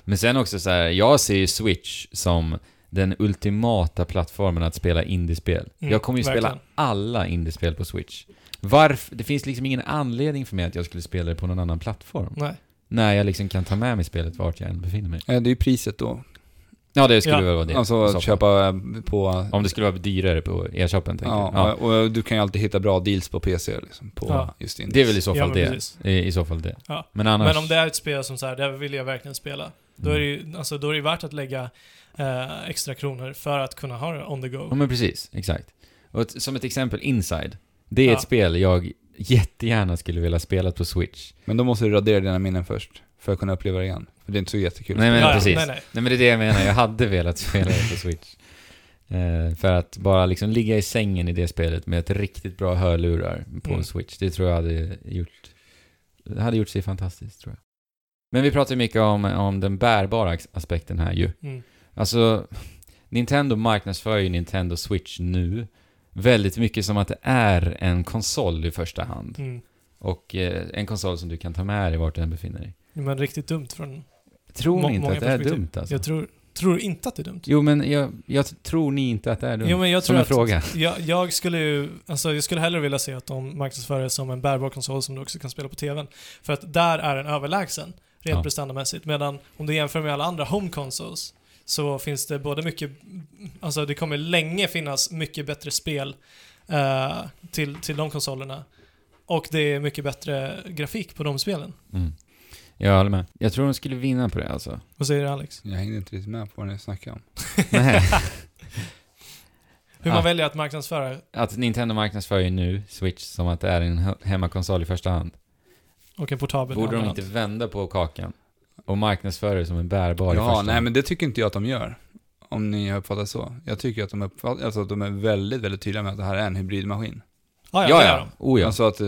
Men sen också så här, jag ser ju Switch som den ultimata plattformen att spela indiespel. Jag kommer ju spela alla indiespel på Switch. Varför? Det finns liksom ingen anledning för mig att jag skulle spela det på någon annan plattform. Nej. När jag liksom kan ta med mig spelet vart jag än befinner mig. Det är ju priset då. Ja, det skulle väl vara det. Alltså att köpa på... Om det skulle vara dyrare på e-shoppen, tänker jag. Ja, och du kan ju alltid hitta bra deals på PC liksom, på just Indies. Det är väl i så fall i så fall det. Ja. Men annars... Men om det är ett spel som så här, det vill jag verkligen spela. Då är det ju, alltså, då är det värt att lägga extra kronor för att kunna ha det on the go. Ja, men precis. Exakt. Och som ett exempel, Inside. Det är ett spel jag jättegärna skulle vilja spela på Switch. Men då måste du radera dina minnen först för att kunna uppleva det igen. För det är inte så jättekul. Nej, men precis. Nej, men det är det jag menar. Jag hade velat spela det på Switch. För att bara liksom ligga i sängen i det spelet med ett riktigt bra hörlurar på Switch. Det tror jag hade gjort sig fantastiskt, tror jag. Men vi pratar mycket om den bärbara aspekten här ju. Alltså, Nintendo marknadsför ju Nintendo Switch nu väldigt mycket som att det är en konsol i första hand. Och en konsol som du kan ta med dig vart du än befinner dig. Men riktigt dumt från Tror ni inte att det är dumt alltså? Jag tror inte att det är dumt. Jo, men jag tror ni inte att det är dumt. Jo, men jag som tror en att fråga. Jag skulle hellre vilja se att de marknadsför det som en bärbar konsol som du också kan spela på tvn. För att där är den överlägsen rent prestandamässigt. Medan om du jämför med alla andra home consoles så finns det både mycket, alltså det kommer länge finnas mycket bättre spel till de konsolerna. Och det är mycket bättre grafik på de spelen. Jag håller med. Jag tror de skulle vinna på det alltså. Vad säger du, Alex? Jag hängde inte riktigt med på vad ni snackar om. Nej. Hur man väljer att marknadsföra? Att Nintendo marknadsför ju nu Switch som att det är en hemmakonsol i första hand. Och en portabel. Borde de inte vända på kakan och marknadsföra det som en bärbar i första hand? Nej, men det tycker inte jag att de gör. Om ni har uppfattat så. Jag tycker att de är väldigt, väldigt tydliga med att det här är en hybridmaskin. Ja. Alltså att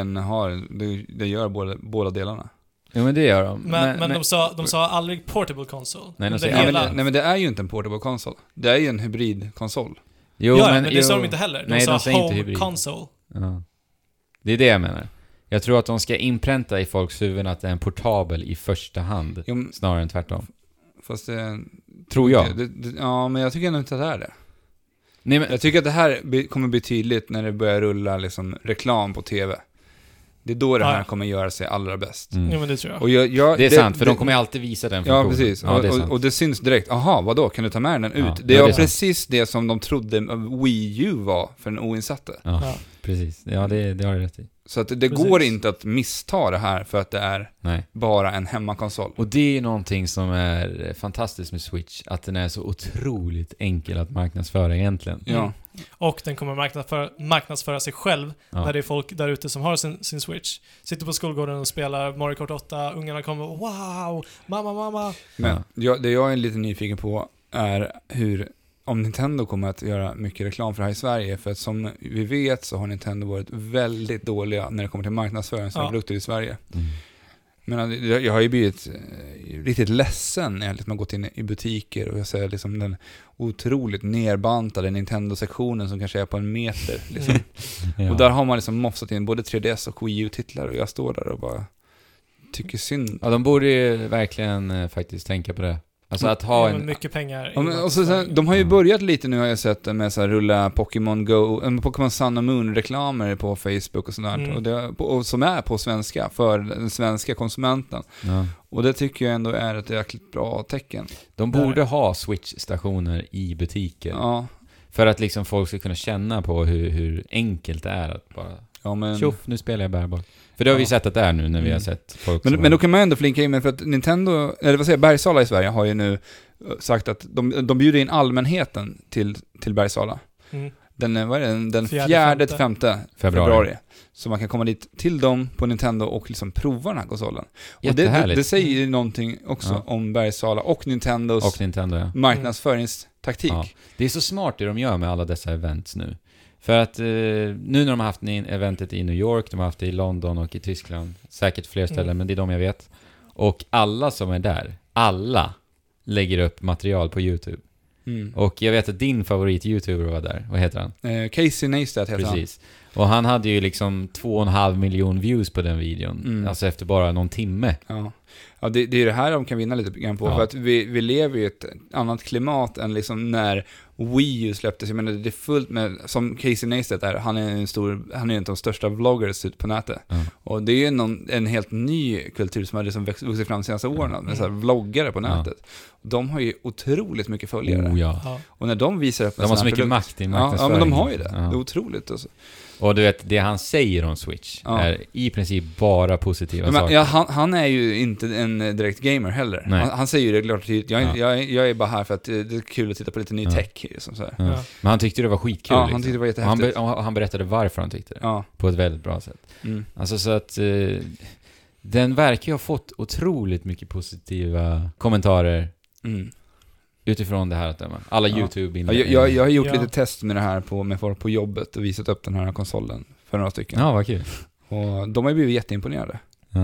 det gör båda delarna. Jo, men det gör de. Men de sa aldrig portable console. Nej, men det är ju inte en portable console. Det är ju en hybridkonsol. Jo, men det sa de inte heller. De sa home inte console. Ja. Det är det jag menar. Jag tror att de ska inpränta i folks huvuden att det är en portabel i första hand, snarare än tvärtom. Fast det... Tror jag. Ja, men jag tycker ändå inte att det är det. Nej, men... Jag tycker att det här kommer bli tydligt när det börjar rulla liksom reklam på tv. Det är då det här kommer göra sig allra bäst. Ja, men det tror jag. Och det är sant, för de kommer alltid visa den funktionen. Ja, precis. Ja, och det syns direkt. Aha, vadå? Kan du ta med den ut? Det var precis det som de trodde Wii U var för den oinsatte. Ja, precis. Ja, det har du rätt i. Så att det går inte att missta det här för att det är bara en hemmakonsol. Och det är någonting som är fantastiskt med Switch, att den är så otroligt enkel att marknadsföra egentligen. Ja. Och den kommer marknadsföra sig själv när det är folk där ute som har sin Switch. Sitter på skolgården och spelar Mario Kart 8. Ungarna kommer, wow, mamma. Men det jag är lite nyfiken på är om Nintendo kommer att göra mycket reklam för det här i Sverige. För att som vi vet så har Nintendo varit väldigt dåliga när det kommer till marknadsföring som produkter i Sverige. Men jag har ju blivit riktigt ledsen när jag liksom har gått in i butiker och jag ser liksom den otroligt nerbantade Nintendo-sektionen som kanske är på 1 meter. Liksom. Och där har man liksom mofsat in både 3DS och Wii U-titlar och jag står där och bara tycker synd. Ja, de borde ju verkligen faktiskt tänka på det. Alltså att ha mycket pengar. Och så, de har ju börjat lite nu, har jag sett, med så här rulla Pokémon Sun and Moon-reklamer på Facebook och sådär. Och som är på svenska för den svenska konsumenten. Ja. Och det tycker jag ändå är ett jäkligt bra tecken. De borde ha Switch-stationer i butiker. Ja. För att liksom folk ska kunna känna på hur enkelt det är att bara tjoff, nu spelar jag bärbart. För det har vi sett att det är nu när vi har sett folk men då kan man ändå flinka in med, för att Nintendo, eller vad säger Bergsala i Sverige har ju nu sagt att de bjuder in allmänheten till Bergsala. Den 4-5 februari. Så man kan komma dit till dem på Nintendo och liksom prova den här konsolen. Och det säger ju någonting också om Bergsala och Nintendos marknadsföringstaktik. Ja. Det är så smart det de gör med alla dessa events nu. För att nu när de har haft eventet i New York, de har haft det i London och i Tyskland, säkert fler ställen, men det är de jag vet. Och alla som är där, alla lägger upp material på YouTube. Och jag vet att din favorit-YouTuber var där. Vad heter han? Casey Neistat heter han. Precis. Och han hade ju liksom 2,5 miljoner views på den videon. Alltså efter bara någon timme. Ja, det är det här de kan vinna lite grann på. För att vi lever i ett annat klimat än liksom när Wii U släpptes. Jag menar, det är fullt med, som Casey Neistat är, han är en av de största vloggers ute på nätet. Och det är ju en helt ny kultur som har liksom vuxit fram de senaste åren med så här vloggare på nätet. Och de har ju otroligt mycket följare. Och när de visar upp de har så mycket makt i marknadsföring. Ja, men de har ju det. Det är otroligt alltså. Och du vet, det han säger om Switch är i princip bara positiva saker. Ja, han är ju inte en direkt gamer heller. Han säger ju det klart tydligt. Jag är bara här för att det är kul att titta på lite ny tech. Som så här. Men han tyckte det var skitkul. Ja, han tyckte det var jättehäftigt. Han berättade varför han tyckte det. På ett väldigt bra sätt. Alltså så att den verkar ju ha fått otroligt mycket positiva kommentarer. Utifrån det här att döma. Alla YouTube jag har gjort lite test med det här med folk på jobbet och visat upp den här konsolen för några stycken. Ja, vad kul. Och de har ju blivit jätteimponerade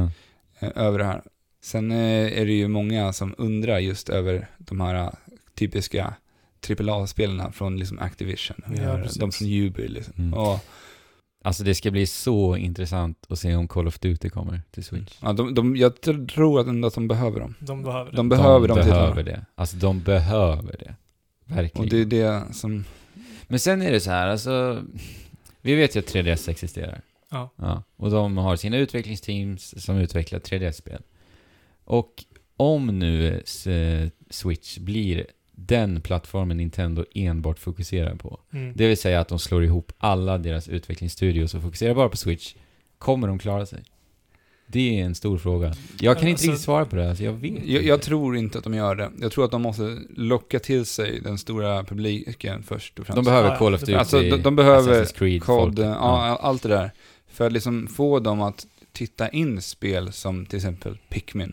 över det här. Sen är det ju många som undrar just över de här typiska AAA-spelarna från liksom Activision. De från Ubi liksom. Alltså det ska bli så intressant att se om Call of Duty kommer till Switch. Ja, jag tror att de behöver dem. De behöver det. Alltså de behöver det. Verkligen. Och det är det som... Men sen är det så här, alltså... Vi vet ju att 3DS existerar. Ja. Och de har sina utvecklingsteams som utvecklar 3DS-spel. Och om nu Switch blir den plattformen Nintendo enbart fokuserar på. Det vill säga att de slår ihop alla deras utvecklingsstudios och fokuserar bara på Switch. Kommer de klara sig? Det är en stor fråga. Jag kan inte riktigt svara på det. Alltså jag tror inte att de gör det. Jag tror att de måste locka till sig den stora publiken först och främst. De behöver Call of Duty, alltså, de behöver Assassin's Creed, COD, allt det där. För att liksom få dem att titta in spel som till exempel Pikmin.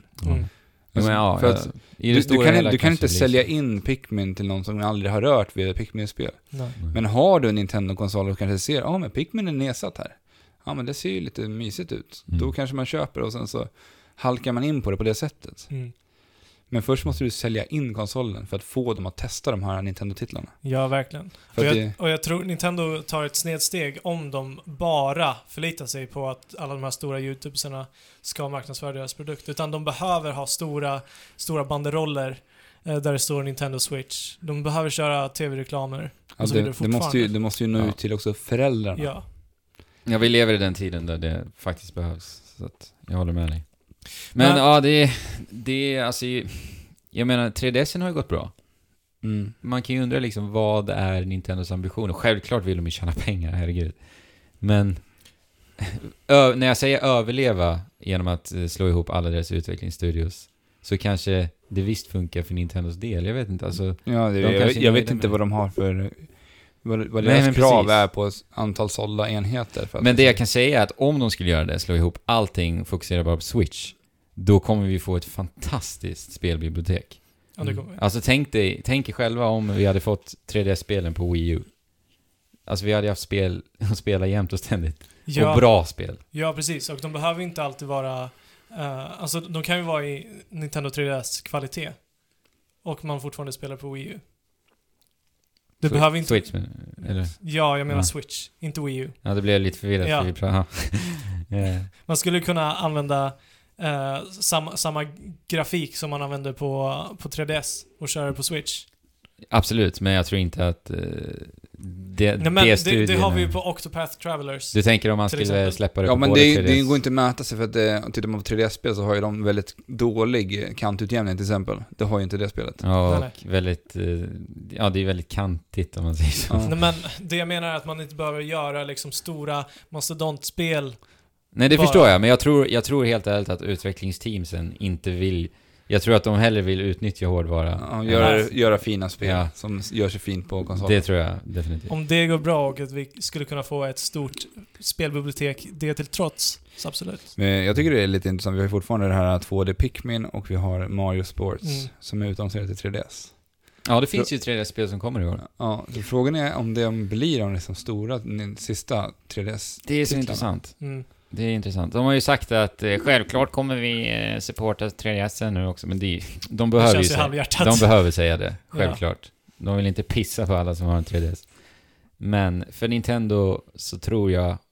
För att du kan inte sälja in Pikmin till någon som aldrig har rört vid Pikmin-spel. Men har du en Nintendo-konsol och kanske ser, men Pikmin är nedsatt här. Ja, men det ser ju lite mysigt ut. Då kanske man köper och sen så halkar man in på det på det sättet. Men först måste du sälja in konsolen för att få dem att testa de här Nintendo-titlarna. Ja, verkligen. Och jag tror Nintendo tar ett snedsteg om de bara förlitar sig på att alla de här stora YouTubersarna ska marknadsföra deras produkt. Utan de behöver ha stora banderoller där det står Nintendo Switch. De behöver köra tv-reklamer. Det måste ju nå ut till också föräldrarna. Ja, vi lever i den tiden där det faktiskt behövs. Så att jag håller med dig. Men det är alltså, jag menar 3DSen har ju gått bra. Man kan ju undra liksom, vad är Nintendos ambitioner? Självklart vill de ju tjäna pengar, herregud. Men när jag säger överleva genom att slå ihop alla deras utvecklingsstudios, så kanske det visst funkar för Nintendos del. Jag vet inte, alltså. Jag vet inte vad de har för... Vad deras krav är på antal sålda enheter. Men det jag kan säga är att om de skulle göra det, slå ihop allting, fokusera bara på Switch, då kommer vi få ett fantastiskt spelbibliotek. Alltså tänk er själva om vi hade fått 3DS-spelen på Wii U. Alltså vi hade haft spel att spela jämt och ständigt. Och bra spel. Ja, precis. Och de behöver inte alltid vara... alltså de kan ju vara i Nintendo 3DS-kvalitet. Och man fortfarande spelar på Wii U. Det behöver inte... Switch, eller? Ja, jag menar Switch, inte Wii U. Ja, det blev lite förvirrat. Man skulle kunna använda samma grafik som man använder på 3DS och köra på Switch. Absolut, men jag tror inte att det har vi ju på Octopath Travelers. Du tänker om man skulle släppa det på men det går inte att mäta sig, för att tittar man på 3DS-spel så har ju de väldigt dålig kantutjämning till exempel. Det har ju inte det spelet. Ja, och väldigt det är väldigt kantigt om man säger så. Nej, men det jag menar är att man inte behöver göra liksom stora mastodontspel. Nej, det förstår jag, men jag tror helt ärligt att utvecklingsteamsen inte vill. Jag tror att de hellre vill utnyttja hårdvara. Göra fina spel som gör sig fint på konsolen. Det tror jag definitivt. Om det går bra och att vi skulle kunna få ett stort spelbibliotek, det till trots, så absolut. Men jag tycker det är lite intressant. Vi har fortfarande det här 2D Pikmin och vi har Mario Sports som är utannonserat till 3DS. Ja, det finns ju 3DS-spel som kommer i år. Ja, så frågan är om det blir de liksom stora sista 3DS. Det är så intressant. Det är intressant. De har ju sagt att självklart kommer vi supporta 3DS nu också, men de behöver säga det, självklart. De vill inte pissa på alla som har en 3DS. Men för Nintendo så tror jag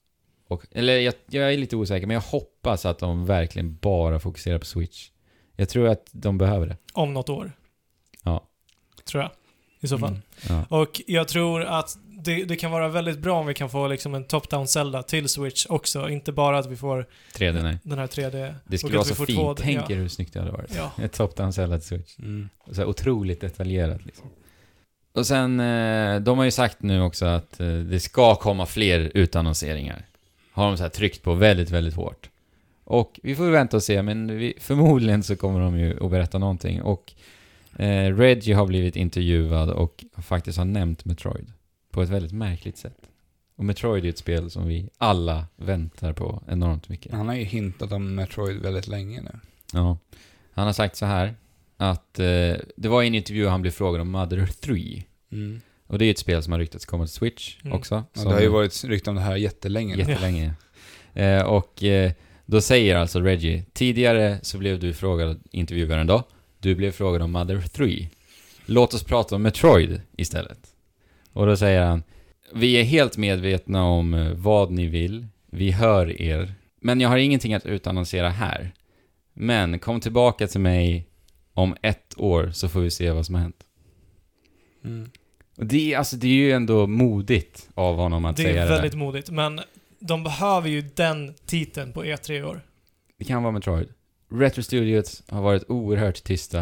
Eller jag är lite osäker, men jag hoppas att de verkligen bara fokuserar på Switch. Jag tror att de behöver det. Om något år. Ja. Tror jag. I så fall. Ja. Och jag tror att det kan vara väldigt bra om vi kan få liksom en top-down Zelda till Switch också. Inte bara att vi får 3D, nej. Den här 3D. Det skulle vara så fint. Tänk er hur snyggt det hade varit. Ja. Ett top-down Zelda till Switch. Så här otroligt detaljerat liksom. Och sen, de har ju sagt nu också att det ska komma fler utannonseringar. Har de så här tryckt på väldigt, väldigt hårt. Och vi får vänta och se, men förmodligen så kommer de ju att berätta någonting. Och Reggie har blivit intervjuad och faktiskt har nämnt Metroid på ett väldigt märkligt sätt. Och Metroid är ett spel som vi alla väntar på enormt mycket. Han har ju hintat om Metroid väldigt länge nu. Ja. Han har sagt så här att det var en intervju han blev frågad om Mother 3. Och det är ett spel som har ryktats komma till Switch också. Ja, det har ju varit ryktat om det här jättelänge. Och då säger alltså Reggie, tidigare så blev du frågad, intervjuaren då, du blev frågad om Mother 3. Låt oss prata om Metroid istället. Och då säger han, vi är helt medvetna om vad ni vill, vi hör er, men jag har ingenting att utannonsera här. Men kom tillbaka till mig om 1 år så får vi se vad som har hänt. Och det är ju ändå modigt av honom att säga det. Det är väldigt modigt, men de behöver ju den titeln på E3 i år. Det kan vara Metroid. Retro Studios har varit oerhört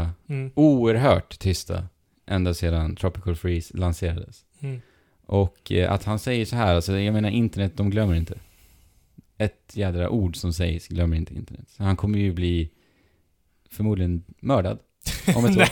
tysta ända sedan Tropical Freeze lanserades. Och att han säger så här, alltså jag menar internet, de glömmer inte. Ett jädra ord som sägs glömmer inte internet. Så han kommer ju bli förmodligen mördad om ett år.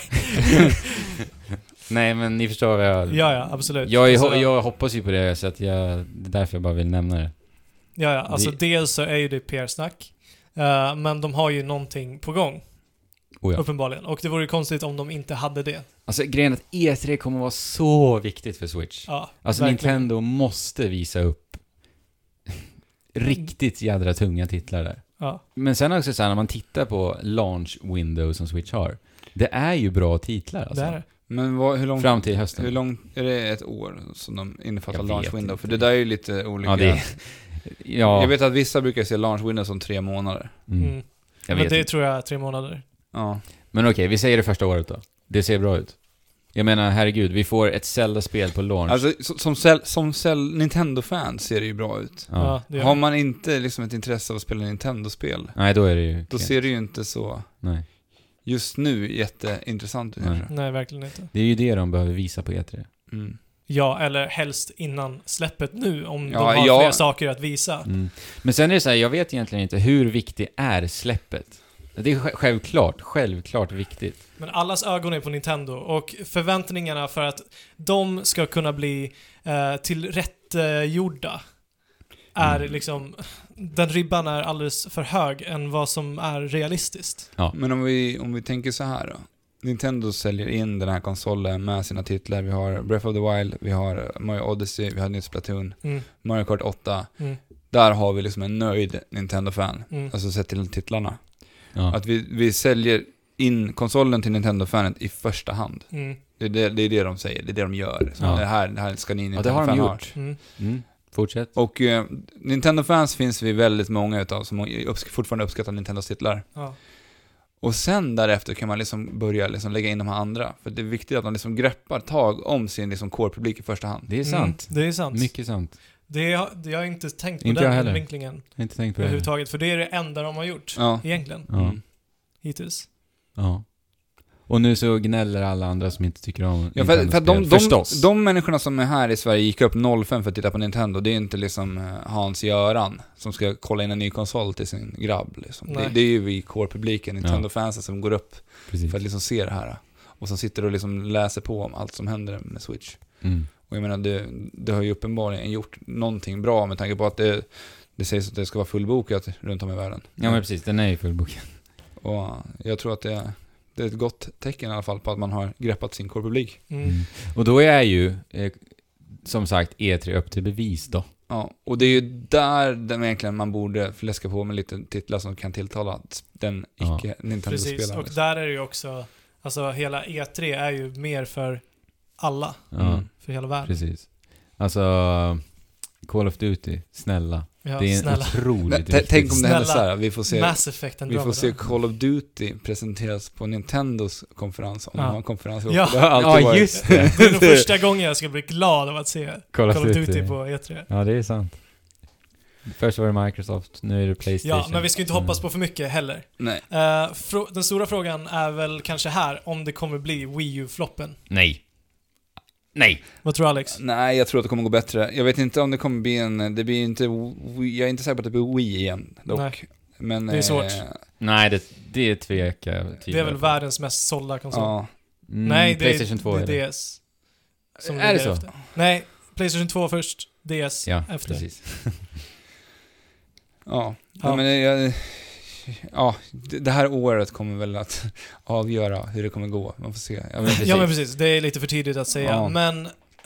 Nej, men ni förstår vad jag... Ja, absolut. Jag hoppas ju på det, så att det är därför jag bara vill nämna det. Ja, alltså dels så är ju det PR-snack. Men de har ju någonting på gång. Uppenbarligen. Och det vore konstigt om de inte hade det. Alltså grejen är att E3 kommer vara så viktigt för Switch. Ja, alltså verkligen. Nintendo måste visa upp riktigt jädra tunga titlar där. Ja. Men sen också så här, när man tittar på launch window som Switch har, det är ju bra titlar alltså. Det är det. Men hur långt, fram till hösten. Hur långt är det ett år som de innefattar launch window? För det där är ju lite olika. Ja, jag vet att vissa brukar se launch window som 3 månader. Men det tror jag är 3 månader. Ja. Men okej, vi säger det första året då. Det ser bra ut. Jag menar, herregud, vi får ett Zelda-spel på launch. Alltså, som Nintendo-fan ser det ju bra ut. Ja, har man inte liksom ett intresse av att spela Nintendo-spel, nej, då är det ju... Då ser det ju inte så... Nej. Just nu jätteintressant ut. Nej, verkligen inte. Det är ju det de behöver visa på E3. Ja, eller helst innan släppet nu, om de har fler saker att visa. Men sen är det så här, jag vet egentligen inte hur viktigt är släppet. Det är självklart viktigt. Men allas ögon är på Nintendo, och förväntningarna för att de ska kunna bli tillrättgjorda är liksom, den ribban är alldeles för hög än vad som är realistiskt. Ja. Men om vi tänker så här då. Nintendo säljer in den här konsolen med sina titlar. Vi har Breath of the Wild, vi har Mario Odyssey, vi har nytt Splatoon, Mario Kart 8. Där har vi liksom en nöjd Nintendo-fan. Alltså sett till titlarna. Ja. Att vi säljer in konsolen till Nintendo-fanet i första hand. Det är det de säger, det är det de gör. Så det här ska ni Nintendo-fan ha. Det har de gjort. Fortsätt. Och Nintendo-fans finns vi väldigt många utav som fortfarande uppskattar Nintendos titlar. Ja. Och sen därefter kan man liksom börja liksom lägga in de här andra. För det är viktigt att man liksom greppar tag om sin liksom core-publik i första hand. Det är sant. Det är sant. Mycket sant. Det har jag inte tänkt på inte den vinklingen. Jag har inte tänkt på det överhuvudtaget. För det är det enda de har gjort egentligen. Hittills. Ja. Och nu så gnäller alla andra som inte tycker om för de människorna som är här i Sverige gick upp 05 för att titta på Nintendo. Det är inte liksom Hans-Göran som ska kolla in en ny konsol till sin grabb liksom. Det är ju vi core-publiken, Nintendo-fansen som går upp för att liksom se det här. Och som sitter och liksom läser på om allt som händer med Switch. Och jag menar, det har ju uppenbarligen gjort någonting bra med tanke på att det sägs att det ska vara fullbokat runt om i världen. Ja, men precis, den är ju fullbokad. Och jag tror att det är ett gott tecken i alla fall på att man har greppat sin core-publik. Och då är ju som sagt E3 upp till bevis då. Ja, och det är ju där egentligen man borde fläska på med lite titlar som kan tilltala den icke-Nintendo-spelaren. Precis, och där är det ju också, alltså hela E3 är ju mer för alla. För hela världen. Precis. Alltså Call of Duty, snälla. Ja, det är en otroligt viktig. Tänk om det händer så här, vi får se Mass Effect vi får se Call of Duty presenteras på Nintendos konferens, om de har en konferens. Ja, det har alltid varit. Just det. Det är nog första gången jag ska bli glad av att se Call of Duty på E3. Ja, det är sant. Först var det Microsoft, nu är det PlayStation. Ja, men vi ska inte hoppas på för mycket heller. Nej. Den stora frågan är väl kanske här, om det kommer bli Wii U-floppen. Nej. Vad tror Alex? Nej, jag tror att det kommer gå bättre. Jag vet inte om det kommer bli det blir inte, jag är inte säker på att det blir Wii igen dock. Nej. Men det är svårt. Nej, det tvekar jag. Det är väl världens mest sålda konsol. Ja. Nej, PlayStation 2 det är DS. Som är det så? Efter. Nej, PlayStation 2 först, DS efter. Precis. Ja. Men det här året kommer väl att avgöra hur det kommer gå. Man får se. Ja, men precis. Det är lite för tidigt att säga. Ja. Men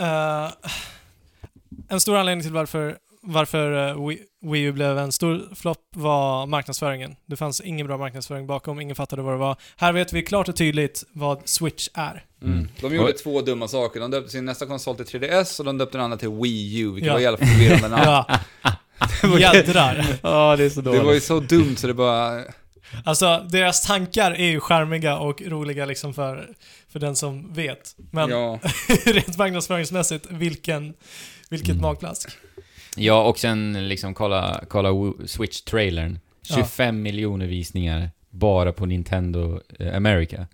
en stor anledning till varför Wii U blev en stor flopp var marknadsföringen. Det fanns ingen bra marknadsföring bakom, ingen fattade vad det var. Här vet vi klart och tydligt vad Switch är. De gjorde två dumma saker. De döpte sin nästa konsol till 3DS och de döpte den andra till Wii U, vilket var i alla fall förvirrande namn. Jädrar. Ja, det är så dåligt. Det var ju så dumt så det bara... Alltså, deras tankar är ju charmiga och roliga liksom för den som vet. Men rent marknadsföringsmässigt, vilket magplask. Ja, och sen liksom kolla Switch-trailern. 25 miljoner visningar bara på Nintendo America.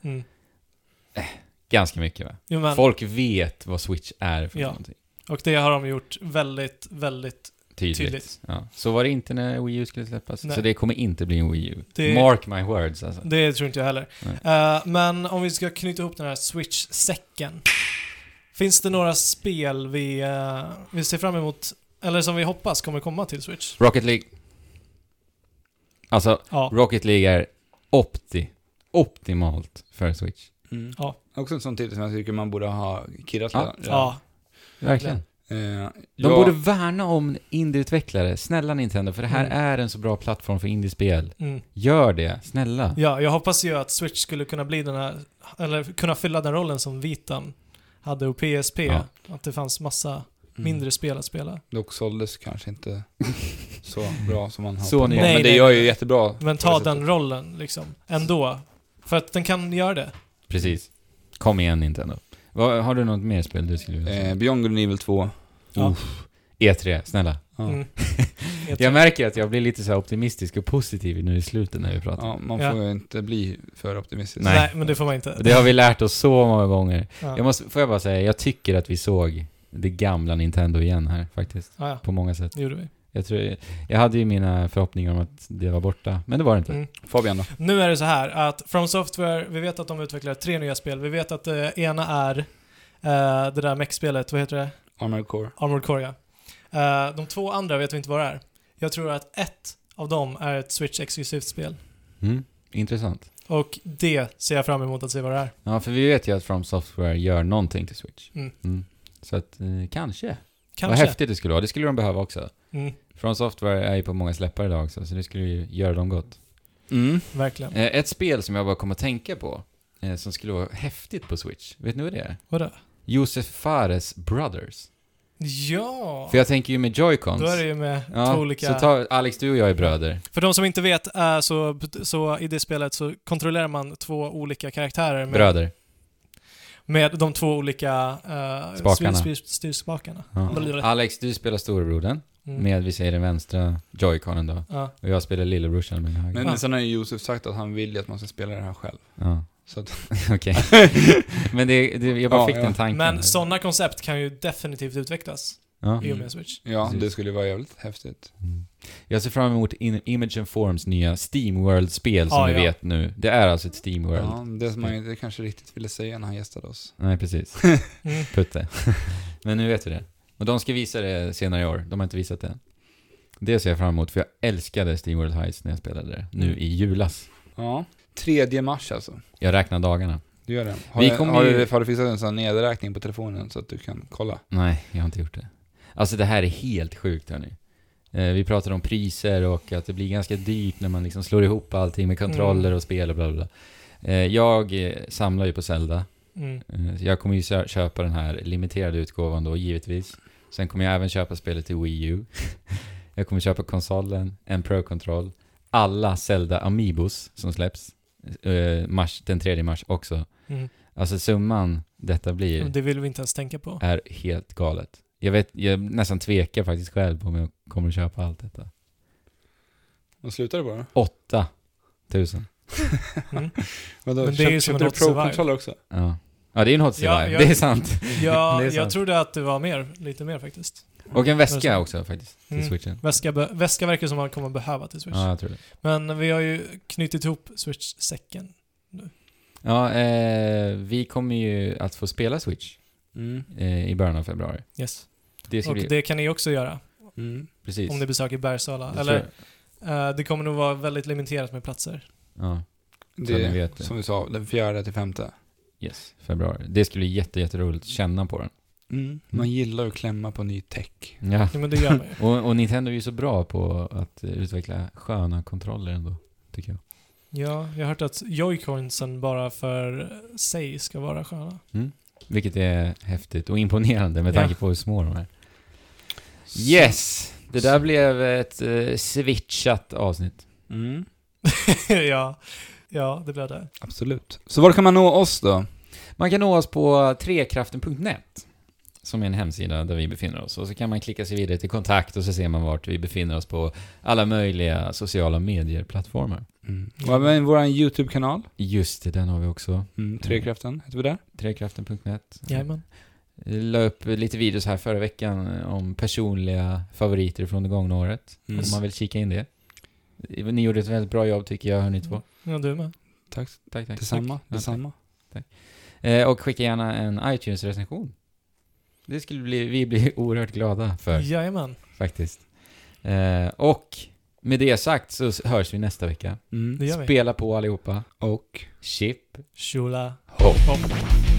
Ganska mycket, va? Jo, men, folk vet vad Switch är för någonting. Och det har de gjort väldigt, väldigt tydligt. Ja. Så var det inte när Wii U skulle släppas. Nej. Så det kommer inte bli en Wii U. Mark my words, alltså. Det tror inte jag heller. Men om vi ska knyta ihop den här Switch-säcken. Finns det några spel vi ser fram emot, eller som vi hoppas kommer komma till Switch? Rocket League. Alltså, Rocket League är optimalt för Switch. Ja. Också en sån titel som jag tycker man borde ha kirrat redan. Ja, verkligen. De borde värna om indieutvecklare. Snälla Nintendo, för det här är en så bra plattform för indiespel. Gör det, snälla. Ja, jag hoppas ju att Switch skulle kunna bli den här, eller kunna fylla den rollen som Vitan hade och PSP. Ja. Att det fanns massa mindre spel att spela. Dock såldes kanske inte så bra som man hade. Men det gör ju jättebra. Men ta den rollen liksom, ändå. För att den kan göra det. Precis. Kom igen Nintendo. Har du något mer spel du skulle vilja säga? Beyond Good and Evil 2. E3, snälla. Jag märker att jag blir lite så optimistisk och positiv nu i slutet när vi pratar. Ja, man får ju inte bli för optimistisk. Nej, men det får man inte. Det har vi lärt oss så många gånger. Får jag bara säga, jag tycker att vi såg det gamla Nintendo igen här faktiskt. På många sätt. Det gjorde vi. Jag hade ju mina förhoppningar om att det var borta, men det var det inte. Fabian då? Nu är det så här att From Software, vi vet att de utvecklar 3 nya spel. Vi vet att det ena är det där mech-spelet, vad heter det? Armored Core, ja. De 2 andra vet vi inte vad det är. Jag tror att ett av dem är ett Switch-exklusivt spel. Intressant. Och det ser jag fram emot att se vad det är. Ja, för vi vet ju att From Software gör någonting till Switch. Så att kanske. Vad häftigt det skulle vara. Det skulle de behöva också. From Software är ju på många släppar idag också, så det skulle ju göra dem gott. Verkligen. Ett spel som jag bara kommer att tänka på som skulle vara häftigt på Switch. Vet ni vad det är? Vadå? Josef Fares Brothers. Ja. För jag tänker ju med Joy-Cons. Då är det ju med 2 olika... Så Alex, du och jag är bröder. För de som inte vet, så i det spelet så kontrollerar man 2 olika karaktärer. Bröder. Med de 2 olika styrspakarna. Alex, du spelar storebrodern. Med, vi säger den vänstra Joy-Conen då. Och jag spelar lillebrorsan med den höger. Men sen har ju Josef sagt att han vill att man ska spela det här själv. Så okej. Men jag bara fick den tanken. Men sådana koncept kan ju definitivt utvecklas i och med Switch. Ja, det skulle vara jävligt häftigt. Jag ser fram emot Image and Forms nya SteamWorld-spel som vi vet nu. Det är alltså ett SteamWorld. Ja, det som man inte kanske riktigt ville säga när han gästade oss. Nej, precis. Putte. Men nu vet vi det. Och de ska visa det senare i år. De har inte visat det. Det ser jag fram emot, för jag älskade SteamWorld Heist när jag spelade det. Nu i julas. Ja, 3 mars alltså. Jag räknar dagarna. Du gör det. Har du fixat en sån nedräkning på telefonen så att du kan kolla? Nej, jag har inte gjort det. Alltså det här är helt sjukt, hörni. Vi pratar om priser och att det blir ganska dyrt när man liksom slår ihop allting med kontroller och spel och bla bla. Jag samlar ju på Zelda. Jag kommer ju köpa den här limiterade utgåvan då, givetvis. Sen kommer jag även köpa spelet till Wii U. Jag kommer köpa konsolen, en Pro-kontroll, alla Zelda Amiibos som släpps den 3 mars också. Alltså summan detta blir... Det vill vi inte ens tänka på. Är helt galet. Jag nästan tvekar faktiskt själv på om jag kommer att köpa allt detta. Vad slutar det bara? 8 000. Men det är ju som en Hot Pro-kontroller också. Ja, det är en Hot Survive. Det är sant. Ja, jag trodde att det var lite mer faktiskt. Och en väska också faktiskt till Switchen. Väska verkar som man kommer behöva till Switch. Ja, jag tror det. Men vi har ju knutit ihop Switch-säcken nu. Ja, vi kommer ju att få spela Switch i början av februari. Yes. Och det kan ni också göra. Precis. Om ni besöker Bergsala. Eller det kommer nog vara väldigt limiterat med platser. Ja. Det är, som vi sa, den 4-5. Yes, februari. Det skulle bli jätteroligt att känna på den. Man gillar att klämma på ny tech. Ja, men det gör man ju. och Nintendo är ju så bra på att utveckla sköna kontroller ändå, tycker jag. Ja, jag har hört att Joy-Consen bara för sig ska vara sköna. Vilket är häftigt och imponerande med tanke på hur små de är. Yes! Det där blev ett switchat avsnitt. Ja, det blev det. Absolut. Så var kan man nå oss då? Man kan nå oss på trekraften.net, som är en hemsida där vi befinner oss. Och så kan man klicka sig vidare till kontakt och så ser man vart vi befinner oss på alla möjliga sociala medier-plattformar. Och med vår YouTube-kanal. Just det, den har vi också. Trekraften, heter vi där? Trekraften.net. Jajamän. La upp lite videos här förra veckan om personliga favoriter från det gångna året. Om man vill kika in det. Ni gjorde ett väldigt bra jobb tycker jag, hörni två. Ja, du med. Tack. Detsamma. Tack. Och skicka gärna en iTunes-recension. Det skulle vi bli oerhört glada för. Jajamän. Faktiskt. Och med det sagt så hörs vi nästa vecka. Det gör vi. Spela på allihopa. Och Chip. Shula. Hopp.